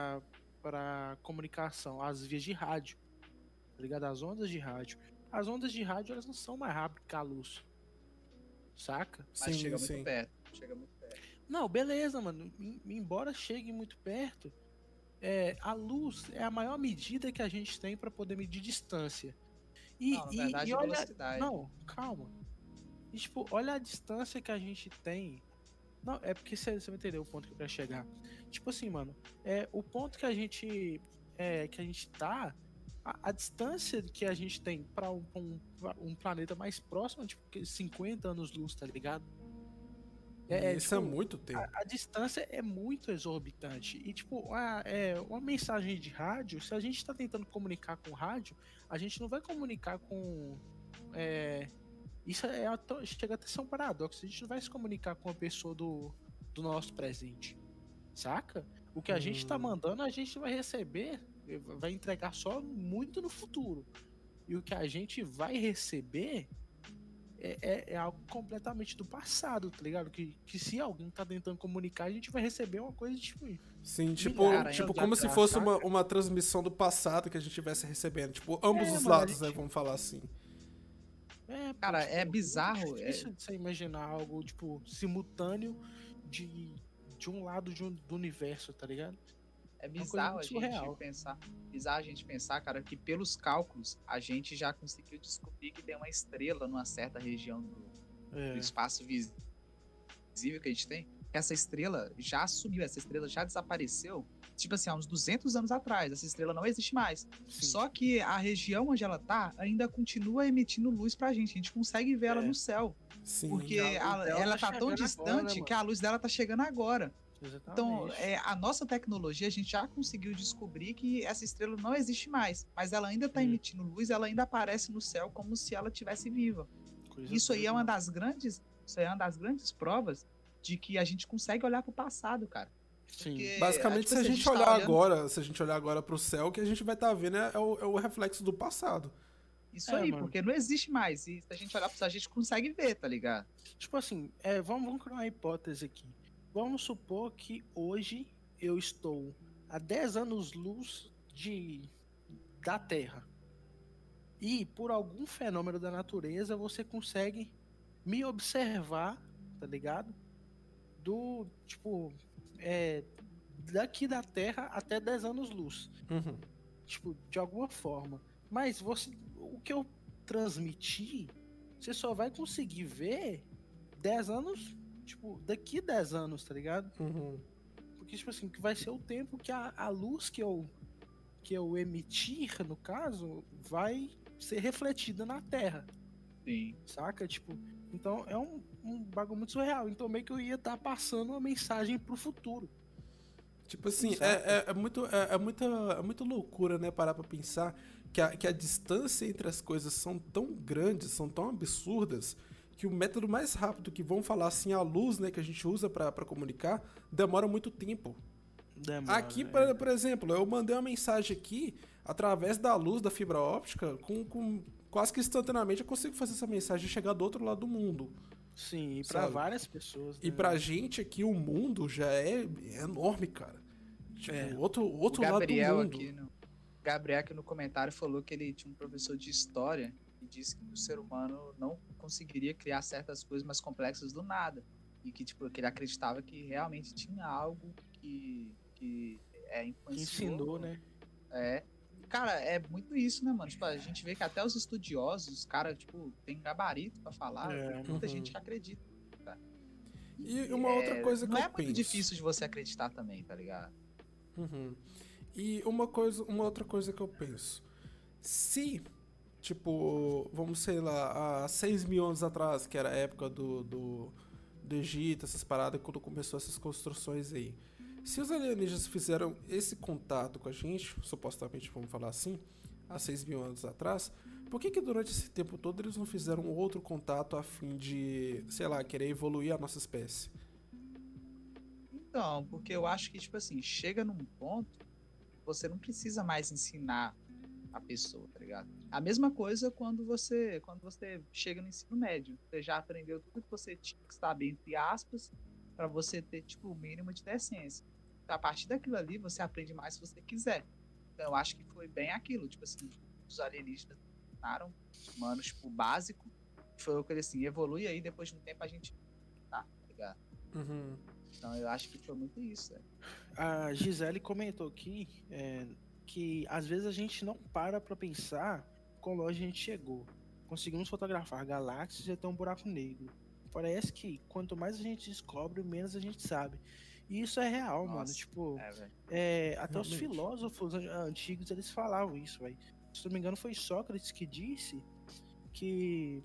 para comunicação? As vias de rádio, tá ligado? As ondas de rádio. As ondas de rádio elas não são mais rápidas que a luz, saca? mas Sim, chega muito sim. perto. Chega muito perto. Não, beleza, mano. Embora chegue muito perto, a luz é a maior medida que a gente tem para poder medir distância. Não, na E verdade, é olha. velocidade. Não, calma. E, tipo, olha a distância que a gente tem. Não, é porque você vai entender o ponto que eu quero chegar. Tipo assim, mano, o ponto que a gente tá, a distância que a gente tem para um planeta mais próximo, tipo, 50 anos-luz, tá ligado? Isso é Tipo, muito tempo. a distância é muito exorbitante. E, tipo, uma mensagem de rádio, se a gente tá tentando comunicar com rádio, a gente não vai comunicar com. Isso chega até a ser um paradoxo. A gente não vai se comunicar com a pessoa do nosso presente. Saca? O que a gente tá mandando, a gente vai receber, vai entregar só muito no futuro. E o que a gente vai receber é algo completamente do passado, tá ligado? Que se alguém tá tentando comunicar, a gente vai receber uma coisa tipo. Sim, Milhares tipo de como anos se atrás, fosse saca? uma transmissão do passado que a gente estivesse recebendo. Tipo, ambos os Mano, a lados, né? gente. Vamos falar assim. Pô, Cara, tipo, é muito bizarro. difícil de você imaginar algo, tipo, simultâneo de, de um lado do universo, tá ligado? É Uma coisa bizarro a muito gente surreal. pensar. Bizarro a gente pensar, cara, que pelos cálculos a gente já conseguiu descobrir que tem uma estrela numa certa região do espaço visível que a gente tem. Essa estrela já sumiu, essa estrela já desapareceu. Tipo assim, há uns 200 anos atrás, essa estrela não existe mais. Sim. Só que a região onde ela tá ainda continua emitindo luz pra gente. A gente consegue ver ela no céu. Sim. Porque A luz dela ela tá tá tão chegando agora, distante né, que a luz dela tá chegando agora. Então, Exatamente. a nossa tecnologia, a gente já conseguiu descobrir que essa estrela não existe mais, mas ela ainda está emitindo luz, ela ainda aparece no céu como se ela estivesse viva. Isso aí é uma das grandes provas de que a gente consegue olhar para o passado, cara. Sim. Porque, Basicamente, tipo se a assim, gente tá olhar olhando se a gente olhar agora pro céu, o que a gente vai estar vendo é o reflexo do passado. isso aí, mano. porque não existe mais. E se a gente olhar para isso, a gente consegue ver, tá ligado? Tipo assim, vamos criar uma hipótese aqui. Vamos supor que hoje eu estou a 10 anos-luz da Terra. E por algum fenômeno da natureza você consegue me observar, tá ligado? Do, tipo, daqui da Terra até 10 anos-luz. Uhum. Tipo, de alguma forma. Mas o que eu transmiti, você só vai conseguir ver 10 anos, tipo, daqui 10 anos, tá ligado? Uhum. Porque, tipo assim, que vai ser o tempo que a luz que eu emitir, no caso, vai ser refletida na Terra, Sim. saca? Tipo, então é um bagulho muito surreal. Então meio que eu ia estar passando uma mensagem pro futuro. Tipo assim, Saca? é muita loucura, né? Parar pra pensar que a distância entre as coisas são tão grandes, são tão absurdas, que o método mais rápido que vão falar assim, a luz, né, que a gente usa pra comunicar, demora muito tempo. Aqui, Demora. por exemplo, eu mandei uma mensagem aqui, através da luz da fibra óptica, com quase que instantaneamente eu consigo fazer essa mensagem chegar do outro lado do mundo, Sim, e pra sabe? várias pessoas, E né? pra gente aqui, o mundo já é enorme, cara. Tipo, É. outro O lado do Gabriel mundo. Gabriel aqui no comentário falou que ele tinha um professor de história e disse que o ser humano não conseguiria criar certas coisas mais complexas do nada. E que, tipo, que ele acreditava que realmente tinha algo que Que influenciou. ensinou, né? É. Cara, é muito isso, né, mano? Tipo, a gente vê que até os estudiosos, os caras, tipo, tem gabarito pra falar, tem muita gente que acredita, cara. E uma outra coisa que não eu é muito penso. difícil de você acreditar também, tá ligado? Uhum. E uma outra coisa que eu penso. Se, tipo, vamos sei lá, há 6 mil anos atrás, que era a época do Egito, essas paradas, quando começou essas construções aí. Se os alienígenas fizeram esse contato com a gente, supostamente, vamos falar assim, há 6 mil anos atrás, por que durante esse tempo todo eles não fizeram outro contato a fim de, sei lá, querer evoluir a nossa espécie? Então, porque eu acho que, tipo assim, chega num ponto, você não precisa mais ensinar a pessoa, tá ligado? A mesma coisa quando você chega no ensino médio. Você já aprendeu tudo que você tinha que saber, entre aspas, para você ter, tipo, o mínimo de decência. Então, a partir daquilo ali, você aprende mais se você quiser. Então, eu acho que foi bem aquilo, tipo assim, os alienígenas ensinaram os humanos, tipo, o básico, foi o que ele, assim, evolui aí, depois de um tempo a gente tá ligado? Uhum. Então, eu acho que foi muito isso, A Gisele comentou aqui que às vezes a gente não para pra pensar quão longe a gente chegou. Conseguimos fotografar galáxias e até um buraco negro. Parece que quanto mais a gente descobre, menos a gente sabe. E isso é real, mano. Nossa, Tipo, velho. até os Realmente. filósofos antigos eles falavam isso, velho. Se não me engano, foi Sócrates que disse que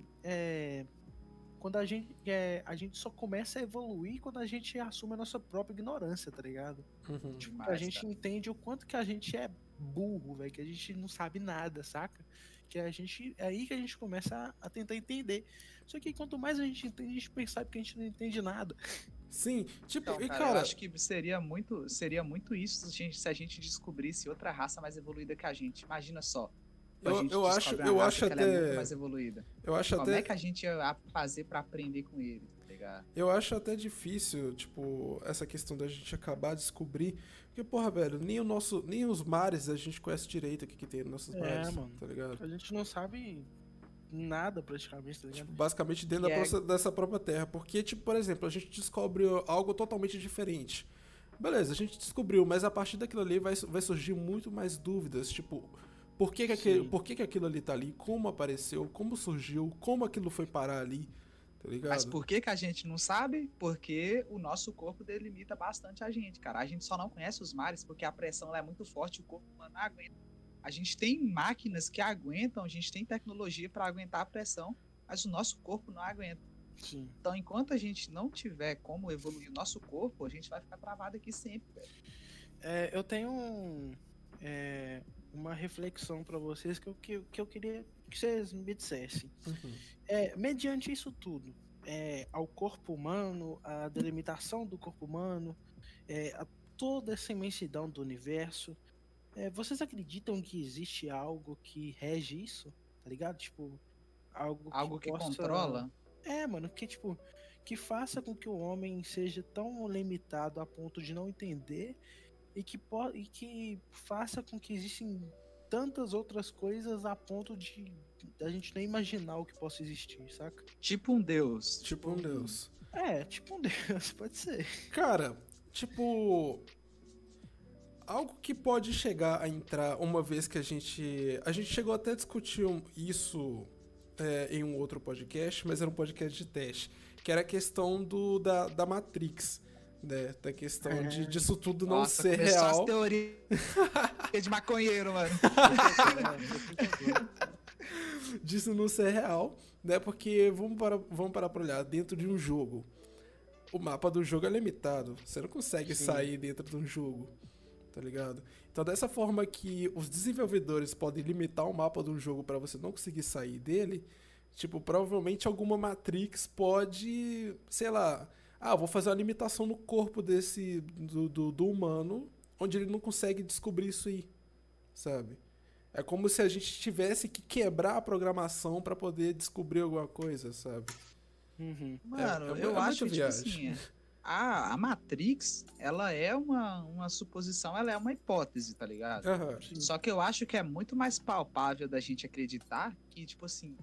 quando a gente só começa a evoluir quando a gente assume a nossa própria ignorância, tá ligado? Uhum. Tipo, Demais, a gente cara. entende o quanto que a gente é burro, velho, que a gente não sabe nada, saca? Que a gente é aí que a gente começa a tentar entender. Só que quanto mais a gente entende, a gente percebe que a gente não entende nada. Sim, tipo, Então, e cara, eu cara, acho que seria muito isso se a gente descobrisse outra raça mais evoluída que a gente. Imagina só, tipo, a gente descobre uma eu raça acho que ela é muito até, mais evoluída. eu acho Como é até, que a gente ia fazer pra aprender com eles, tá ligado? eu acho até difícil, tipo, essa questão da gente acabar de descobrir, porque porra, velho, nem os mares a gente conhece direito o que tem nos nossos mares, Mano. tá ligado? A gente não sabe nada praticamente, tá ligado? Tipo, basicamente dentro E é, dessa própria terra, porque tipo, por exemplo, a gente descobre algo totalmente diferente. Beleza, a gente descobriu, mas a partir daquilo ali vai surgir muito mais dúvidas, tipo, Sim. por que aquilo ali tá ali, como apareceu, como surgiu, como aquilo foi parar ali, tá mas ligado? por que que a gente não sabe? Porque o nosso corpo delimita bastante a gente, cara. A gente só não conhece os mares porque a pressão lá é muito forte e o corpo humano não aguenta. A gente tem máquinas que aguentam, a gente tem tecnologia para aguentar a pressão, mas o nosso corpo não aguenta. Sim. Então, enquanto a gente não tiver como evoluir o nosso corpo, a gente vai ficar travado aqui sempre, velho. Eu tenho uma reflexão pra vocês que eu queria que vocês me dissessem. Uhum. Mediante isso tudo, ao corpo humano, a delimitação do corpo humano, a toda essa imensidão do universo, vocês acreditam que existe algo que rege isso? Tá ligado? Tipo, algo que Algo que possa. controla. Mano, que tipo, que faça com que o homem seja tão limitado a ponto de não entender e que faça com que existem tantas outras coisas a ponto de a gente nem imaginar o que possa existir, saca? Tipo um deus. Tipo um deus. É, tipo um Deus, pode ser. Cara, tipo, algo que pode chegar a entrar uma vez que a gente chegou até a discutir isso em um outro podcast, mas era um podcast de teste, que era a questão da Matrix, né? Da questão disso tudo não Nossa, ser começou real. as teorias de maconheiro, mano. Disso não ser real, né? Porque vamos parar pra olhar, dentro de um jogo, o mapa do jogo é limitado. Você não consegue sair dentro de um jogo, tá ligado? Então, dessa forma que os desenvolvedores podem limitar o mapa de um jogo pra você não conseguir sair dele, tipo, provavelmente alguma Matrix pode, sei lá, vou fazer uma limitação no corpo do humano, onde ele não consegue descobrir isso aí, sabe? É como se a gente tivesse que quebrar a programação pra poder descobrir alguma coisa, sabe? Uhum. Mano, é eu acho muita que, tipo viagem. assim, a Matrix, ela é uma suposição, ela é uma hipótese, tá ligado? Aham. Só que eu acho que é muito mais palpável da gente acreditar que, tipo assim,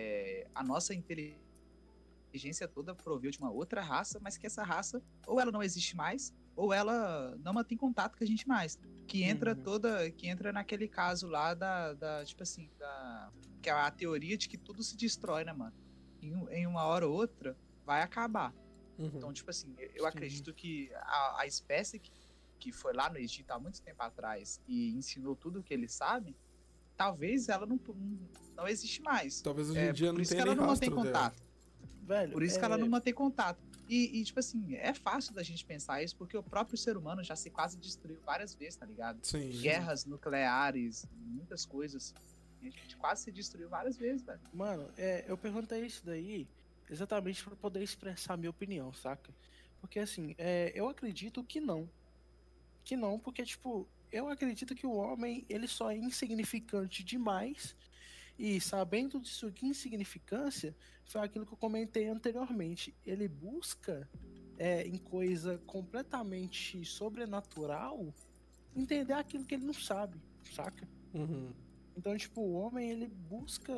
a nossa inteligência toda proveu de uma outra raça, mas que essa raça, ou ela não existe mais, ou ela não mantém contato com a gente mais. Que entra que entra naquele caso lá tipo assim, que é a teoria de que tudo se destrói, né, mano? Em uma hora ou outra, vai acabar. Uhum. Então, tipo assim, eu acredito que a espécie que foi lá no Egito há muito tempo atrás e ensinou tudo o que eles sabem, talvez ela não existe mais. Talvez hoje em dia por não isso que tenha ela nem não mantém rastro dela. contato. Velho, Por isso que ela não mantém contato. E, tipo assim, é fácil da gente pensar isso, porque o próprio ser humano já se quase destruiu várias vezes, tá ligado? Sim. Guerras nucleares, muitas coisas. A gente quase se destruiu várias vezes, velho. Mano, eu perguntei isso daí exatamente pra poder expressar a minha opinião, saca? Porque assim, eu acredito que não. Que não, porque tipo, eu acredito que o homem, ele só é insignificante demais. E sabendo de sua insignificância, foi aquilo que eu comentei anteriormente. Ele busca, em coisa completamente sobrenatural, entender aquilo que ele não sabe, saca? Uhum. Então, tipo, o homem, ele busca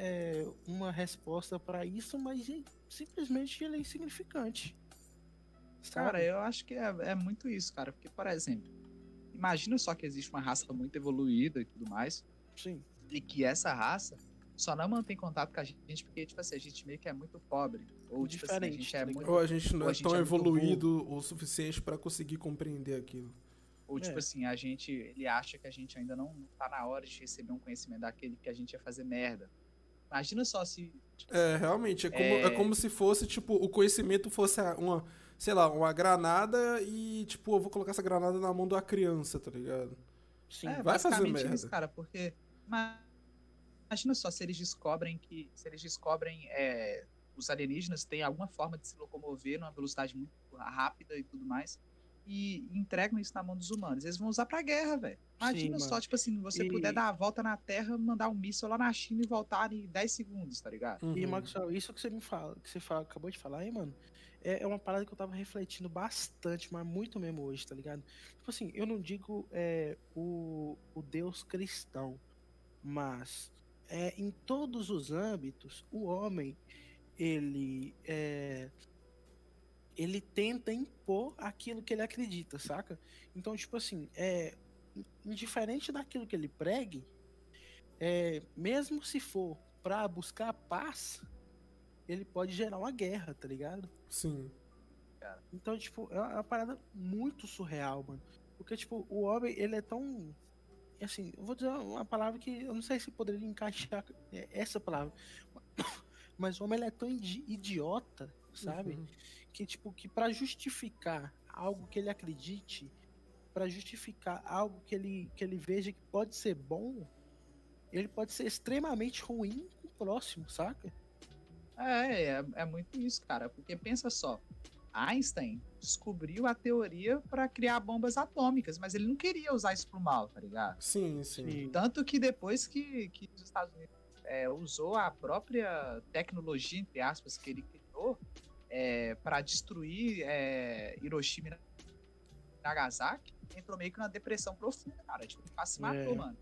uma resposta pra isso, mas simplesmente ele é insignificante. Cara, Sabe? eu acho que é muito isso, cara. Porque, por exemplo, imagina só que existe uma raça muito evoluída e tudo mais, Sim. e que essa raça só não mantém contato com a gente porque, tipo assim, a gente meio que é muito pobre. Ou, tipo assim, a Diferente, gente é tá ligado? muito. Ou a gente não ou é a gente tão é muito evoluído o suficiente pra conseguir compreender aquilo. Ou, tipo É. assim, ele acha que a gente ainda não tá na hora de receber um conhecimento daquele que a gente ia fazer merda. Imagina só se. Tipo, Realmente, é como se fosse, tipo, o conhecimento fosse sei lá, uma granada e, tipo, eu vou colocar essa granada na mão de uma criança, tá ligado? Sim. vai fazer basicamente merda. isso, cara, porque. Imagina só se eles descobrem os alienígenas têm alguma forma de se locomover numa velocidade muito rápida e tudo mais, e entregam isso na mão dos humanos. Eles vão usar pra guerra, velho. Imagina Sim, só, mano. tipo assim, você puder dar a volta na Terra, mandar um míssil lá na China e voltar em 10 segundos, tá ligado? E, Uhum. Maxwell, isso que você me fala, acabou de falar aí, mano, é uma parada que eu tava refletindo bastante, mas muito mesmo hoje, tá ligado? Tipo assim, eu não digo o Deus cristão, mas em todos os âmbitos, o homem, ele tenta impor aquilo que ele acredita, saca? Então, tipo assim, indiferente daquilo que ele pregue, mesmo se for pra buscar paz, ele pode gerar uma guerra, tá ligado? Sim. Então, tipo, é uma parada muito surreal, mano. Porque, tipo, o homem, ele é tão... Assim, eu vou dizer uma palavra que eu não sei se poderia encaixar essa palavra. Mas o homem, ele é tão idiota, sabe? Uhum. Que, tipo, que pra justificar algo que ele acredite, pra justificar algo que ele veja que pode ser bom, ele pode ser extremamente ruim com o próximo, saca? É muito isso, cara. Porque pensa só, Einstein descobriu a teoria para criar bombas atômicas, mas ele não queria usar isso pro mal, tá ligado? Sim. Tanto que depois que os Estados Unidos usou a própria tecnologia, entre aspas, que ele criou para destruir Hiroshima e Nagasaki, entrou meio que numa depressão profunda, cara. Tipo, ele quase se matou, mano.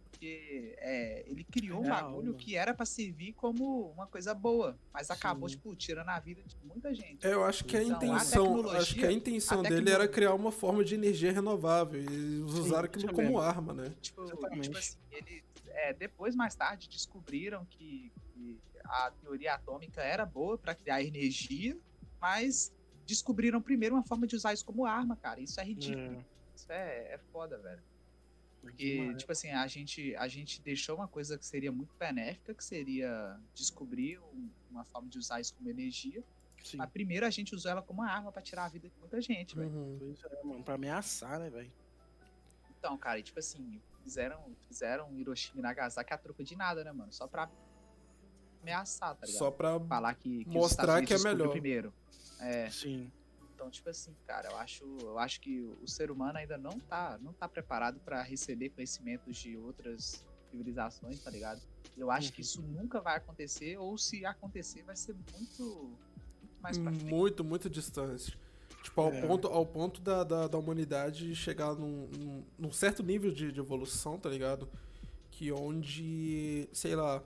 Porque ele criou um Real, bagulho mano. que era pra servir como uma coisa boa, mas acabou, Sim. tipo, tirando a vida de muita gente. Eu acho que a Então, intenção dele era criar uma forma de energia renovável e eles Sim, usaram aquilo isso como mesmo. arma, né? Tipo Exatamente. assim, ele, depois, mais tarde, descobriram que a teoria atômica era boa pra criar energia, mas descobriram primeiro uma forma de usar isso como arma, cara. Isso é ridículo. Isso é foda, velho. Porque, Demais. tipo assim, a gente deixou uma coisa que seria muito benéfica, que seria descobrir uma forma de usar isso como energia. Sim. Mas primeiro a gente usou ela como uma arma pra tirar a vida de muita gente, velho. Uhum. Pois é, mano, pra ameaçar, né, velho? Então, cara, e, tipo assim, fizeram Hiroshima e Nagasaki a troco de nada, né, mano? Só pra ameaçar, tá ligado? Só pra Falar que os mostrar Estados que é Unidos descobriu melhor. primeiro. Sim. Então, tipo assim, cara, eu acho que o ser humano ainda não tá preparado pra receber conhecimentos de outras civilizações, tá ligado? Eu acho que isso nunca vai acontecer, ou se acontecer, vai ser muito mais pra frente. Muito, muito distante. Tipo, ao ponto da humanidade chegar num certo nível de evolução, tá ligado? Que onde, sei lá,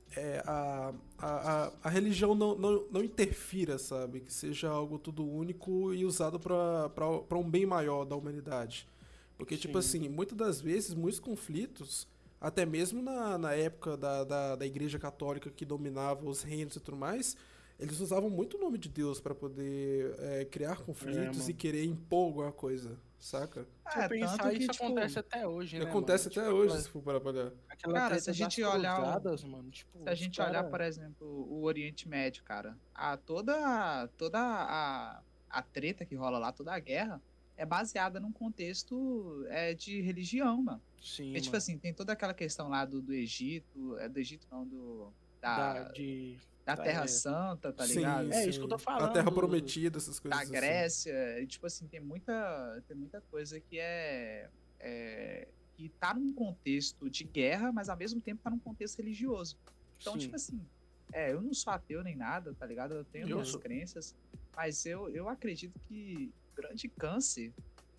a religião não interfira, sabe? Que seja algo tudo único e usado pra um bem maior da humanidade. Porque, tipo Sim. assim, muitas das vezes, muitos conflitos, até mesmo na época da Igreja Católica que dominava os reinos e tudo mais, eles usavam muito o nome de Deus pra poder criar conflitos mano. e querer impor alguma coisa, saca? Se eu pensar, tanto que, isso tipo, acontece até hoje, né, Acontece mano? até Tipo, hoje, se for parar pra olhar. aquela Cara, treta se a gente das olhar cruzadas, mano, tipo, se a gente olhar, por exemplo, o Oriente Médio, cara, toda a treta que rola lá, toda a guerra, é baseada num contexto de religião, mano. Sim, Porque, tipo mano. assim, tem toda aquela questão lá do Egito, do Egito não, da Terra Santa, tá Sim, ligado? É isso que eu tô sim. falando. A Terra Prometida, essas coisas Da assim. Grécia, e, tipo assim, tem muita coisa que que tá num contexto de guerra, mas ao mesmo tempo tá num contexto religioso. Então, Sim. tipo assim, eu não sou ateu nem nada, tá ligado? Eu tenho minhas crenças, mas eu acredito que o grande câncer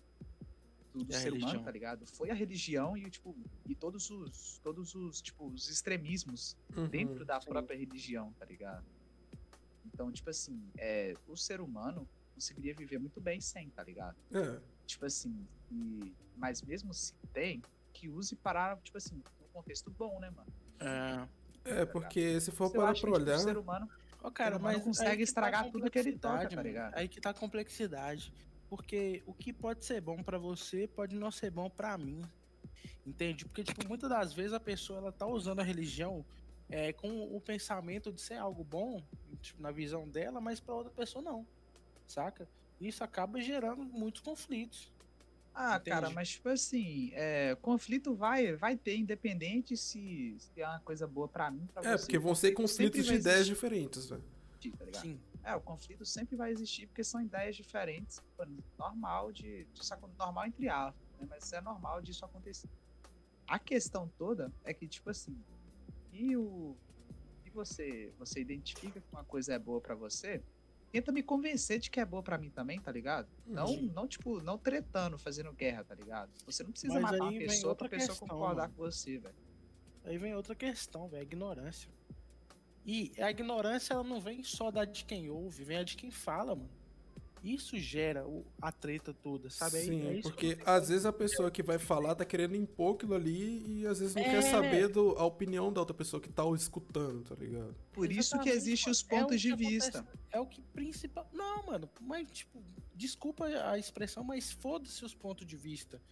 do ser humano, tá ligado? Foi a religião e, tipo, e todos os tipo, os extremismos dentro da própria religião, tá ligado? Então, tipo assim, o ser humano conseguiria viver muito bem sem, tá ligado? Tipo assim, mas mesmo se tem, que use para, tipo assim, um contexto bom, né, mano? Porque se for Eu parar acho pra que, tipo, olhar... o ser humano, Cara, mas não consegue estragar tudo que ele toca, tá mano. ligado? Aí que tá a complexidade. Porque o que pode ser bom pra você pode não ser bom pra mim. Entende? Porque, tipo, muitas das vezes a pessoa ela tá usando a religião com o pensamento de ser algo bom, tipo, na visão dela, mas pra outra pessoa não. Saca? Isso acaba gerando muitos conflitos. Entende? Cara, mas tipo assim, conflito vai ter, independente se é uma coisa boa pra mim, pra você. Porque vão ser conflitos de ideias diferentes, né? Tá ligado? Sim. O conflito sempre vai existir porque são ideias diferentes, normal normal entre aspas, né? Mas é normal disso acontecer. A questão toda é que, tipo assim, e você identifica que uma coisa é boa pra você, tenta me convencer de que é boa pra mim também, tá ligado? Não tretando, fazendo guerra, tá ligado? Você não precisa matar uma pessoa pra pessoa concordar com você, velho. Aí vem outra questão, velho, a ignorância. E a ignorância, ela não vem só da de quem ouve, vem a de quem fala, mano. Isso gera a treta toda, sabe? Sim, porque às vezes a pessoa que vai falar tá querendo impor aquilo ali e às vezes não quer saber a opinião da outra pessoa que tá o escutando, tá ligado? Por isso que existem os pontos de vista. É o que principal... Não, mano, mas tipo, desculpa a expressão, mas foda-se os pontos de vista.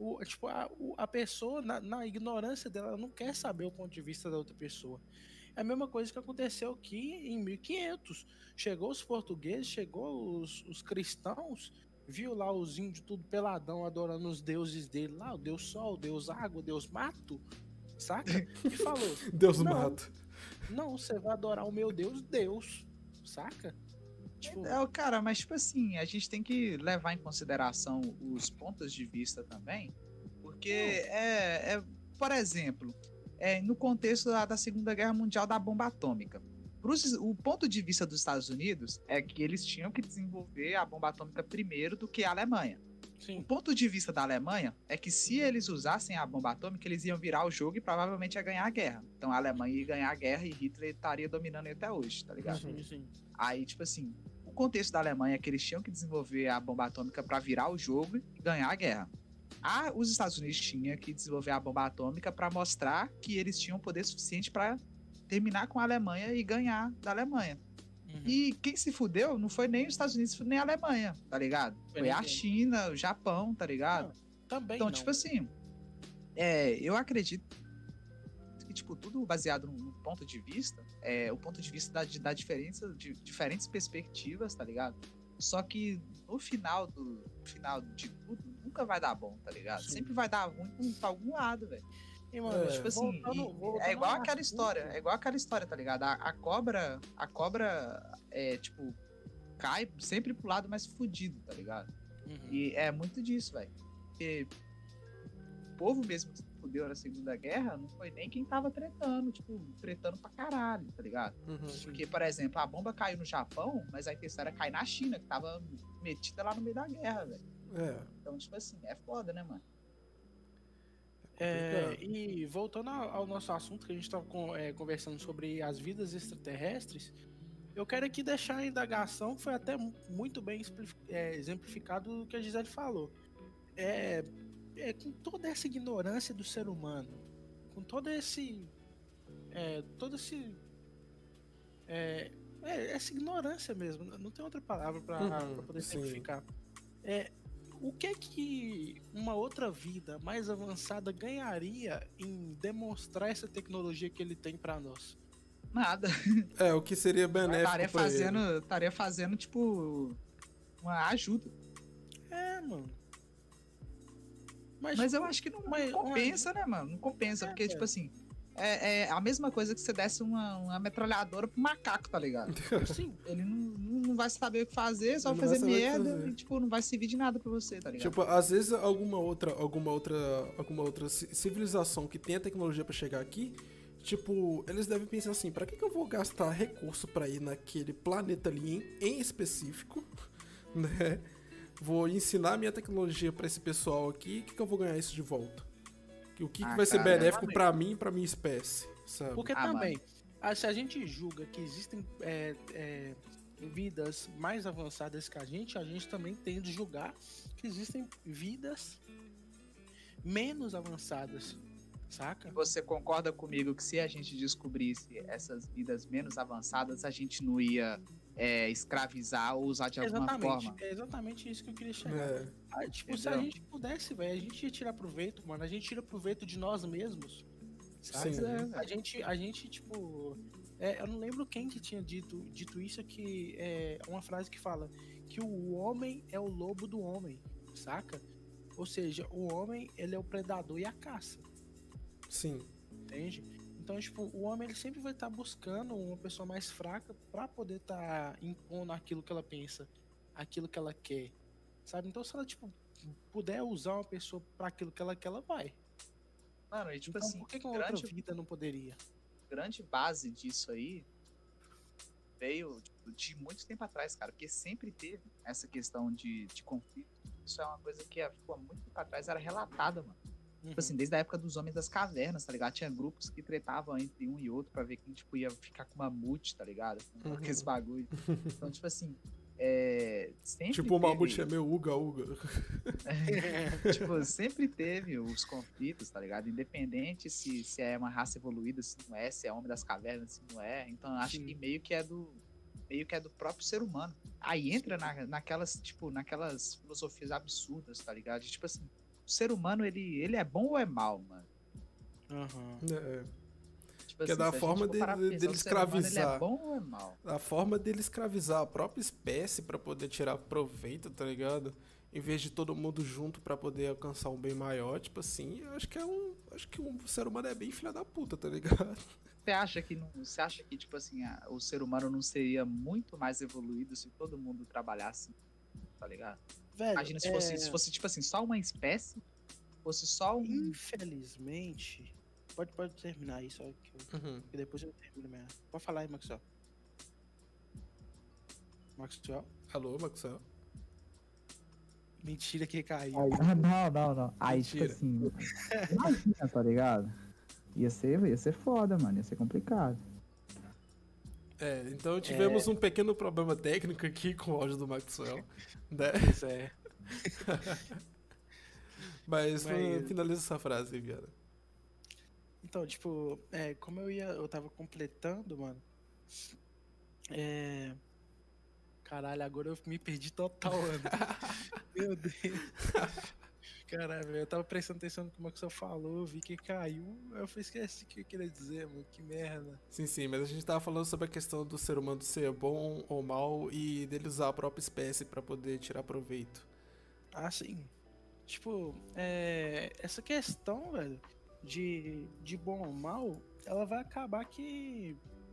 A pessoa, na ignorância dela, ela não quer saber o ponto de vista da outra pessoa. É a mesma coisa que aconteceu aqui em 1500. Chegou os portugueses, chegou os cristãos, viu lá os índios tudo peladão, adorando os deuses dele lá, o deus sol, o deus água, o deus mato, saca? E falou, Deus mato. Não, você vai adorar o meu Deus, saca? Tipo... cara, mas tipo assim, a gente tem que levar em consideração os pontos de vista também, porque por exemplo, no contexto da Segunda Guerra Mundial da bomba atômica. O ponto de vista dos Estados Unidos é que eles tinham que desenvolver a bomba atômica primeiro do que a Alemanha. O Sim. ponto de vista da Alemanha é que se eles usassem a bomba atômica, eles iam virar o jogo e provavelmente ia ganhar a guerra. Então a Alemanha ia ganhar a guerra e Hitler estaria dominando até hoje, tá ligado? Sim, sim. Aí, tipo assim, o contexto da Alemanha é que eles tinham que desenvolver a bomba atômica para virar o jogo e ganhar a guerra. Os Estados Unidos tinham que desenvolver a bomba atômica para mostrar que eles tinham poder suficiente para terminar com a Alemanha e ganhar da Alemanha. Uhum. E quem se fudeu não foi nem os Estados Unidos nem a Alemanha, tá ligado? Foi a ninguém. China, o Japão, tá ligado? Também Então, não. tipo assim, eu acredito que, tipo, tudo baseado no ponto de vista, o ponto de vista da diferença, de diferentes perspectivas, tá ligado? Só que no final de tudo, nunca vai dar bom, tá ligado? Sim. Sempre vai dar ruim pra algum lado, velho. E, mano, Tipo assim, voltando é igual ao aquela assunto, história, tá ligado? A cobra, tipo, cai sempre pro lado mais fudido, tá ligado? Uhum. E é muito disso, velho. Porque o povo mesmo que se fudeu na Segunda Guerra não foi nem quem tava tretando, tipo, tretando pra caralho, tá ligado? Porque, por exemplo, a bomba caiu no Japão, mas a intenção era cair na China, que tava metida lá no meio da guerra, velho. Então, tipo assim, é foda, né, mano? E voltando ao nosso assunto, que a gente estava conversando sobre as vidas extraterrestres, eu quero aqui deixar a indagação, que foi até muito bem exemplificado o que a Gisele falou. Com toda essa ignorância do ser humano, com todo esse... essa ignorância mesmo, não tem outra palavra para poder simplificar. O que é que uma outra vida mais avançada ganharia em demonstrar essa tecnologia que ele tem pra nós? Nada. O que seria benéfico pra ele. Estaria fazendo, tipo, uma ajuda. Mano. Mas eu acho que não compensa, né, mano? Não compensa, porque, tipo assim, é a mesma coisa que você desse uma metralhadora pro macaco, tá ligado? Sim. Ele não vai saber o que fazer, só Ele vai fazer não vai saber o que merda fazer. e, tipo, não vai servir de nada pra você, tá ligado? Tipo, às vezes alguma outra civilização que tenha tecnologia pra chegar aqui, tipo, eles devem pensar assim, pra que eu vou gastar recurso pra ir naquele planeta ali em específico, né? Vou ensinar minha tecnologia pra esse pessoal aqui, o que eu vou ganhar isso de volta? O que vai ser benéfico pra mim e pra minha espécie, sabe? Porque também, se a gente julga que existem vidas mais avançadas que a gente também tem de julgar que existem vidas menos avançadas, saca? Você concorda comigo que se a gente descobrisse essas vidas menos avançadas, a gente não ia escravizar ou usar de alguma forma? É exatamente isso que eu queria chegar. Se a gente pudesse, velho, a gente ia tirar proveito, mano. A gente tira proveito de nós mesmos. Sabe? Sim. A gente, tipo... eu não lembro quem que tinha dito isso, que é uma frase que fala que o homem é o lobo do homem, saca? Ou seja, o homem, ele é o predador e a caça. Sim. Entende? Então, tipo, o homem ele sempre vai estar buscando uma pessoa mais fraca pra poder estar impondo aquilo que ela pensa, aquilo que ela quer, sabe? Então, se ela, tipo, puder usar uma pessoa pra aquilo que ela quer, ela vai. Mano, e tipo Então, assim, por que uma outra vida não poderia? Grande base disso aí veio de muito tempo atrás, cara, porque sempre teve essa questão de conflito. Isso é uma coisa que há muito tempo atrás era relatada, mano. Tipo assim, desde a época dos Homens das Cavernas, tá ligado? Tinha grupos que tretavam entre um e outro pra ver quem, tipo, ia ficar com mamute, tá ligado? Com esse bagulho. Então, tipo assim, sempre tipo, o mamute é meu uga-uga. Tipo, sempre teve os conflitos, tá ligado? Independente se é uma raça evoluída, se não é, se é homem das cavernas, se não é. Então, acho que meio que é do próprio ser humano. Aí entra naquelas filosofias absurdas, tá ligado? Tipo assim, o ser humano, ele é bom ou é mal, mano? Tipo Que assim, é da forma dele escravizar. Ele é bom ou é mal? A forma dele escravizar a própria espécie pra poder tirar proveito, tá ligado? Em vez de todo mundo junto pra poder alcançar um bem maior, tipo assim, eu acho que o ser humano é bem filha da puta, tá ligado? Você acha que tipo assim, o ser humano não seria muito mais evoluído se todo mundo trabalhasse, tá ligado? Velho, imagina se fosse tipo assim, só uma espécie, fosse só um... Infelizmente, pode terminar aí, só que depois eu termino mesmo. Pode falar aí, Maxwell. Alô, Maxwell? Mentira que caiu. Aí, não. Aí, tipo Mentira. assim, imagina, tá ligado? Ia ser foda, mano. Ia ser complicado. Então tivemos um pequeno problema técnico aqui com o áudio do Maxwell, né? Pois é. Mas Mas- finaliza essa frase aí, Viana. Então, tipo, como eu tava completando, mano. Caralho, agora eu me perdi total, mano. Meu Deus. Caralho, velho, eu tava prestando atenção no que o Maxwell falou, vi que caiu, eu esqueci o que eu queria dizer, mano, que merda. Sim, mas a gente tava falando sobre a questão do ser humano ser bom ou mal e dele usar a própria espécie pra poder tirar proveito. Ah, sim. Tipo, essa questão, velho, de bom ou mal, ela vai acabar que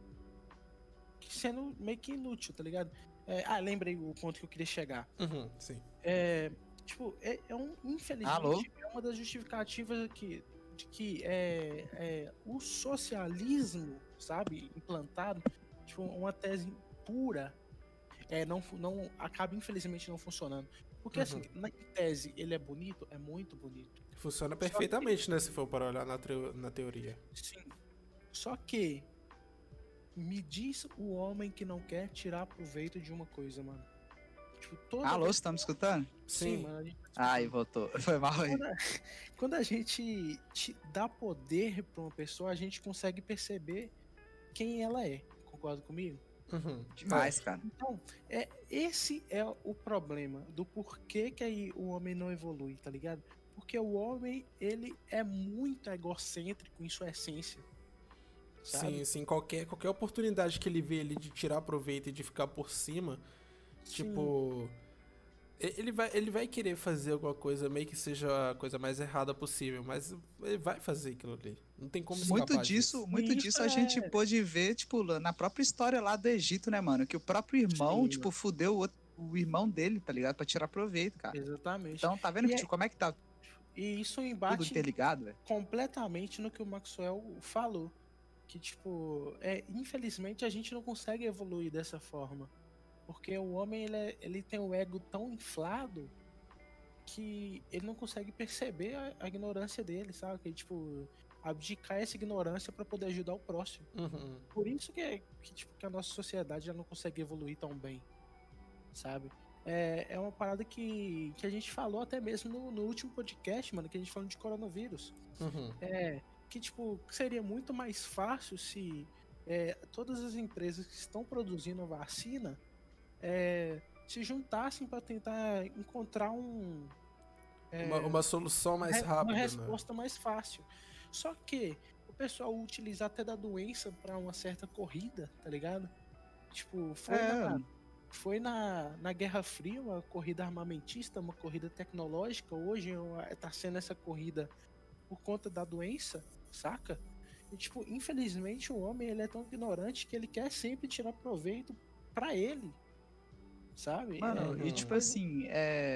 sendo meio que inútil, tá ligado? Lembrei o ponto que eu queria chegar. Uhum, sim. Tipo, infelizmente, Alô? é uma das justificativas de que o socialismo, sabe, implantado, tipo, uma tese pura, não acaba infelizmente não funcionando. Porque assim, na tese ele é bonito, é muito bonito. Funciona perfeitamente, né? Se for para olhar na teoria. Sim. Só que me diz o homem que não quer tirar proveito de uma coisa, mano. Tipo, Alô, você tá me escutando? Sim, mano. A gente Ai, voltou. Foi mal aí. Quando a gente dá poder pra uma pessoa, a gente consegue perceber quem ela é. Concorda comigo? Uhum. Demais, cara. Então, esse é o problema do porquê que aí o homem não evolui, tá ligado? Porque o homem, ele é muito egocêntrico em sua essência. Sabe? Sim. Qualquer oportunidade que ele vê ali de tirar proveito e de ficar por cima, tipo... Ele vai querer fazer alguma coisa, meio que seja a coisa mais errada possível, mas ele vai fazer aquilo ali. Não tem como escapar disso. Muito disso a gente pôde ver, tipo, na própria história lá do Egito, né, mano? Que o próprio irmão, Sim, tipo, fudeu o irmão dele, tá ligado? Pra tirar proveito, cara. Exatamente. Então, tá vendo, tipo, como é que tá E isso tudo embate interligado, velho? completamente no que o Maxwell falou. Que, tipo, infelizmente a gente não consegue evoluir dessa forma. Porque o homem, ele tem o ego tão inflado que ele não consegue perceber a ignorância dele, sabe? Que, tipo, abdicar essa ignorância para poder ajudar o próximo. Uhum. Por isso que a nossa sociedade já não consegue evoluir tão bem, sabe? É uma parada que a gente falou até mesmo no último podcast, mano, que a gente falou de coronavírus. Uhum. Que, tipo, seria muito mais fácil se todas as empresas que estão produzindo a vacina se juntassem para tentar encontrar Uma solução mais rápida, uma né? resposta mais fácil. Só que o pessoal utilizar até da doença para uma certa corrida, tá ligado? Tipo, foi na Guerra Fria, uma corrida armamentista, uma corrida tecnológica. Hoje tá sendo essa corrida por conta da doença, saca? E, tipo, infelizmente o homem, ele é tão ignorante que ele quer sempre tirar proveito pra ele, sabe? Mano, e tipo assim,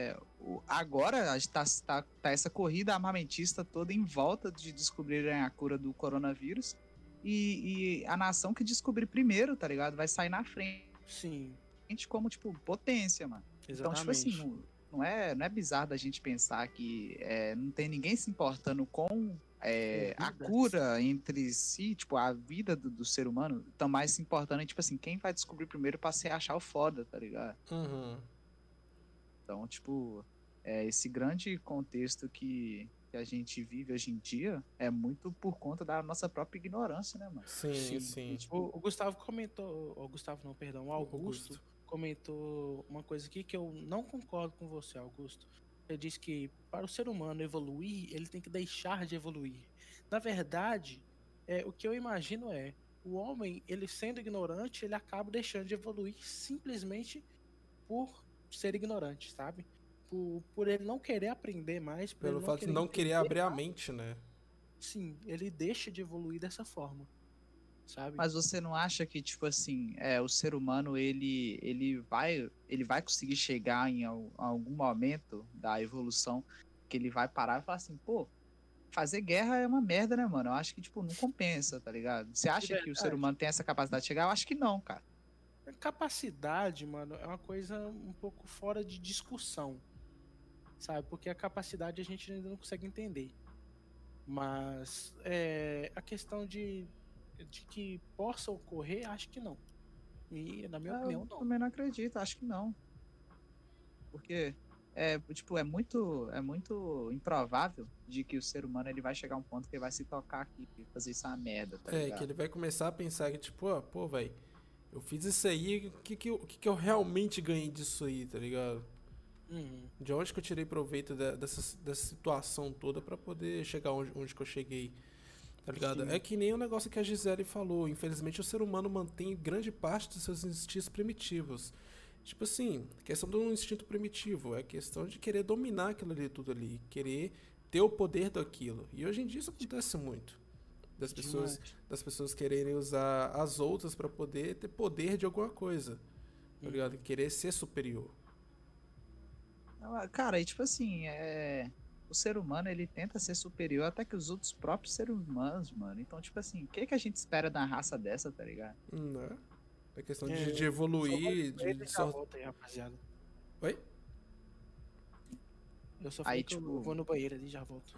agora tá essa corrida armamentista toda em volta de descobrirem a cura do coronavírus e a nação que descobrir primeiro, tá ligado? Vai sair na frente. Sim. Como, tipo, potência, mano. Exatamente. Então, tipo assim, não é bizarro da gente pensar que não tem ninguém se importando com a cura entre si, tipo, a vida do ser humano, tão mais se importando, tipo assim, quem vai descobrir primeiro pra se achar o foda, tá ligado? Uhum. Então, tipo, esse grande contexto que a gente vive hoje em dia é muito por conta da nossa própria ignorância, né, mano? Sim. E, tipo, o Gustavo comentou, o Gustavo não, perdão, o Augusto comentou uma coisa aqui que eu não concordo com você, Augusto. Ele disse que para o ser humano evoluir, ele tem que deixar de evoluir. Na verdade, o que eu imagino o homem, ele sendo ignorante, ele acaba deixando de evoluir simplesmente por ser ignorante, sabe? Por ele não querer aprender mais. Pelo fato de não querer abrir a mente, né? Sim, ele deixa de evoluir dessa forma, sabe? Mas você não acha que, tipo assim, o ser humano, ele vai conseguir chegar em algum momento da evolução que ele vai parar e falar assim, pô, fazer guerra é uma merda, né, mano? Eu acho que, tipo, não compensa, tá ligado? Você acha que o ser humano tem essa capacidade de chegar? Eu acho que não, cara. A capacidade, mano, é uma coisa um pouco fora de discussão, sabe? Porque a capacidade a gente ainda não consegue entender. Mas a questão de que possa ocorrer, acho que não. E, na minha opinião, Eu não. também não acredito, acho que não. Porque tipo, é muito improvável de que o ser humano ele vai chegar a um ponto que ele vai se tocar aqui e fazer isso uma merda, tá É, ligado? que ele vai começar a pensar que, tipo, pô, velho, eu fiz isso aí, o que eu realmente ganhei disso aí, tá ligado? Uhum. De onde que eu tirei proveito dessa situação toda pra poder chegar onde que eu cheguei, tá ligado? Sim. É que nem o negócio que a Gisele falou, infelizmente o ser humano mantém grande parte dos seus instintos primitivos. Tipo assim, questão do instinto primitivo, é questão de querer dominar aquilo ali, tudo ali, querer ter o poder daquilo. E hoje em dia isso acontece muito. Das pessoas, Demais. das pessoas quererem usar as outras pra poder ter poder de alguma coisa, tá ligado? Querer ser superior. Cara, e tipo assim, o ser humano ele tenta ser superior até que os outros próprios seres humanos, mano. Então, tipo assim, o que a gente espera da raça dessa, tá ligado? Né? É questão É, de eu só vou evoluir, no banheiro de e já só... volto aí, rapaziada. Oi? Eu só Aí, falei que eu tipo- vou no banheiro ali e já volto.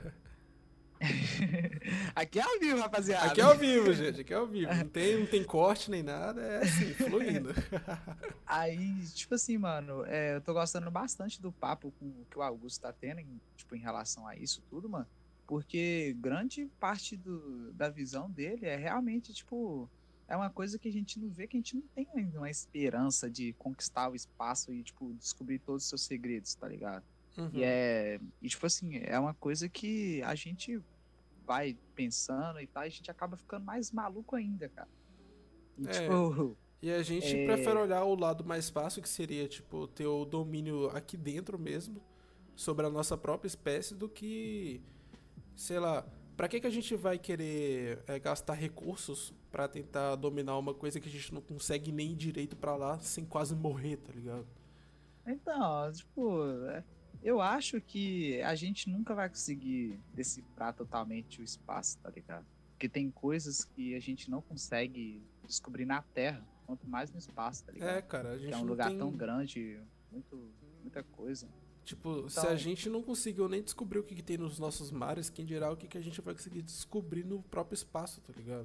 Aqui é ao vivo, rapaziada. Aqui é ao vivo, gente, aqui é ao vivo. Não tem corte nem nada, é assim, fluindo. Aí, tipo assim, mano, eu tô gostando bastante do papo que o Augusto tá tendo, tipo, em relação a isso tudo, mano. Porque grande parte da visão dele é realmente, tipo, é uma coisa que a gente não vê, que a gente não tem ainda uma esperança de conquistar o espaço e, tipo, descobrir todos os seus segredos, tá ligado? Uhum. E tipo assim, é uma coisa que a gente vai pensando e tal, e a gente acaba ficando mais maluco ainda, cara. E, É, tipo, e a gente prefere olhar o lado mais fácil, que seria, tipo, ter o domínio aqui dentro mesmo, sobre a nossa própria espécie, do que, sei lá, pra que a gente vai querer gastar recursos pra tentar dominar uma coisa que a gente não consegue nem ir direito pra lá sem quase morrer, tá ligado? então, tipo, eu acho que a gente nunca vai conseguir decifrar totalmente o espaço, tá ligado? Porque tem coisas que a gente não consegue descobrir na Terra, quanto mais no espaço, tá É, ligado? cara, a Que é gente um não lugar tão tem. grande, muita coisa. Tipo, se a Então, gente não conseguiu nem descobrir o que tem nos nossos mares, quem dirá o que a gente vai conseguir descobrir no próprio espaço, tá ligado?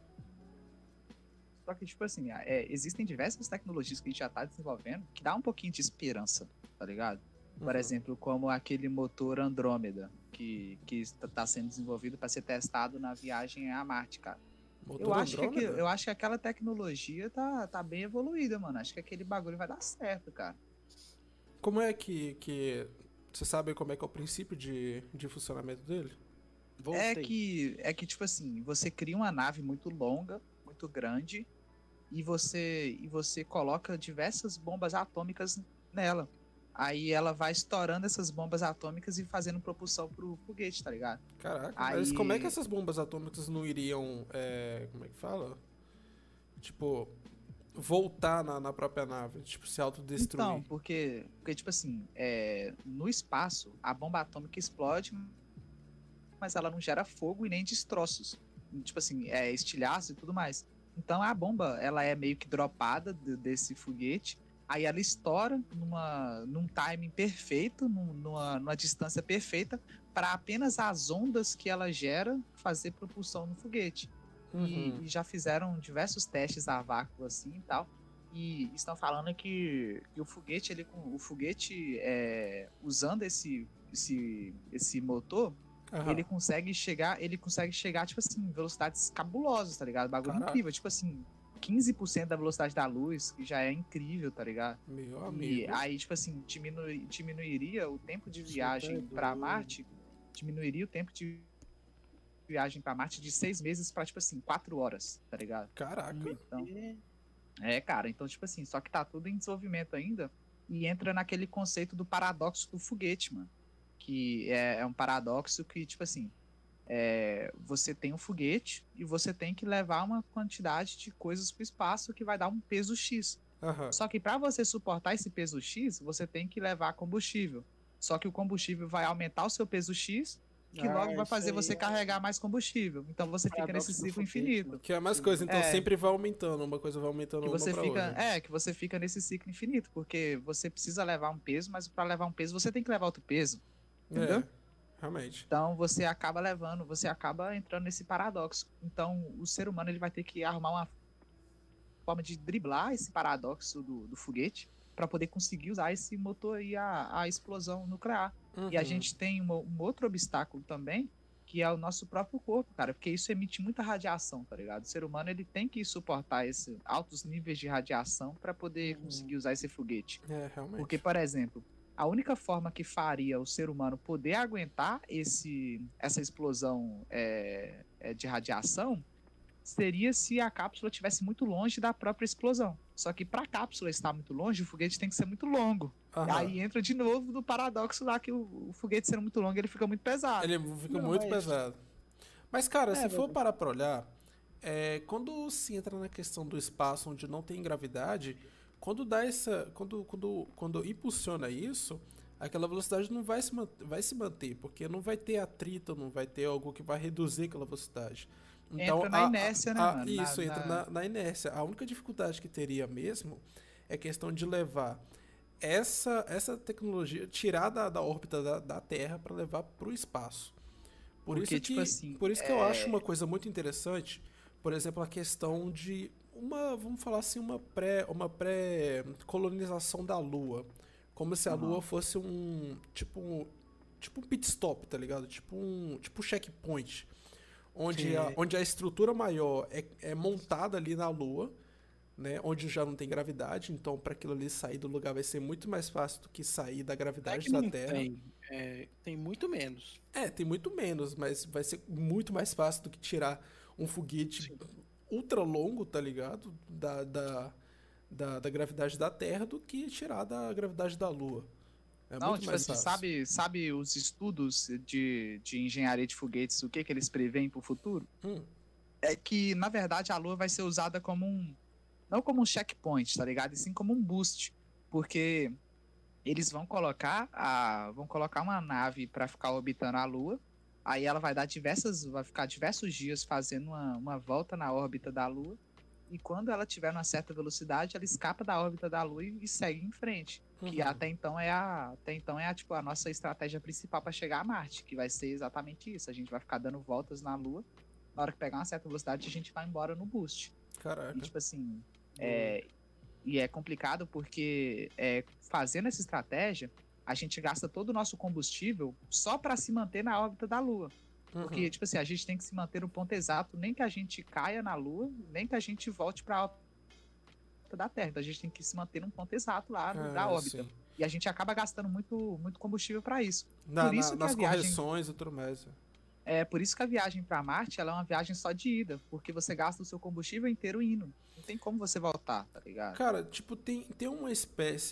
só que, tipo assim, existem diversas tecnologias que a gente já tá desenvolvendo que dá um pouquinho de esperança, tá ligado? Por Uhum. exemplo, como aquele motor Andrômeda, que está sendo desenvolvido para ser testado na viagem a Marte, cara. Motor Andrômeda? Eu acho que aquela tecnologia tá bem evoluída, mano. Acho que aquele bagulho vai dar certo, cara. Como é que. Você sabe como é que é o princípio de funcionamento dele? Voltei. É que, tipo assim, você cria uma nave muito longa, muito grande, e você coloca diversas bombas atômicas nela. Aí ela vai estourando essas bombas atômicas e fazendo propulsão pro foguete, tá ligado? Caraca, mas como é que Aí. essas bombas atômicas não iriam. Como é que fala? Tipo, voltar na própria nave, tipo, se Então, autodestruir. porque tipo assim, no espaço, a bomba atômica explode, mas ela não gera fogo e nem destroços. Tipo assim, estilhaço e tudo mais. Então a bomba, ela é meio que dropada desse foguete, aí ela estoura num timing perfeito, numa distância perfeita, para apenas as ondas que ela gera fazer propulsão no foguete. Uhum. E já fizeram diversos testes a vácuo assim e tal. E estão falando que o foguete, usando esse motor, Aham. ele consegue chegar, tipo assim, em velocidades cabulosas, tá ligado? Bagulho Caraca. incrível, tipo assim, 15% da velocidade da luz, que já é incrível, tá ligado? Meu E amigo. aí, tipo assim, diminuiria o tempo de Você viagem tá pra doido. Marte, diminuiria o tempo de viagem pra Marte de 6 meses pra, tipo assim, 4 horas, tá ligado? Caraca. Então, cara, então, tipo assim, só que tá tudo em desenvolvimento ainda e entra naquele conceito do paradoxo do foguete, mano. Que é um paradoxo que, tipo assim, você tem um foguete e você tem que levar uma quantidade de coisas pro espaço que vai dar um peso X. Aham. Só que para você suportar esse peso X, você tem que levar combustível. Só que o combustível vai aumentar o seu peso X que logo vai isso fazer aí você é carregar mais combustível. Então você fica nesse paradoxo do ciclo foguete, infinito. mano. Que é mais coisa, então É. sempre vai aumentando, uma coisa vai aumentando Que uma você pra fica, outra. que você fica nesse ciclo infinito, porque você precisa levar um peso, mas para levar um peso você tem que levar outro peso, entendeu? É, realmente. Então você acaba levando, você acaba entrando nesse paradoxo. Então o ser humano ele vai ter que arrumar uma forma de driblar esse paradoxo do foguete para poder conseguir usar esse motor e a explosão nuclear. E a Uhum. gente tem um outro obstáculo também, que é o nosso próprio corpo, cara, porque isso emite muita radiação, tá ligado? O ser humano ele tem que suportar esses altos níveis de radiação para poder conseguir usar esse foguete. É, realmente. Porque, por exemplo, a única forma que faria o ser humano poder aguentar essa explosão de radiação seria se a cápsula estivesse muito longe da própria explosão. Só que para a cápsula estar muito longe, o foguete tem que ser muito longo. Aham. Aí entra de novo no paradoxo lá que o foguete sendo muito longo, ele fica muito pesado. Ele fica Não, muito mas- pesado. Mas, cara, se for velho. parar pra olhar, quando se entra na questão do espaço onde não tem gravidade, quando dá essa. Quando impulsiona isso, aquela velocidade não vai se manter, porque não vai ter atrito, não vai ter algo que vai reduzir aquela velocidade. Então, Entra na inércia, né, mano? Isso, entra na inércia. A única dificuldade que teria mesmo é questão de levar essa tecnologia, tirar da órbita da Terra para levar para o espaço. Por Porque, isso tipo que, assim, por isso que eu acho uma coisa muito interessante, por exemplo, a questão de vamos falar assim, uma pré-colonização da Lua. Como se a Aham. Lua fosse tipo um pit stop, tá ligado? Tipo um checkpoint. Sim. Onde a estrutura maior é montada ali na Lua, né? Onde já não tem gravidade, então para aquilo ali sair do lugar vai ser muito mais fácil do que sair da Não é gravidade que da não Terra. tem, tem muito menos. Tem muito menos, mas vai ser muito mais fácil do que tirar um foguete ultra longo, tá ligado? Da gravidade da Terra do que tirar da gravidade da Lua. É Não, muito tipo mais assim, fácil. sabe os estudos de engenharia de foguetes, o que eles preveem para o futuro? Hum, É que, na verdade, a Lua vai ser usada não como um checkpoint, tá ligado? E sim como um boost. Porque eles vão colocar uma nave para ficar orbitando a Lua. Aí ela vai ficar diversos dias fazendo uma volta na órbita da Lua. E quando ela tiver uma certa velocidade, ela escapa da órbita da Lua e segue em frente. Que Uhum. até então é tipo, a nossa estratégia principal para chegar a Marte, que vai ser exatamente isso. A gente vai ficar dando voltas na Lua. Na hora que pegar uma certa velocidade, a gente vai embora no boost. Caraca. E tipo assim, e é complicado porque fazendo essa estratégia, a gente gasta todo o nosso combustível só para se manter na órbita da Lua. Porque, Uhum. tipo assim, a gente tem que se manter no ponto exato, nem que a gente caia na Lua, nem que a gente volte para a órbita da Terra. Então a gente tem que se manter num ponto exato lá da órbita. Sim. E a gente acaba gastando muito, muito combustível para isso. Na- Por isso na- que a nas viagem- correções e tudo mais. Por isso que a viagem para Marte ela é uma viagem só de ida, porque você gasta o seu combustível inteiro indo. Não tem como você voltar, tá ligado? Cara, tipo, tem uma espécie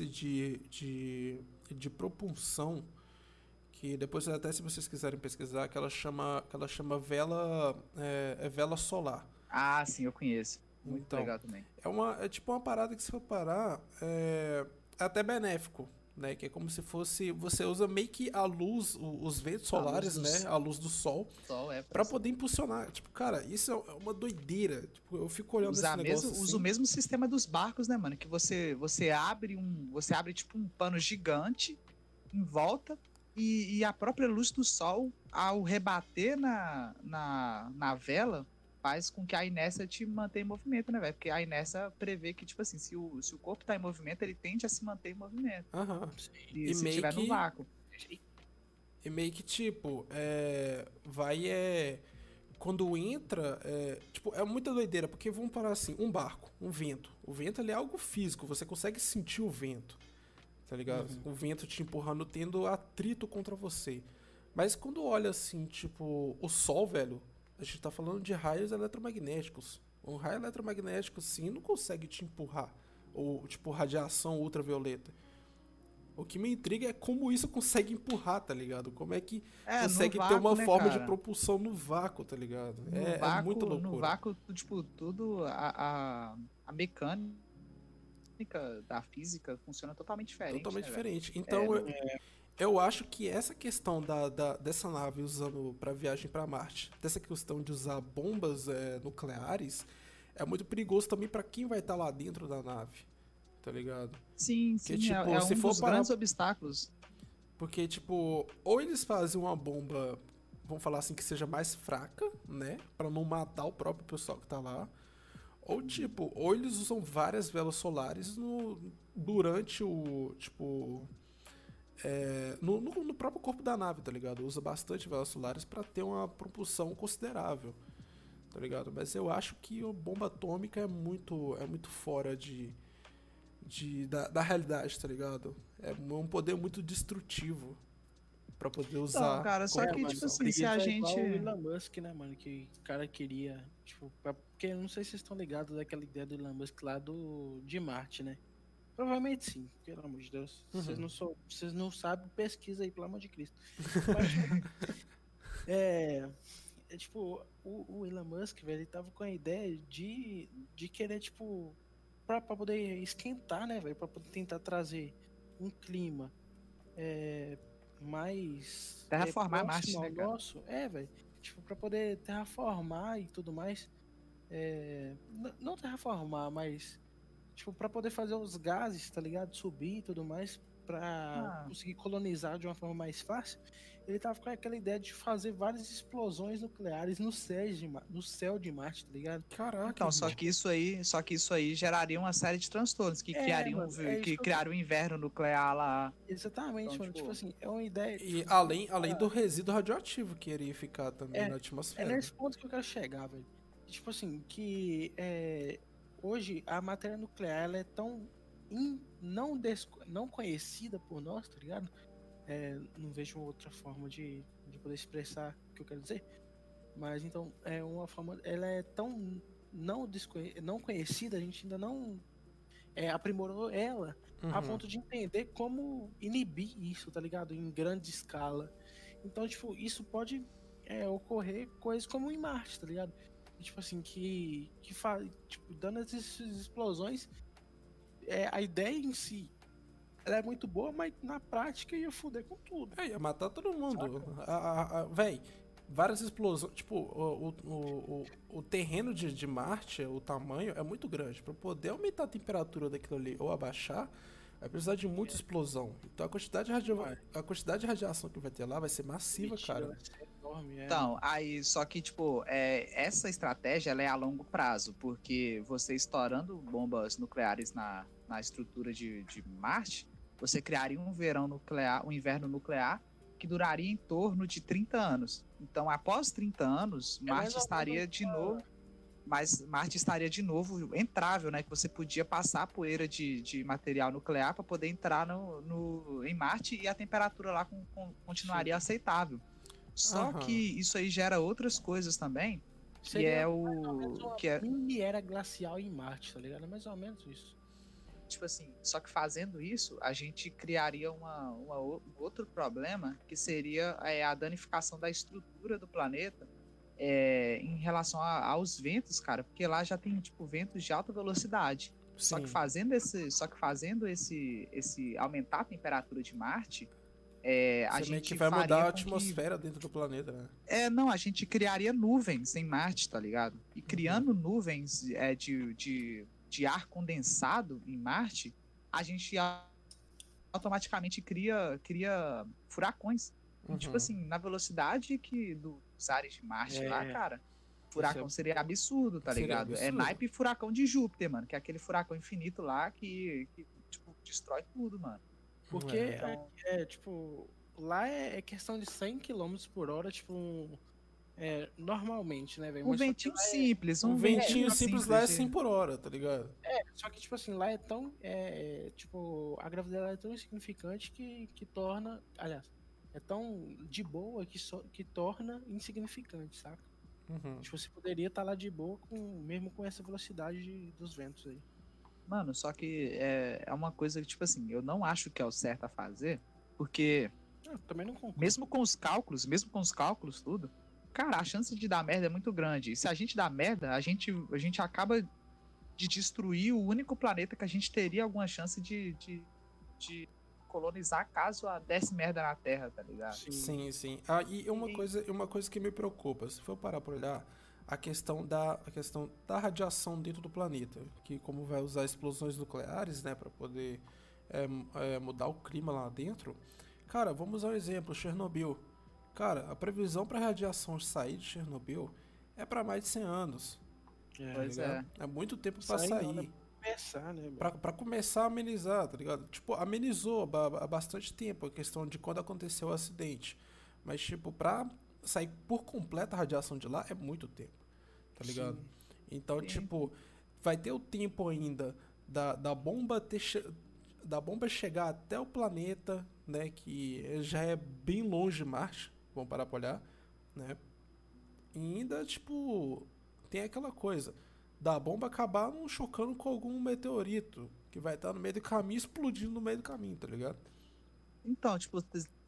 de propulsão que depois, até se vocês quiserem pesquisar, que ela chama vela, vela solar. Ah, sim, eu conheço. Muito Então, legal também. É tipo uma parada que, se for parar, é até benéfico, né? Que é como se fosse, você usa meio que a luz, os ventos A luz solares, do né? sol. A luz do sol, Sol pra poder impulsionar. Tipo, cara, isso é uma doideira. Tipo, eu fico olhando esse negócio assim. usa o mesmo sistema dos barcos, né, mano? Que você abre tipo um pano gigante em volta e a própria luz do sol, ao rebater na vela, faz com que a inércia te mantenha em movimento, né, velho? Porque a inércia prevê que, tipo assim, se o corpo tá em movimento, ele tende a se manter em movimento. Aham. E E se meio tiver no que- vácuo. E meio que, tipo, quando entra, tipo, é muita doideira, porque vamos parar assim, um barco, um vento. O vento, ele é algo físico, você consegue sentir o vento, tá ligado? O vento te empurrando, tendo atrito contra você. Mas quando olha assim, tipo, o sol, velho, a gente tá falando de raios eletromagnéticos. Um raio eletromagnético, assim, não consegue te empurrar. Ou, tipo, radiação ultravioleta. O que me intriga é como isso consegue empurrar, tá ligado? Como é que No consegue ter vácuo, uma né, forma cara? de propulsão no vácuo, tá ligado? No É vácuo, muita loucura. No vácuo, tipo, tudo a mecânica da física funciona totalmente diferente. Totalmente né, velho? diferente. Então, Eu acho que essa questão dessa nave usando pra viagem pra Marte, dessa questão de usar bombas nucleares, é muito perigoso também pra quem vai estar lá dentro da nave, tá ligado? Sim, Porque, sim, tipo, é se um for dos parar. grandes obstáculos. Porque, tipo, ou eles fazem uma bomba, vamos falar assim, que seja mais fraca, né? Pra não matar o próprio pessoal que tá lá. Ou, tipo, ou eles usam várias velas solares durante o, tipo, no próprio corpo da nave, tá ligado? Usa bastante velas solares pra ter uma propulsão considerável, tá ligado? Mas eu acho que a bomba atômica é muito fora da realidade, tá ligado? É um poder muito destrutivo pra poder Então, usar cara, só como que, Mano, tipo propulsão. assim, se acredito a é gente. igual o Elon Musk, né, mano? Que o cara queria, tipo, porque eu não sei se vocês estão ligados daquela ideia do Elon Musk lá de Marte, né? Provavelmente sim, pelo amor de Deus. Vocês não sabem, pesquisa aí, pelo amor de Cristo. Mas, tipo, é, tipo, o Elon Musk, velho, ele tava com a ideia de querer, tipo, pra poder esquentar, né, velho? Pra poder tentar trazer um clima mais Terraformar Marte, próximo ao né, cara? nosso. Velho. Tipo, pra poder terraformar e tudo mais. Não terraformar, mas tipo, pra poder fazer os gases, tá ligado? Subir e tudo mais, pra Ah, conseguir colonizar de uma forma mais fácil. Ele tava com aquela ideia de fazer várias explosões nucleares no céu de Marte, tá ligado? Caraca, então, irmão. só que isso aí geraria uma série de transtornos Mano, é isso que que eu tô... criaram o inverno nuclear lá. Exatamente, Então, mano. Tipo tipo, assim, é uma ideia. E Tipo, além do resíduo radioativo que iria ficar também é, na é atmosfera. nesse ponto que eu quero chegar, velho. Tipo assim, que hoje a matéria nuclear ela é tão não conhecida por nós, tá ligado? Não vejo outra forma de poder expressar o que eu quero dizer. Mas então, é uma forma. Ela é tão não conhecida, a gente ainda não aprimorou ela a Uhum. ponto de entender como inibir isso, tá ligado? Em grande escala. Então, tipo, isso pode ocorrer coisas como em Marte, tá ligado? E, tipo assim, que faz, tipo, dando essas explosões, a ideia em si ela é muito boa, mas na prática ia foder com tudo. Ia matar todo mundo. Saca? Véi, várias explosões. Tipo, o terreno de Marte, o tamanho, é muito grande. Pra poder aumentar a temperatura daquilo ali ou abaixar, vai precisar de muita explosão. Então a quantidade de radiação que vai ter lá vai ser massiva, Mentira, cara. vai ser enorme, então, aí, só que, tipo, essa estratégia ela é a longo prazo, porque você estourando bombas nucleares na estrutura de Marte, você criaria um inverno nuclear que duraria em torno de 30 anos. Então, após 30 anos, Marte estaria de novo, mas Marte estaria de novo entrável, né? Que você podia passar poeira de material nuclear para poder entrar em Marte e a temperatura lá continuaria aceitável. Só Aham. que isso aí gera outras coisas também, que Seria é mais ou menos o uma que é mini era glacial em Marte, tá ligado? É mais ou menos isso. tipo assim, só que fazendo isso, a gente criaria um outro problema, que seria a danificação da estrutura do planeta em relação aos ventos, cara, porque lá já tem tipo ventos de alta velocidade. Só que Sim. fazendo esse aumentar a temperatura de Marte, a Você meio que gente vai faria mudar a com que atmosfera dentro do planeta, né? não, a gente criaria nuvens em Marte, tá ligado? E criando nuvens de ar condensado em Marte, a gente automaticamente cria furacões. E, tipo assim, na velocidade dos ares de Marte lá, cara, furacão seria absurdo, tá Seria ligado? É absurdo. naipe furacão de Júpiter, mano, que é aquele furacão infinito lá que tipo, destrói tudo, mano. Porque, Então, tipo, lá é questão de 100 km por hora, tipo, normalmente, né, velho? um Mas só que ventinho lá simples, Um ventinho simples lá é de- 100 por hora, tá ligado? só que, tipo assim, lá é tão, tipo, a gravidade é tão insignificante que torna, aliás, é tão de boa que torna insignificante, saca? Uhum. Tipo, você poderia estar lá de boa mesmo com essa velocidade dos ventos aí. Mano, só que é uma coisa que, tipo assim, eu não acho que é o certo a fazer, porque Eu também não concordo. mesmo com os cálculos, tudo, cara, a chance de dar merda é muito grande. E se a gente dá merda, a gente acaba de destruir o único planeta que a gente teria alguma chance de colonizar caso desse merda na Terra, tá ligado? Sim, sim. Ah, e uma coisa que me preocupa, se for parar pra olhar, a questão da radiação dentro do planeta, que como vai usar explosões nucleares, né, para poder mudar o clima lá dentro. Cara, vamos usar um exemplo, Chernobyl. Cara, a previsão para radiação sair de Chernobyl é para mais de 100 anos. Pois Tá ligado? É muito tempo para Sair não, sair. né? Começar, né, mano? Pra começar a amenizar, tá ligado? Tipo, amenizou há bastante tempo a questão de quando aconteceu o acidente. Mas, tipo, pra sair por completa a radiação de lá é muito tempo, tá ligado? Sim. Então, Sim. tipo, vai ter o tempo ainda da bomba da bomba chegar até o planeta, né? Que já é bem longe de Marte, vamos parar pra olhar, né? E ainda, tipo, tem aquela coisa da bomba acabar não chocando com algum meteorito que vai estar no meio do caminho, explodindo no meio do caminho, tá ligado? Então, tipo,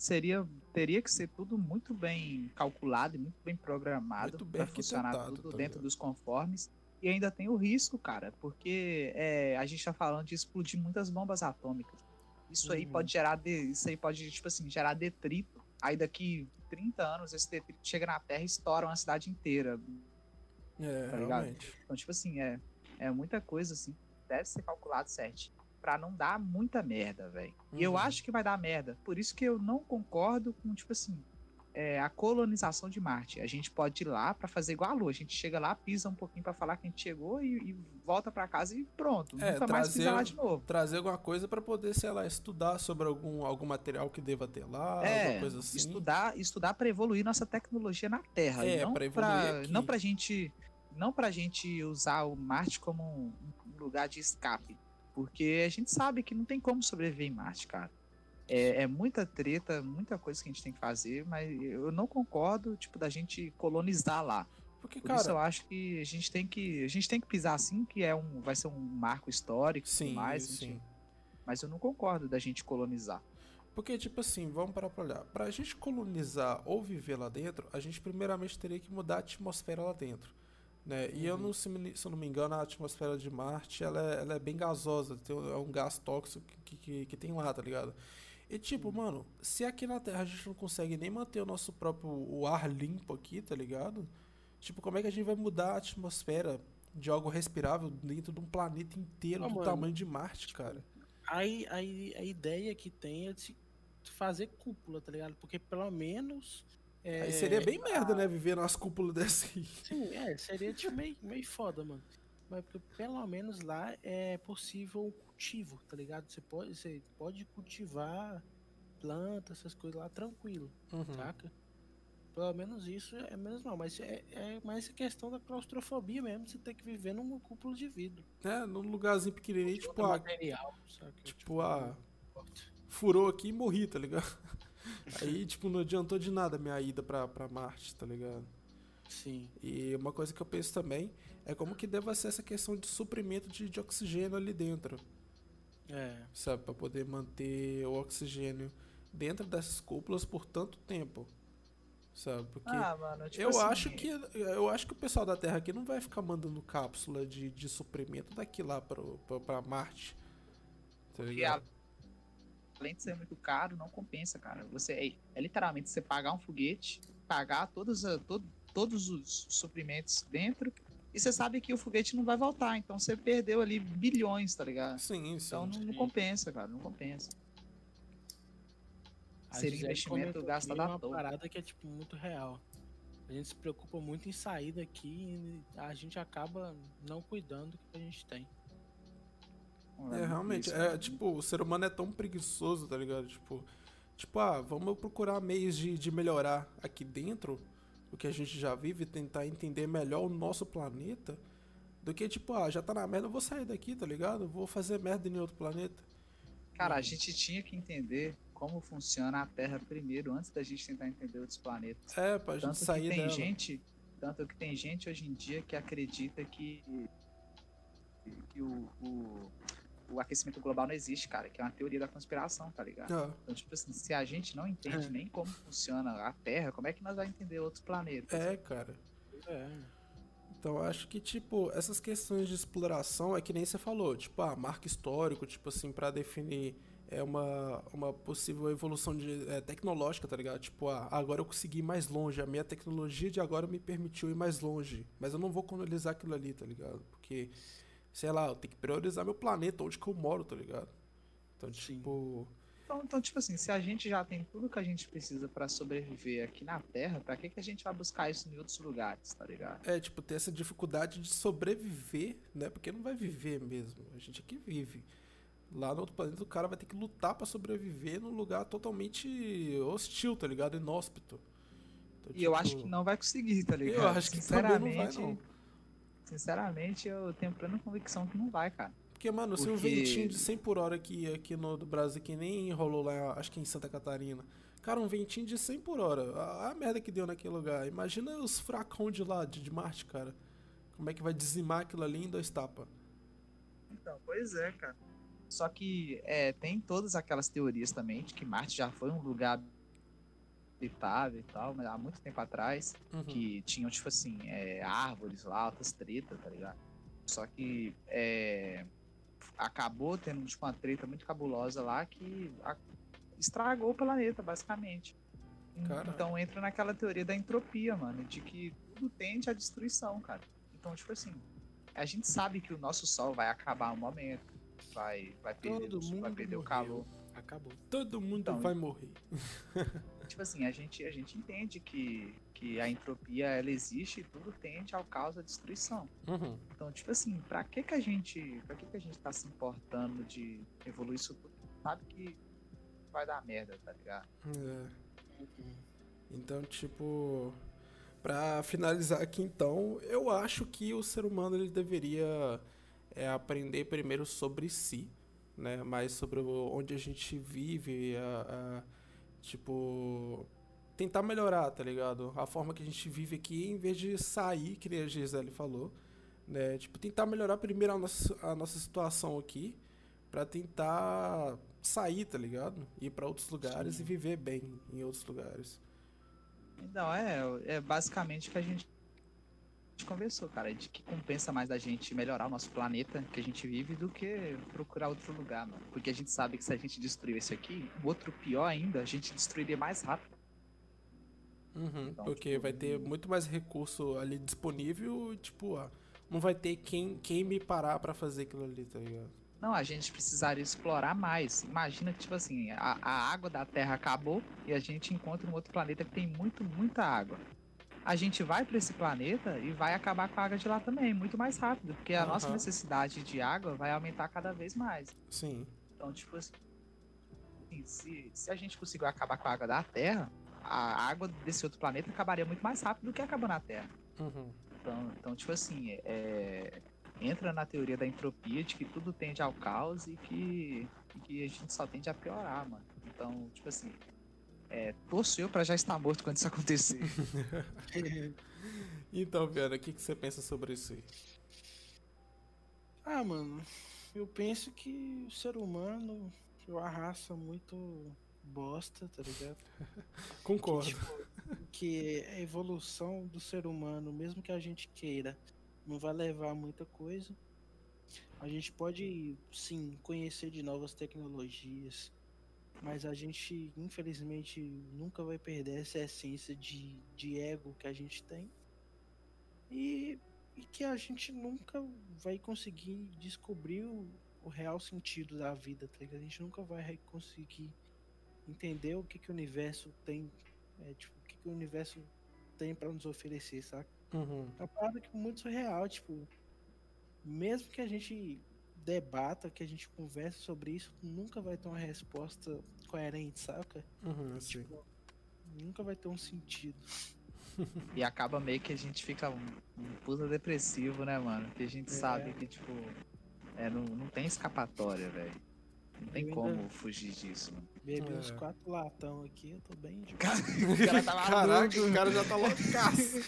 teria que ser tudo muito bem calculado e muito bem programado Muito bem para funcionar arquitetado, tudo tá dentro ligado? dos conformes. E ainda tem o risco, cara, porque a gente tá falando de explodir muitas bombas atômicas. Isso aí pode tipo assim, gerar detrito. Aí daqui 30 anos esse detrito chega na Terra e estoura uma cidade inteira, É, tá ligado? realmente. Então, tipo assim, é muita coisa assim, deve ser calculado certinho pra não dar muita merda, velho. E eu Uhum. acho que vai dar merda. Por isso que eu não concordo com, tipo assim, a colonização de Marte. A gente pode ir lá pra fazer igual a Lua. A gente chega lá, pisa um pouquinho pra falar que a gente chegou e volta pra casa e pronto. Nunca mais pisa lá de novo. trazer alguma coisa pra poder, sei lá, estudar sobre algum material que deva ter lá, alguma coisa assim. Estudar para evoluir nossa tecnologia na Terra. E não pra evoluir aqui. não pra gente usar o Marte como um lugar de escape. Porque a gente sabe que não tem como sobreviver em Marte, cara. É muita treta, muita coisa que a gente tem que fazer, mas eu não concordo, tipo, da gente colonizar lá. Porque, Por isso eu cara, acho que a gente tem que pisar assim, que vai ser um marco histórico e tudo sim, mais. sim. Mas eu não concordo da gente colonizar. Porque, tipo assim, vamos parar pra olhar. Pra gente colonizar ou viver lá dentro, a gente primeiramente teria que mudar a atmosfera lá dentro. Né? E se eu não me engano, a atmosfera de Marte ela é bem gasosa, é um gás tóxico que tem lá, tá ligado? E tipo, mano, se aqui na Terra a gente não consegue nem manter o nosso próprio o ar limpo aqui, tá ligado? Tipo, como é que a gente vai mudar a atmosfera de algo respirável dentro de um planeta inteiro Ó, do mano, tamanho de Marte, cara? A ideia que tem é de se fazer cúpula, tá ligado? Porque pelo menos. Aí seria bem merda, né? Viver nas cúpulas desse aí. Sim, seria tipo meio foda, mano. Mas porque pelo menos lá é possível o cultivo, tá ligado? Você pode cultivar plantas, essas coisas lá tranquilo, saca? Pelo menos isso é menos mal, mas é mais a questão da claustrofobia mesmo, você ter que viver numa cúpula de vidro. É, num lugarzinho pequenininho, De tipo, outro material, saca? furou aqui e morri, tá ligado? Aí, tipo, não adiantou de nada a minha ida pra Marte, tá ligado? Sim. E uma coisa que eu penso também é como que deva ser essa questão de suprimento de oxigênio ali dentro, sabe? Pra poder manter o oxigênio dentro dessas cúpulas por tanto tempo, sabe? Porque Mano, tipo eu assim, acho que o pessoal da Terra aqui não vai ficar mandando cápsula de suprimento daqui lá pra Marte, tá porque ligado? além de ser muito caro, não compensa, cara. É literalmente você pagar um foguete, pagar todos os suprimentos dentro, e você sabe que o foguete não vai voltar. Então você perdeu ali bilhões, tá ligado? Sim, Então sim. não compensa, cara. Não compensa. A Seria Gisele investimento comentou gastado aqui à uma toa. parada que é tipo muito real. A gente se preocupa muito em sair daqui e a gente acaba não cuidando do que a gente tem. Realmente, tipo, o ser humano é tão preguiçoso, tá ligado? Tipo, vamos procurar meios de melhorar aqui dentro o que a gente já vive e tentar entender melhor o nosso planeta do que, tipo, já tá na merda, eu vou sair daqui, tá ligado? Vou fazer merda em outro planeta. Cara, a gente tinha que entender como funciona a Terra primeiro, antes da gente tentar entender outros planetas. Pra gente sair dela. Tanto que tem gente hoje em dia que acredita que o aquecimento global não existe, cara, que é uma teoria da conspiração, tá ligado? Então, tipo assim, se a gente não entende nem como funciona a Terra, como é que nós vamos entender outros planetas? Cara. Então, acho que, tipo, essas questões de exploração é que nem você falou, tipo, marco histórico, tipo assim, pra definir uma possível evolução tecnológica, tá ligado? Tipo, agora eu consegui ir mais longe, a minha tecnologia de agora me permitiu ir mais longe, mas eu não vou colonizar aquilo ali, tá ligado? Porque, sei lá, eu tenho que priorizar meu planeta, onde que eu moro, tá ligado? Então, Sim. tipo... Então, tipo assim, se a gente já tem tudo que a gente precisa pra sobreviver aqui na Terra, pra que a gente vai buscar isso em outros lugares, tá ligado? Tipo, ter essa dificuldade de sobreviver, né? Porque não vai viver mesmo, a gente aqui vive. Lá no outro planeta o cara vai ter que lutar pra sobreviver num lugar totalmente hostil, tá ligado? Inóspito. Então, E eu acho que não vai conseguir, tá ligado? Eu acho que também não vai, não. Sinceramente, eu tenho plena convicção que não vai, cara. Porque, mano, se um ventinho de 100 por hora aqui no do Brasil, que nem rolou lá, acho que em Santa Catarina. Cara, um ventinho de 100 por hora. A merda que deu naquele lugar. Imagina os fracão de lá, de Marte, cara. Como é que vai dizimar aquilo ali em 2 tapas? Então, pois é, cara. Só que tem todas aquelas teorias também de que Marte já foi um lugar habitável e tal, mas há muito tempo atrás, que tinham, tipo assim, árvores lá, altas tretas, tá ligado? Só que acabou tendo tipo, uma treta muito cabulosa lá que estragou o planeta, basicamente. Caraca. Então entra naquela teoria da entropia, mano, de que tudo tende à destruição, cara. Então, tipo assim, a gente sabe que o nosso Sol vai acabar um momento, vai perder o calor. Acabou. Todo mundo Então, vai morrer. Tipo assim, a gente entende que a entropia ela existe e tudo tende ao caos à destruição. Então, tipo assim, pra que a gente tá se importando de evoluir isso tudo? Sabe que vai dar merda, tá ligado? Então, tipo, pra finalizar aqui então, eu acho que o ser humano ele deveria aprender primeiro sobre si, né? Mais sobre onde a gente vive, tipo, tentar melhorar, tá ligado? A forma que a gente vive aqui, em vez de sair, que nem a Gisele falou, né? Tipo, tentar melhorar primeiro a nossa situação aqui, pra tentar sair, tá ligado? Ir pra outros lugares e viver bem em outros lugares. Então, é basicamente o que a gente conversou, cara, de que compensa mais da gente melhorar o nosso planeta que a gente vive do que procurar outro lugar, mano. Porque a gente sabe que se a gente destruir esse aqui, o outro pior ainda, a gente destruiria mais rápido. Então, porque tipo, vai ter muito mais recurso ali disponível e, tipo, não vai ter quem me parar pra fazer aquilo ali, tá ligado? Não, a gente precisaria explorar mais. Imagina que, tipo assim, a água da Terra acabou e a gente encontra um outro planeta que tem muita água. A gente vai para esse planeta e vai acabar com a água de lá também, muito mais rápido, porque a nossa necessidade de água vai aumentar cada vez mais. Sim. Então, tipo assim, se a gente conseguir acabar com a água da Terra, a água desse outro planeta acabaria muito mais rápido do que acabou na Terra. Então, tipo assim, entra na teoria da entropia de que tudo tende ao caos e que a gente só tende a piorar, mano. Então, tipo assim, torço eu pra já estar morto quando isso acontecer. Então, Viana, o que você pensa sobre isso aí? Ah, mano, eu penso que o ser humano é uma raça muito bosta, tá ligado? Concordo. Que a evolução do ser humano, mesmo que a gente queira, não vai levar a muita coisa. A gente pode, sim, conhecer de novas tecnologias, mas a gente, infelizmente, nunca vai perder essa essência de ego que a gente tem. E que a gente nunca vai conseguir descobrir o real sentido da vida, tá ligado? A gente nunca vai conseguir entender o que o universo tem, tipo, o que o universo tem pra nos oferecer, saca? É uma parada que é muito surreal, tipo, mesmo que a gente debata, que a gente converse sobre isso, nunca vai ter uma resposta coerente, saca? Tipo, nunca vai ter um sentido. E acaba meio que a gente fica um puta depressivo, né, mano? Que a gente sabe que, tipo, não tem escapatória, velho. Não tem como fugir disso, mano. Bebi uns 4 latão aqui, eu tô bem de O cara tá maluco. Caraca, o cara já tá loucaço.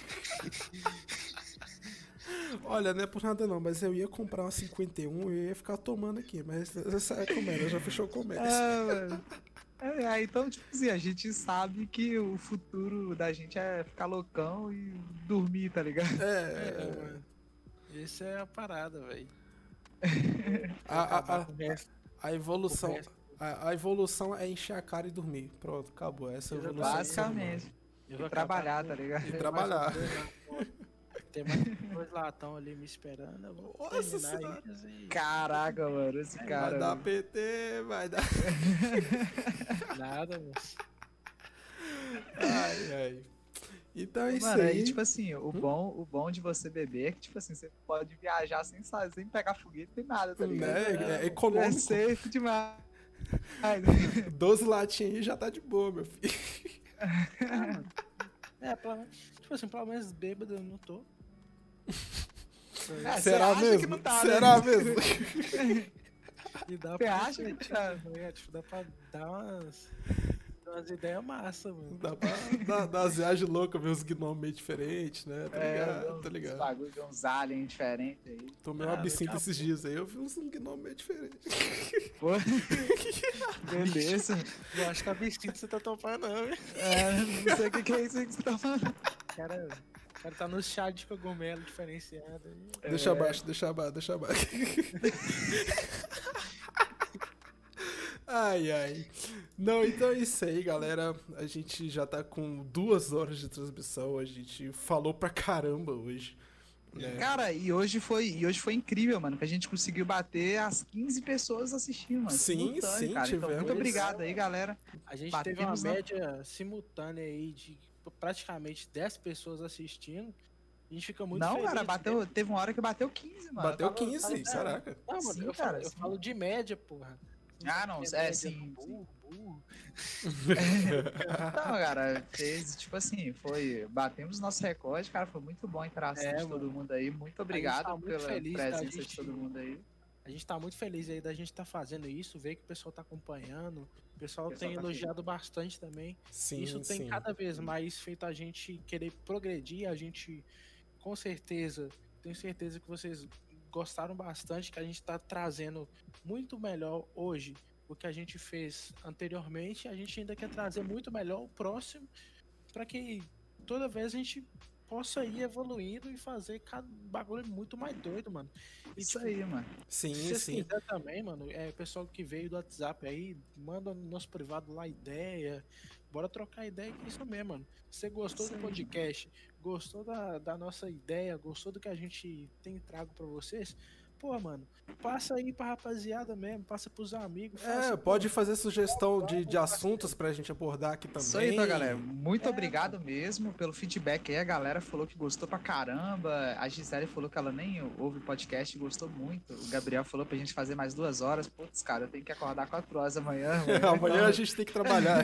Olha, não é por nada não, mas eu ia comprar uma 51 e eu ia ficar tomando aqui, mas essa é a comédia, já fechou o comércio. Mano. Então, tipo assim, a gente sabe que o futuro da gente é ficar loucão e dormir, tá ligado? mano. Essa é a parada, velho. A evolução. A evolução é encher a cara e dormir. Pronto, acabou. Essa é a evolução. Basicamente. Eu vou Trabalhar, tá ligado? E trabalhar. Tem mais 2 latão ali me esperando. Eu vou Nossa terminar Senhora. isso e Caraca, mano, esse Vai cara. dar velho. PT, vai dar. nada, moço. Ai, ai. Então é isso Mano, aí. aí, tipo assim, o bom de você beber é que, tipo assim, você pode viajar sem pegar foguete nem nada, tá ligado? Né? É É econômico. safe demais. 12 latinhas aí já tá de boa, meu filho. Tipo assim, pelo menos bêbado eu não tô. É, Será você acha mesmo? que não tá, Será né? mesmo? E dá Você pra acha que refletir, tá? né? Tipo, dá pra dar umas ideias massas, mano. Dá pra dar umas viagens loucas, ver uns gnomos meio diferentes, né? Tá ligado? Tá Uns ligado. bagulho de uns aliens diferentes aí. Tomei um Ah, absinto daqui a esses dias aí, eu vi uns gnomos meio diferentes. Pô. Beleza. Eu acho que a vestido você tá topando, não, hein? Não sei o que é isso aí que você tá falando. O cara tá no chá de cogumelo diferenciado aí. Deixa abaixo, deixa abaixo, deixa abaixo. Ai, ai. Não, então é isso aí, galera. A gente já tá com 2 horas de transmissão. A gente falou pra caramba hoje. Né? Cara, e hoje foi incrível, mano, que a gente conseguiu bater as 15 pessoas assistindo, mano. Sim, simultâneo, sim, cara. Então, tivemos. muito obrigado aí, galera. A gente teve uma Batemos na- média simultânea aí de praticamente 10 pessoas assistindo. A gente fica muito Não, feliz. cara, teve uma hora que bateu 15, mano. Bateu Eu tava- 15, caraca. Não, mano, Sim, eu, cara, falo, eu sim. falo de média, porra. Ah, não, Porque é, média sim, burro, burro. Não, cara, fez, tipo assim, batemos nosso recorde, cara, foi muito bom a interação de todo mundo aí, muito tá obrigado muito pela feliz da presença de gente- todo mundo aí. A gente tá muito feliz aí da gente tá fazendo isso, ver que o pessoal tá acompanhando. O pessoal O pessoal tem tá elogiado bastante também. Sim, Isso tem sim. cada vez mais feito a gente querer progredir. A gente, com certeza, tenho certeza que vocês gostaram bastante, que a gente tá trazendo muito melhor hoje o que a gente fez anteriormente. A gente ainda quer trazer muito melhor o próximo, para que toda vez a gente possa ir evoluindo e fazer cada bagulho muito mais doido, mano. E, Isso tipo, aí, mano. Sim, se vocês sim. quiser também, mano, pessoal que veio do WhatsApp aí, manda no nosso privado lá ideia. Bora trocar ideia, que é isso mesmo, mano. Você gostou Isso do aí. podcast, gostou da nossa ideia, gostou do que a gente tem trago pra vocês? Pô, mano, passa aí pra rapaziada mesmo, passa pros amigos. É, pode fazer sugestão de assuntos pra gente abordar aqui também. Isso aí, então, galera. Muito obrigado mesmo pelo feedback aí. A galera falou que gostou pra caramba. A Gisele falou que ela nem ouve o podcast e gostou muito. O Gabriel falou pra gente fazer mais 2 horas. Putz, cara, eu tenho que acordar 4 horas amanhã. mano. Amanhã a gente tem que trabalhar.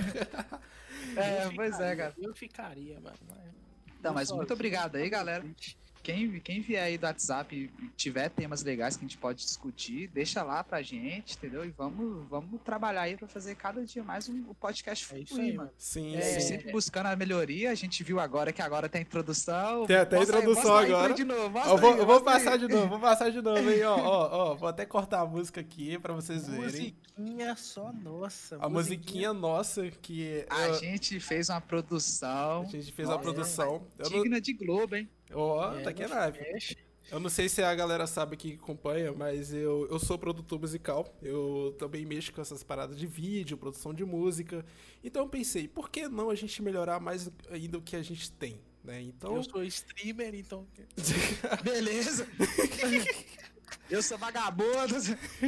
Pois é, cara. Eu ficaria, mano. Então, mas muito obrigado aí, galera. Quem vier aí do WhatsApp e tiver temas legais que a gente pode discutir, deixa lá pra gente, entendeu? E vamos trabalhar aí pra fazer cada dia mais um podcast É isso fluir, aí, mano. Sim, É, sim. sempre buscando a melhoria. A gente viu agora que agora tem introdução. Tem até Mostra aí, introdução mostra aí agora. de novo, mostra Eu vou, aí, eu vou mostra aí. passar de novo, hein? Ó, vou até cortar a música aqui pra vocês verem. Musiquinha só nossa. A musiquinha nossa que A gente fez uma produção a gente fez a Nossa, produção. Eu não, digna de Globo, hein? ó, tá aqui na nave. Eu não sei se a galera sabe aqui que acompanha, mas eu sou produtor musical. Eu também mexo com essas paradas de vídeo, produção de música. Então eu pensei, por que não a gente melhorar mais ainda o que a gente tem, né? Então, Eu sou streamer, então. Beleza. Eu sou vagabundo.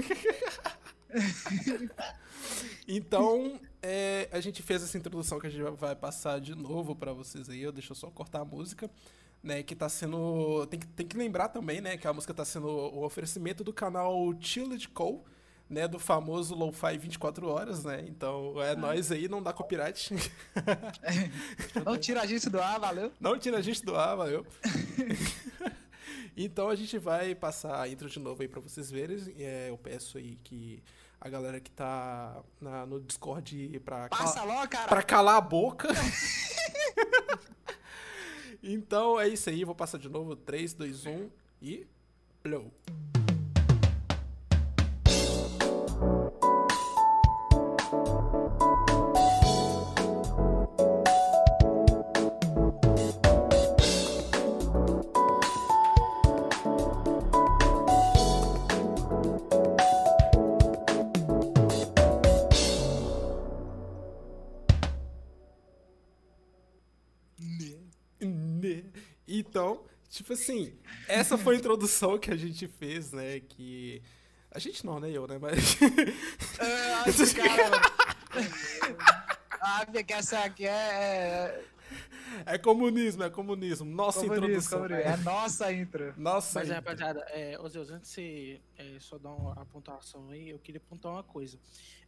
Então, a gente fez essa introdução que a gente vai passar de novo pra vocês aí. Deixa eu só cortar a música, né? Que tá sendo... Tem que lembrar também, né? Que a música tá sendo o oferecimento do canal Chilled Co., né? Do famoso Lo-Fi 24 horas, né? Então, nós aí, não dá copyright. Não tira a gente do ar, valeu? Não tira a gente do ar, valeu. Então a gente vai passar a intro de novo aí pra vocês verem. Eu peço aí que a galera que tá no Discord Passa logo, cara. pra calar a boca. Então é isso aí, vou passar de novo. 3, 2, 1 e... Blow. Então, tipo assim, essa foi a introdução que a gente fez, né? Que. A gente não, né? Eu, né? Mas. Esse cara. Porque essa aqui É comunismo. Nossa introdução. É nossa intro. Nossa Mas, intro. rapaziada, ô Zeus, antes de você só dar uma pontuação aí, eu queria pontuar uma coisa.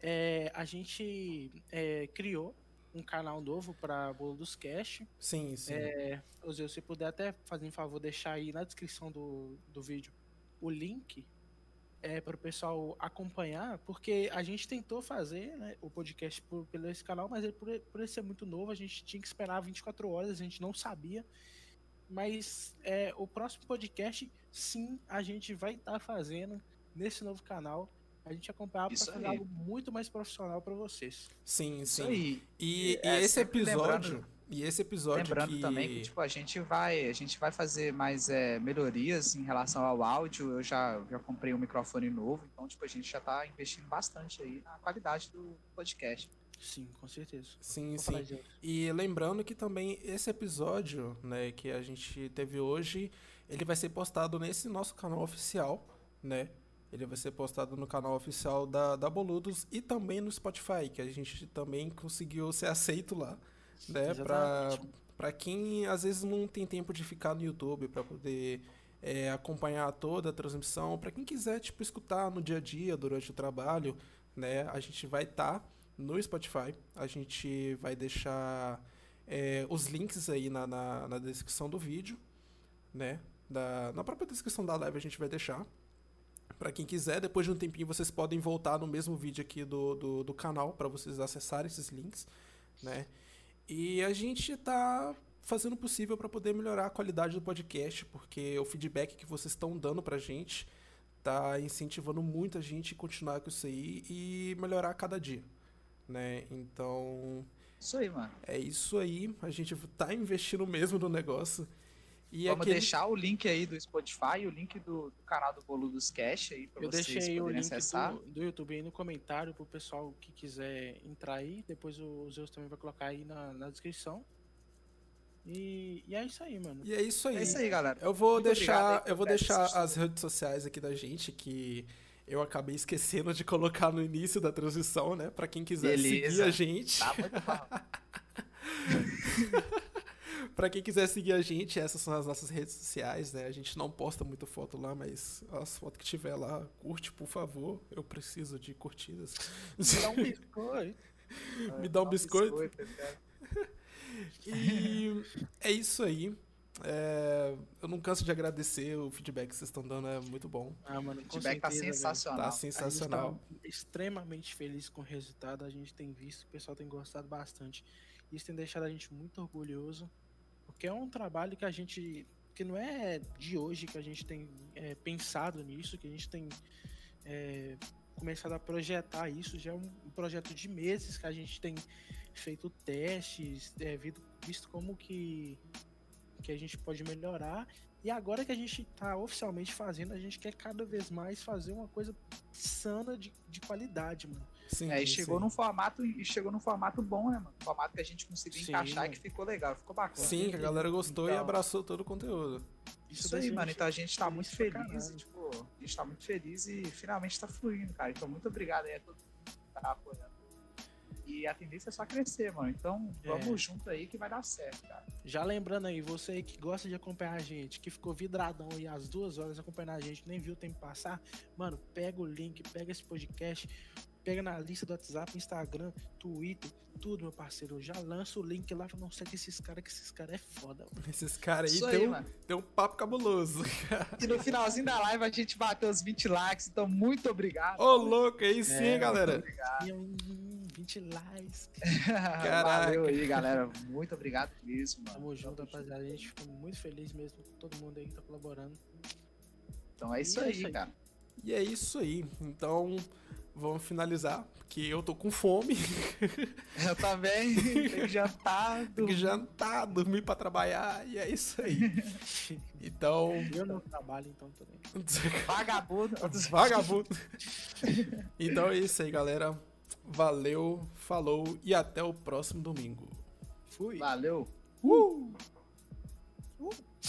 A gente criou um canal novo para Bolo dos Cash. Sim. Ô Zeus, se puder até fazer um favor, deixar aí na descrição do vídeo o link para o pessoal acompanhar, porque a gente tentou fazer, né, o podcast pelo esse canal, mas por ele ser muito novo, a gente tinha que esperar 24 horas, a gente não sabia. Mas o próximo podcast, sim, a gente vai estar fazendo nesse novo canal. A gente acompanhar para fazer algo muito mais profissional para vocês. Sim. Isso aí. E esse episódio. Lembrando também que tipo, a gente vai fazer mais melhorias em relação ao áudio. Eu já comprei um microfone novo, então tipo, a gente já está investindo bastante aí na qualidade do podcast. Sim, com certeza. Sim. E lembrando que também esse episódio, né, que a gente teve hoje, ele vai ser postado nesse nosso canal oficial, né? Ele vai ser postado no canal oficial da Boludos e também no Spotify, que a gente também conseguiu ser aceito lá, né? Pra quem às vezes não tem tempo de ficar no YouTube para poder acompanhar toda a transmissão, para quem quiser tipo escutar no dia a dia, durante o trabalho, né? A gente vai estar no Spotify, a gente vai deixar os links aí na descrição do vídeo, né? Na própria descrição da live a gente vai deixar. Pra quem quiser, depois de um tempinho vocês podem voltar no mesmo vídeo aqui do canal para vocês acessarem esses links, né? E a gente tá fazendo o possível para poder melhorar a qualidade do podcast, porque o feedback que vocês estão dando pra gente tá incentivando muito a gente a continuar com isso aí e melhorar a cada dia, né? Então, isso aí, mano. É isso aí, a gente tá investindo mesmo no negócio. E vamos deixar o link aí do Spotify, o link do canal do Boludos Cash aí pra vocês poderem acessar. Eu deixei o link do YouTube aí no comentário pro pessoal que quiser entrar aí. Depois o Zeus também vai colocar aí na descrição. E é isso aí, mano. E é isso aí. É isso aí, galera. Eu vou deixar as redes sociais aqui da gente, que eu acabei esquecendo de colocar no início da transmissão, né? Pra quem quiser seguir a gente. Tá muito bom. Pra quem quiser seguir a gente, essas são as nossas redes sociais, né? A gente não posta muita foto lá, mas as fotos que tiver lá, curte, por favor. Eu preciso de curtidas. Me dá um biscoito. Me dá um biscoito. E é isso aí. Eu não canso de agradecer o feedback que vocês estão dando, é muito bom. Mano, o feedback tá sensacional. Tá sensacional. A gente tá extremamente feliz com o resultado. A gente tem visto, o pessoal tem gostado bastante. Isso tem deixado a gente muito orgulhoso. Porque é um trabalho que não é de hoje que a gente tem pensado nisso, que a gente tem começado a projetar isso. Já é um projeto de meses que a gente tem feito testes, visto como que a gente pode melhorar. E agora que a gente tá oficialmente fazendo, a gente quer cada vez mais fazer uma coisa sana de qualidade, mano. Sim, e chegou num formato bom, né, mano? Um formato que a gente conseguiu encaixar e que ficou legal, ficou bacana. Sim, que a galera gostou e abraçou todo o conteúdo. Isso aí, mano. Então a gente tá muito feliz, a gente tá muito feliz e finalmente tá fluindo, cara. Então muito obrigado aí a todo mundo que tá apoiando. E a tendência é só crescer, mano. Então vamos junto aí que vai dar certo, cara. Já lembrando aí, você aí que gosta de acompanhar a gente, que ficou vidradão aí às 2 horas acompanhando a gente, nem viu o tempo passar, mano, pega o link, pega esse podcast, pega na lista do WhatsApp, Instagram, Twitter, tudo, meu parceiro. Eu já lanço o link lá pra não ser que esses caras é foda, mano. Esses caras aí tem um papo cabuloso. E no finalzinho da live a gente bateu os 20 likes, então muito obrigado. Ô, louco, aí sim, galera. Muito obrigado. 20 likes. Caraca. Valeu aí, galera. Muito obrigado mesmo, mano. Tamo junto, rapaziada. A gente ficou muito feliz mesmo com todo mundo aí que tá colaborando. Então é isso aí, cara. E é isso aí. Então, vamos finalizar, porque eu tô com fome. Eu também. Tem que jantar, dormir pra trabalhar, e é isso aí. Então... Eu não trabalho, então também. Vagabundo. Então é isso aí, galera. Valeu, falou e até o próximo domingo. Fui. Valeu. Uh.